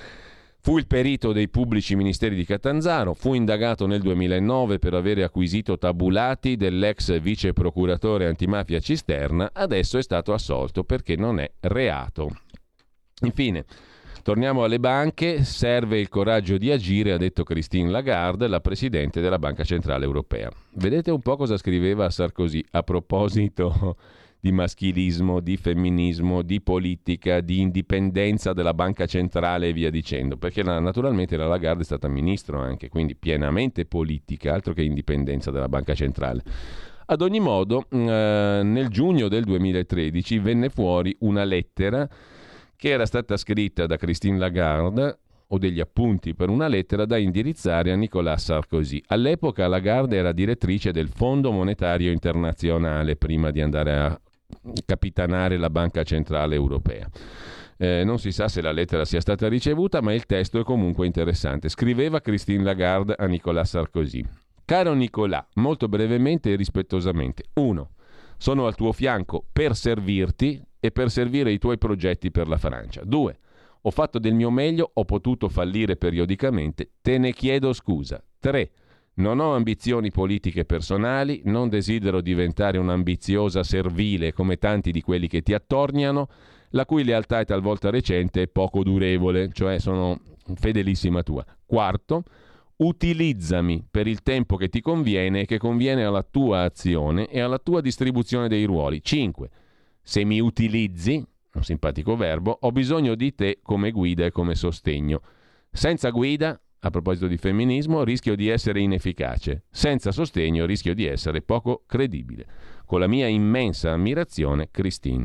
B: fu il perito dei pubblici ministeri di Catanzaro, fu indagato nel 2009 per avere acquisito tabulati dell'ex vice procuratore antimafia Cisterna, adesso è stato assolto perché non è reato. Infine, torniamo alle banche, serve il coraggio di agire, ha detto Christine Lagarde, la presidente della Banca Centrale Europea. Vedete un po' cosa scriveva Sarkozy a proposito di maschilismo, di femminismo, di politica, di indipendenza della banca centrale e via dicendo, perché naturalmente la Lagarde è stata ministro anche, quindi pienamente politica, altro che indipendenza della banca centrale. Ad ogni modo, nel giugno del 2013 venne fuori una lettera che era stata scritta da Christine Lagarde, o degli appunti per una lettera da indirizzare a Nicolas Sarkozy. All'epoca Lagarde era direttrice del Fondo Monetario Internazionale prima di andare a capitanare la Banca Centrale Europea. Non si sa se la lettera sia stata ricevuta, ma il testo è comunque interessante. Scriveva Christine Lagarde a Nicolas Sarkozy: caro Nicolas, molto brevemente e rispettosamente. 1. Sono al tuo fianco per servirti e per servire i tuoi progetti per la Francia. 2. Ho fatto del mio meglio, ho potuto fallire periodicamente, te ne chiedo scusa. 3. Non ho ambizioni politiche personali, non desidero diventare un'ambiziosa servile come tanti di quelli che ti attorniano, la cui lealtà è talvolta recente e poco durevole, cioè sono fedelissima tua. 4. Utilizzami per il tempo che ti conviene e che conviene alla tua azione e alla tua distribuzione dei ruoli. 5. Se mi utilizzi, un simpatico verbo, ho bisogno di te come guida e come sostegno. Senza guida, a proposito di femminismo, rischio di essere inefficace. Senza sostegno rischio di essere poco credibile. Con la mia immensa ammirazione, Christine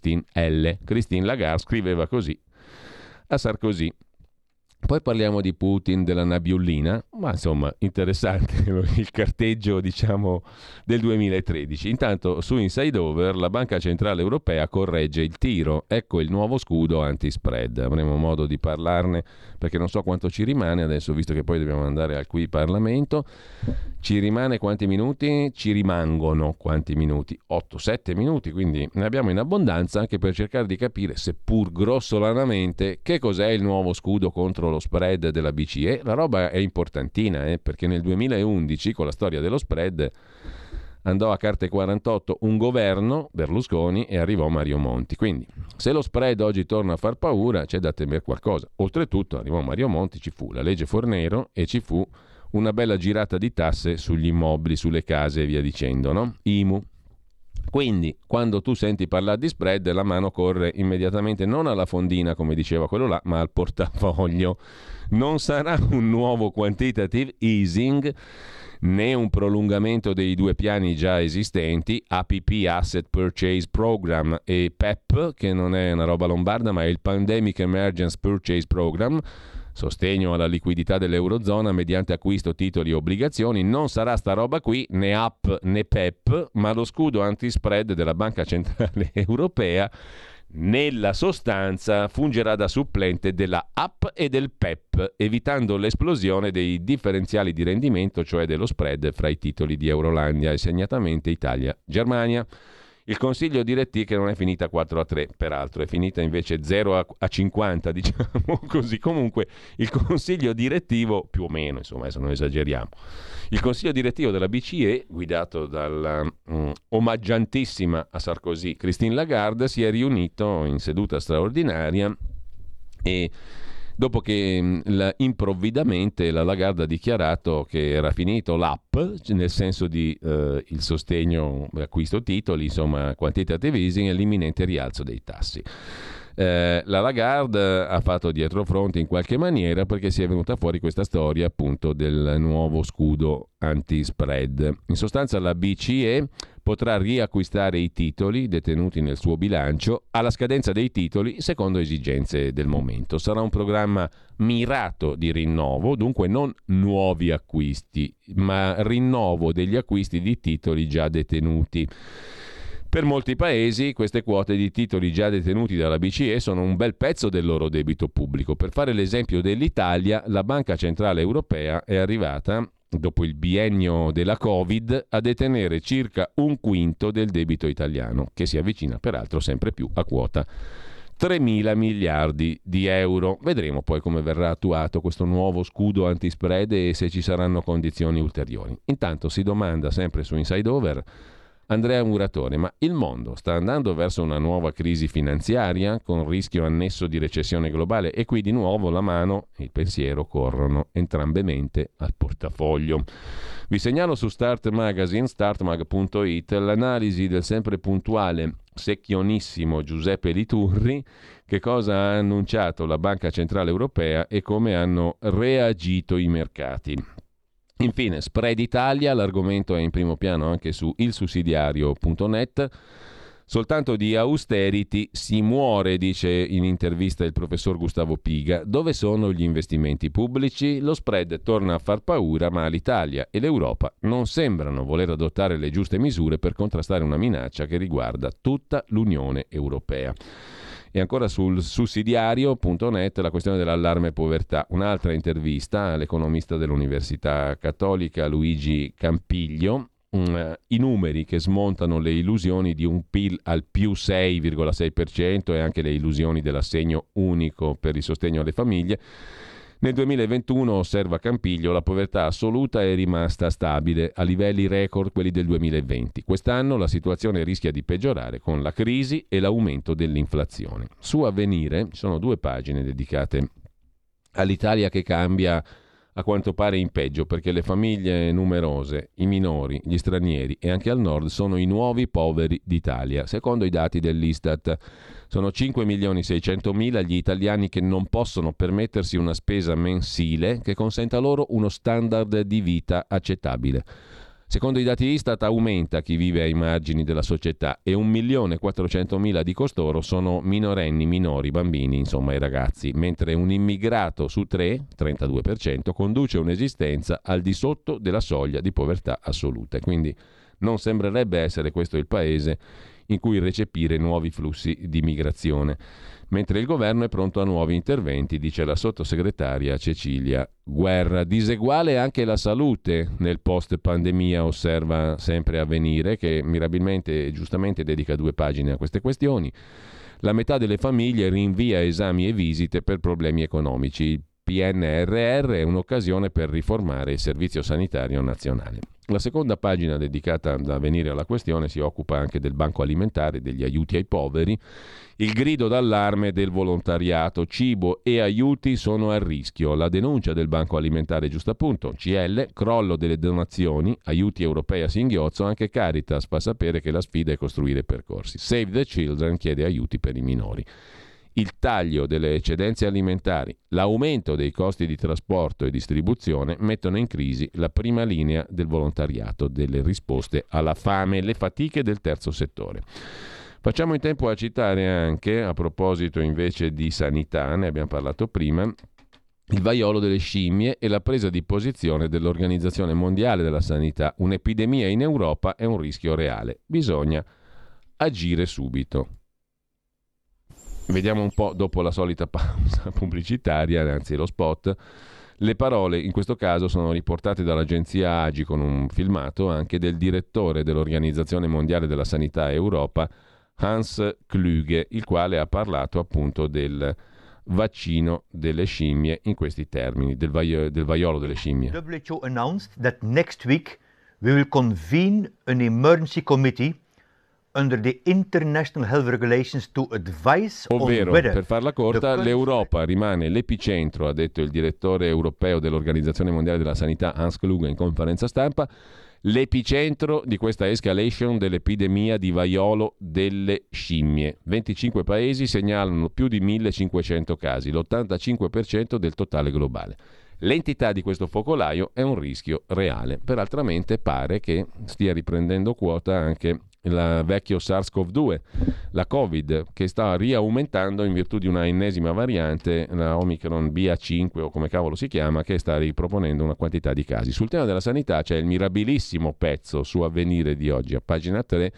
B: L. Christine Lagarde scriveva così a Sarkozy. Poi parliamo di Putin, della Nabiullina, ma insomma interessante il carteggio, diciamo, del 2013. Intanto su Inside Over la Banca Centrale Europea corregge il tiro, ecco il nuovo scudo anti-spread. Avremo modo di parlarne perché non so quanto ci rimane adesso, visto che poi dobbiamo andare al qui Parlamento. Ci rimane quanti minuti? Ci rimangono quanti minuti? 8-7 minuti, quindi ne abbiamo in abbondanza anche per cercare di capire, seppur grossolanamente, che cos'è il nuovo scudo contro lo spread della BCE. La roba è importantina, perché nel 2011 con la storia dello spread andò a carte 48 un governo, Berlusconi, e arrivò Mario Monti. Quindi se lo spread oggi torna a far paura c'è da temere qualcosa. Oltretutto arrivò Mario Monti, ci fu la legge Fornero e ci fu una bella girata di tasse sugli immobili, sulle case e via dicendo, no? IMU. Quindi, quando tu senti parlare di spread, la mano corre immediatamente non alla fondina, come diceva quello là, ma al portafoglio. Non sarà un nuovo quantitative easing, né un prolungamento dei due piani già esistenti, APP, Asset Purchase Program, e PEP, che non è una roba lombarda, ma è il Pandemic Emergence Purchase Program, sostegno alla liquidità dell'Eurozona mediante acquisto titoli e obbligazioni. Non sarà sta roba qui, né AP né PEP, ma lo scudo anti-spread della Banca Centrale Europea nella sostanza fungerà da supplente della AP e del PEP, evitando l'esplosione dei differenziali di rendimento, cioè dello spread fra i titoli di Eurolandia e segnatamente Italia-Germania. Il consiglio direttivo, che non è finita 4-3, peraltro, è finita invece 0-50, diciamo così. Comunque il consiglio direttivo, più o meno, insomma, adesso non esageriamo, il consiglio direttivo della BCE, guidato dalla omaggiantissima a Sarkozy Christine Lagarde, si è riunito in seduta straordinaria e dopo che improvvidamente la Lagarde ha dichiarato che era finito l'AP, nel senso di il sostegno, acquisto titoli, insomma quantitative easing e l'imminente rialzo dei tassi. La Lagarde ha fatto dietrofront in qualche maniera perché si è venuta fuori questa storia appunto del nuovo scudo anti-spread. In sostanza la BCE potrà riacquistare i titoli detenuti nel suo bilancio alla scadenza dei titoli secondo esigenze del momento. Sarà un programma mirato di rinnovo, dunque non nuovi acquisti, ma rinnovo degli acquisti di titoli già detenuti. Per molti paesi queste quote di titoli già detenuti dalla BCE sono un bel pezzo del loro debito pubblico. Per fare l'esempio dell'Italia, la Banca Centrale Europea è arrivata, dopo il biennio della Covid, a detenere circa un quinto del debito italiano, che si avvicina peraltro sempre più a quota 3.000 miliardi di euro. Vedremo poi come verrà attuato questo nuovo scudo antispread e se ci saranno condizioni ulteriori. Intanto si domanda sempre su Inside Over Andrea Muratore, ma il mondo sta andando verso una nuova crisi finanziaria con rischio annesso di recessione globale? E qui di nuovo la mano e il pensiero corrono entrambe mente al portafoglio. Vi segnalo su Start Magazine, startmag.it, l'analisi del sempre puntuale, secchionissimo Giuseppe Liturri, che cosa ha annunciato la Banca Centrale Europea e come hanno reagito i mercati. Infine, Spread Italia, l'argomento è in primo piano anche su ilsussidiario.net. Soltanto di austerity si muore, dice in intervista il professor Gustavo Piga. Dove sono gli investimenti pubblici? Lo spread torna a far paura, ma l'Italia e l'Europa non sembrano voler adottare le giuste misure per contrastare una minaccia che riguarda tutta l'Unione Europea. E ancora sul sussidiario.net la questione dell'allarme povertà. Un'altra intervista all'economista dell'Università Cattolica Luigi Campiglio. I numeri che smontano le illusioni di un PIL al più 6,6% e anche le illusioni dell'assegno unico per il sostegno alle famiglie. Nel 2021, osserva Campiglio, la povertà assoluta è rimasta stabile a livelli record quelli del 2020. Quest'anno la situazione rischia di peggiorare con la crisi e l'aumento dell'inflazione. Su Avvenire ci sono 2 pagine dedicate all'Italia che cambia a quanto pare in peggio, perché le famiglie numerose, i minori, gli stranieri e anche al nord sono i nuovi poveri d'Italia. Secondo i dati dell'Istat sono 5.600.000 gli italiani che non possono permettersi una spesa mensile che consenta loro uno standard di vita accettabile. Secondo i dati Istat aumenta chi vive ai margini della società e 1.400.000 di costoro sono minorenni, minori, bambini, insomma i ragazzi, mentre un immigrato su 3, 32%, conduce un'esistenza al di sotto della soglia di povertà assoluta. Quindi non sembrerebbe essere questo il paese in cui recepire nuovi flussi di migrazione, mentre il governo è pronto a nuovi interventi, dice la sottosegretaria Cecilia Guerra. Diseguale anche la salute nel post-pandemia, osserva sempre Avvenire, che mirabilmente e giustamente dedica 2 pagine a queste questioni. La metà delle famiglie rinvia esami e visite per problemi economici. Il PNRR è un'occasione per riformare il Servizio Sanitario Nazionale. La seconda pagina dedicata da venire alla questione si occupa anche del banco alimentare, degli aiuti ai poveri. Il grido d'allarme del volontariato, cibo e aiuti sono a rischio. La denuncia del banco alimentare, giusto appunto, CL, crollo delle donazioni, aiuti europei a singhiozzo, anche Caritas fa sapere che la sfida è costruire percorsi. Save the Children chiede aiuti per i minori. Il taglio delle eccedenze alimentari, l'aumento dei costi di trasporto e distribuzione mettono in crisi la prima linea del volontariato, delle risposte alla fame e le fatiche del terzo settore. Facciamo in tempo a citare anche, a proposito invece di sanità, ne abbiamo parlato prima, il vaiolo delle scimmie e la presa di posizione dell'Organizzazione Mondiale della Sanità. Un'epidemia in Europa è un rischio reale. Bisogna agire subito. Vediamo un po' dopo la solita pausa pubblicitaria, anzi lo spot. Le parole in questo caso sono riportate dall'agenzia AGI con un filmato anche del direttore dell'Organizzazione Mondiale della Sanità Europa, Hans Kluge, il quale ha parlato appunto del vaccino delle scimmie in questi termini, del vaiolo delle scimmie.
L: WHO announced that next week we will convene an emergency committee under the international health regulations to advise
B: ovvero,
L: on whether
B: per farla corta, l'Europa rimane l'epicentro, ha detto il direttore europeo dell'Organizzazione Mondiale della Sanità Hans Kluge in conferenza stampa, l'epicentro di questa escalation dell'epidemia di vaiolo delle scimmie. 25 paesi segnalano più di 1500 casi, l'85% del totale globale. L'entità di questo focolaio è un rischio reale. Peraltramente pare che stia riprendendo quota anche il vecchio SARS-CoV-2, la Covid, che sta riaumentando in virtù di una ennesima variante, la Omicron BA5 o come cavolo si chiama, che sta riproponendo una quantità di casi. Sul tema della sanità c'è il mirabilissimo pezzo su Avvenire di oggi, a pagina 3,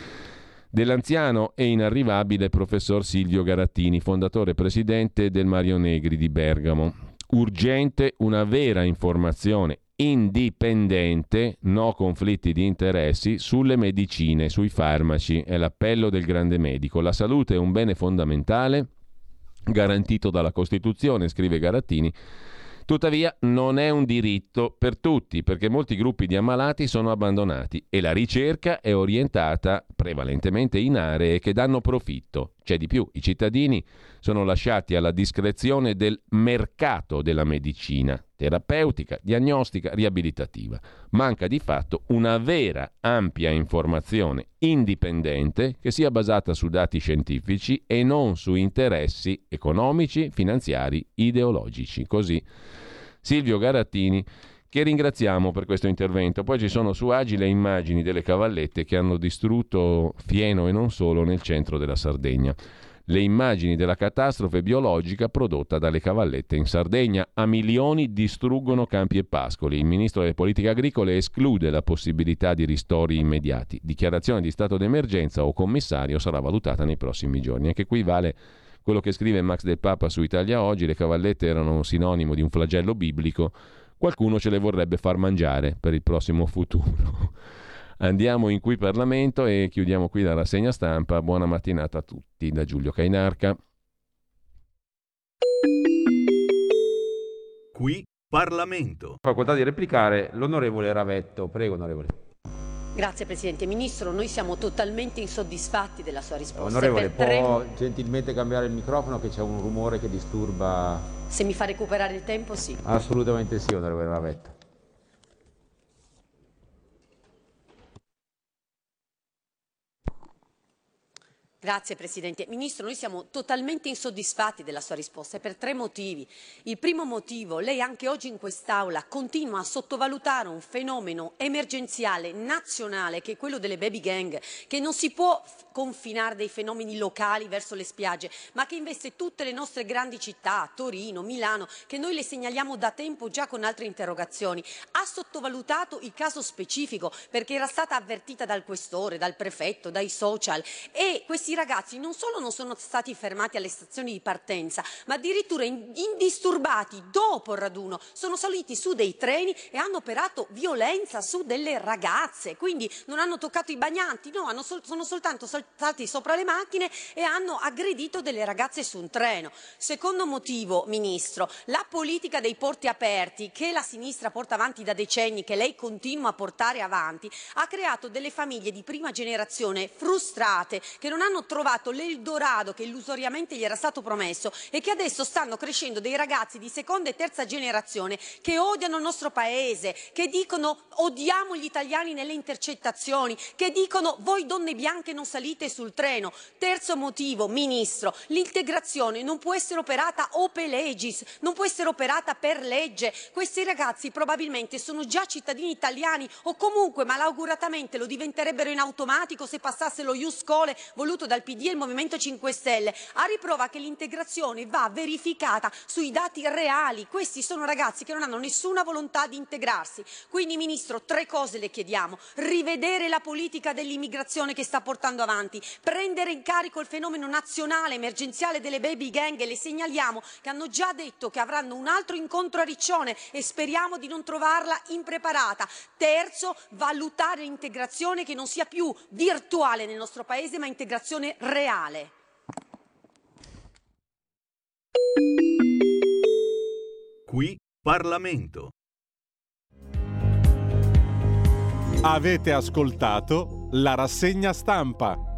B: dell'anziano e inarrivabile professor Silvio Garattini, fondatore e presidente del Mario Negri di Bergamo. Urgente una vera informazione indipendente, no conflitti di interessi, sulle medicine, sui farmaci. È l'appello del grande medico. La salute è un bene fondamentale, garantito dalla Costituzione, scrive Garattini. Tuttavia non è un diritto per tutti, perché molti gruppi di ammalati sono abbandonati e la ricerca è orientata prevalentemente in aree che danno profitto. C'è di più, i cittadini sono lasciati alla discrezione del mercato della medicina terapeutica, diagnostica, riabilitativa. Manca di fatto una vera, ampia informazione indipendente che sia basata su dati scientifici e non su interessi economici, finanziari, ideologici. Così Silvio Garattini, che ringraziamo per questo intervento. Poi ci sono su Agi le immagini delle cavallette che hanno distrutto fieno e non solo nel centro della Sardegna. Le immagini della catastrofe biologica prodotta dalle cavallette in Sardegna. A milioni distruggono campi e pascoli. Il ministro delle politiche agricole esclude la possibilità di ristori immediati. Dichiarazione di stato d'emergenza o commissario sarà valutata nei prossimi giorni. Anche qui vale quello che scrive Max Del Papa su Italia Oggi. Le cavallette erano un sinonimo di un flagello biblico. Qualcuno ce le vorrebbe far mangiare per il prossimo futuro. Andiamo in qui Parlamento e chiudiamo qui la rassegna stampa. Buona mattinata a tutti da Giulio Cainarca.
M: Qui Parlamento.
N: Facoltà di replicare l'onorevole Ravetto. Prego, onorevole.
O: Grazie Presidente. Ministro, noi siamo totalmente insoddisfatti della sua risposta.
N: Onorevole, può gentilmente cambiare il microfono che c'è un rumore che disturba.
O: Se mi fa recuperare il tempo, sì.
N: Assolutamente sì, onorevole Ravetto.
O: Grazie Presidente. Ministro, noi siamo totalmente insoddisfatti della sua risposta per 3 motivi. Il primo motivo, lei anche oggi in quest'Aula continua a sottovalutare un fenomeno emergenziale nazionale che è quello delle baby gang, che non si può confinare dei fenomeni locali verso le spiagge, ma che investe tutte le nostre grandi città, Torino, Milano, che noi le segnaliamo da tempo già con altre interrogazioni. Ha sottovalutato il caso specifico perché era stata avvertita dal questore, dal prefetto, dai social, e questi questi ragazzi non solo non sono stati fermati alle stazioni di partenza, ma addirittura indisturbati dopo il raduno sono saliti su dei treni e hanno operato violenza su delle ragazze, quindi non hanno toccato i bagnanti, no, sono soltanto saltati sopra le macchine e hanno aggredito delle ragazze su un treno. Secondo motivo, Ministro, la politica dei porti aperti che la sinistra porta avanti da decenni, che lei continua a portare avanti, ha creato delle famiglie di prima generazione frustrate che non hanno trovato l'Eldorado che illusoriamente gli era stato promesso e che adesso stanno crescendo dei ragazzi di seconda e terza generazione che odiano il nostro paese, che dicono odiamo gli italiani nelle intercettazioni, che dicono voi donne bianche non salite sul treno. Terzo motivo, Ministro, l'integrazione non può essere operata ope legis, non può essere operata per legge. Questi ragazzi probabilmente sono già cittadini italiani o comunque malauguratamente lo diventerebbero in automatico se passasse lo Ius Scholae voluto dal PD e il Movimento 5 Stelle, a riprova che l'integrazione va verificata sui dati reali. Questi sono ragazzi che non hanno nessuna volontà di integrarsi. Quindi, Ministro, 3 cose le chiediamo: rivedere la politica dell'immigrazione che sta portando avanti, prendere in carico il fenomeno nazionale emergenziale delle baby gang, e le segnaliamo che hanno già detto che avranno un altro incontro a Riccione e speriamo di non trovarla impreparata. Terzo, valutare l'integrazione che non sia più virtuale nel nostro paese ma integrazione reale.
M: Qui Parlamento.
A: Avete ascoltato la rassegna stampa.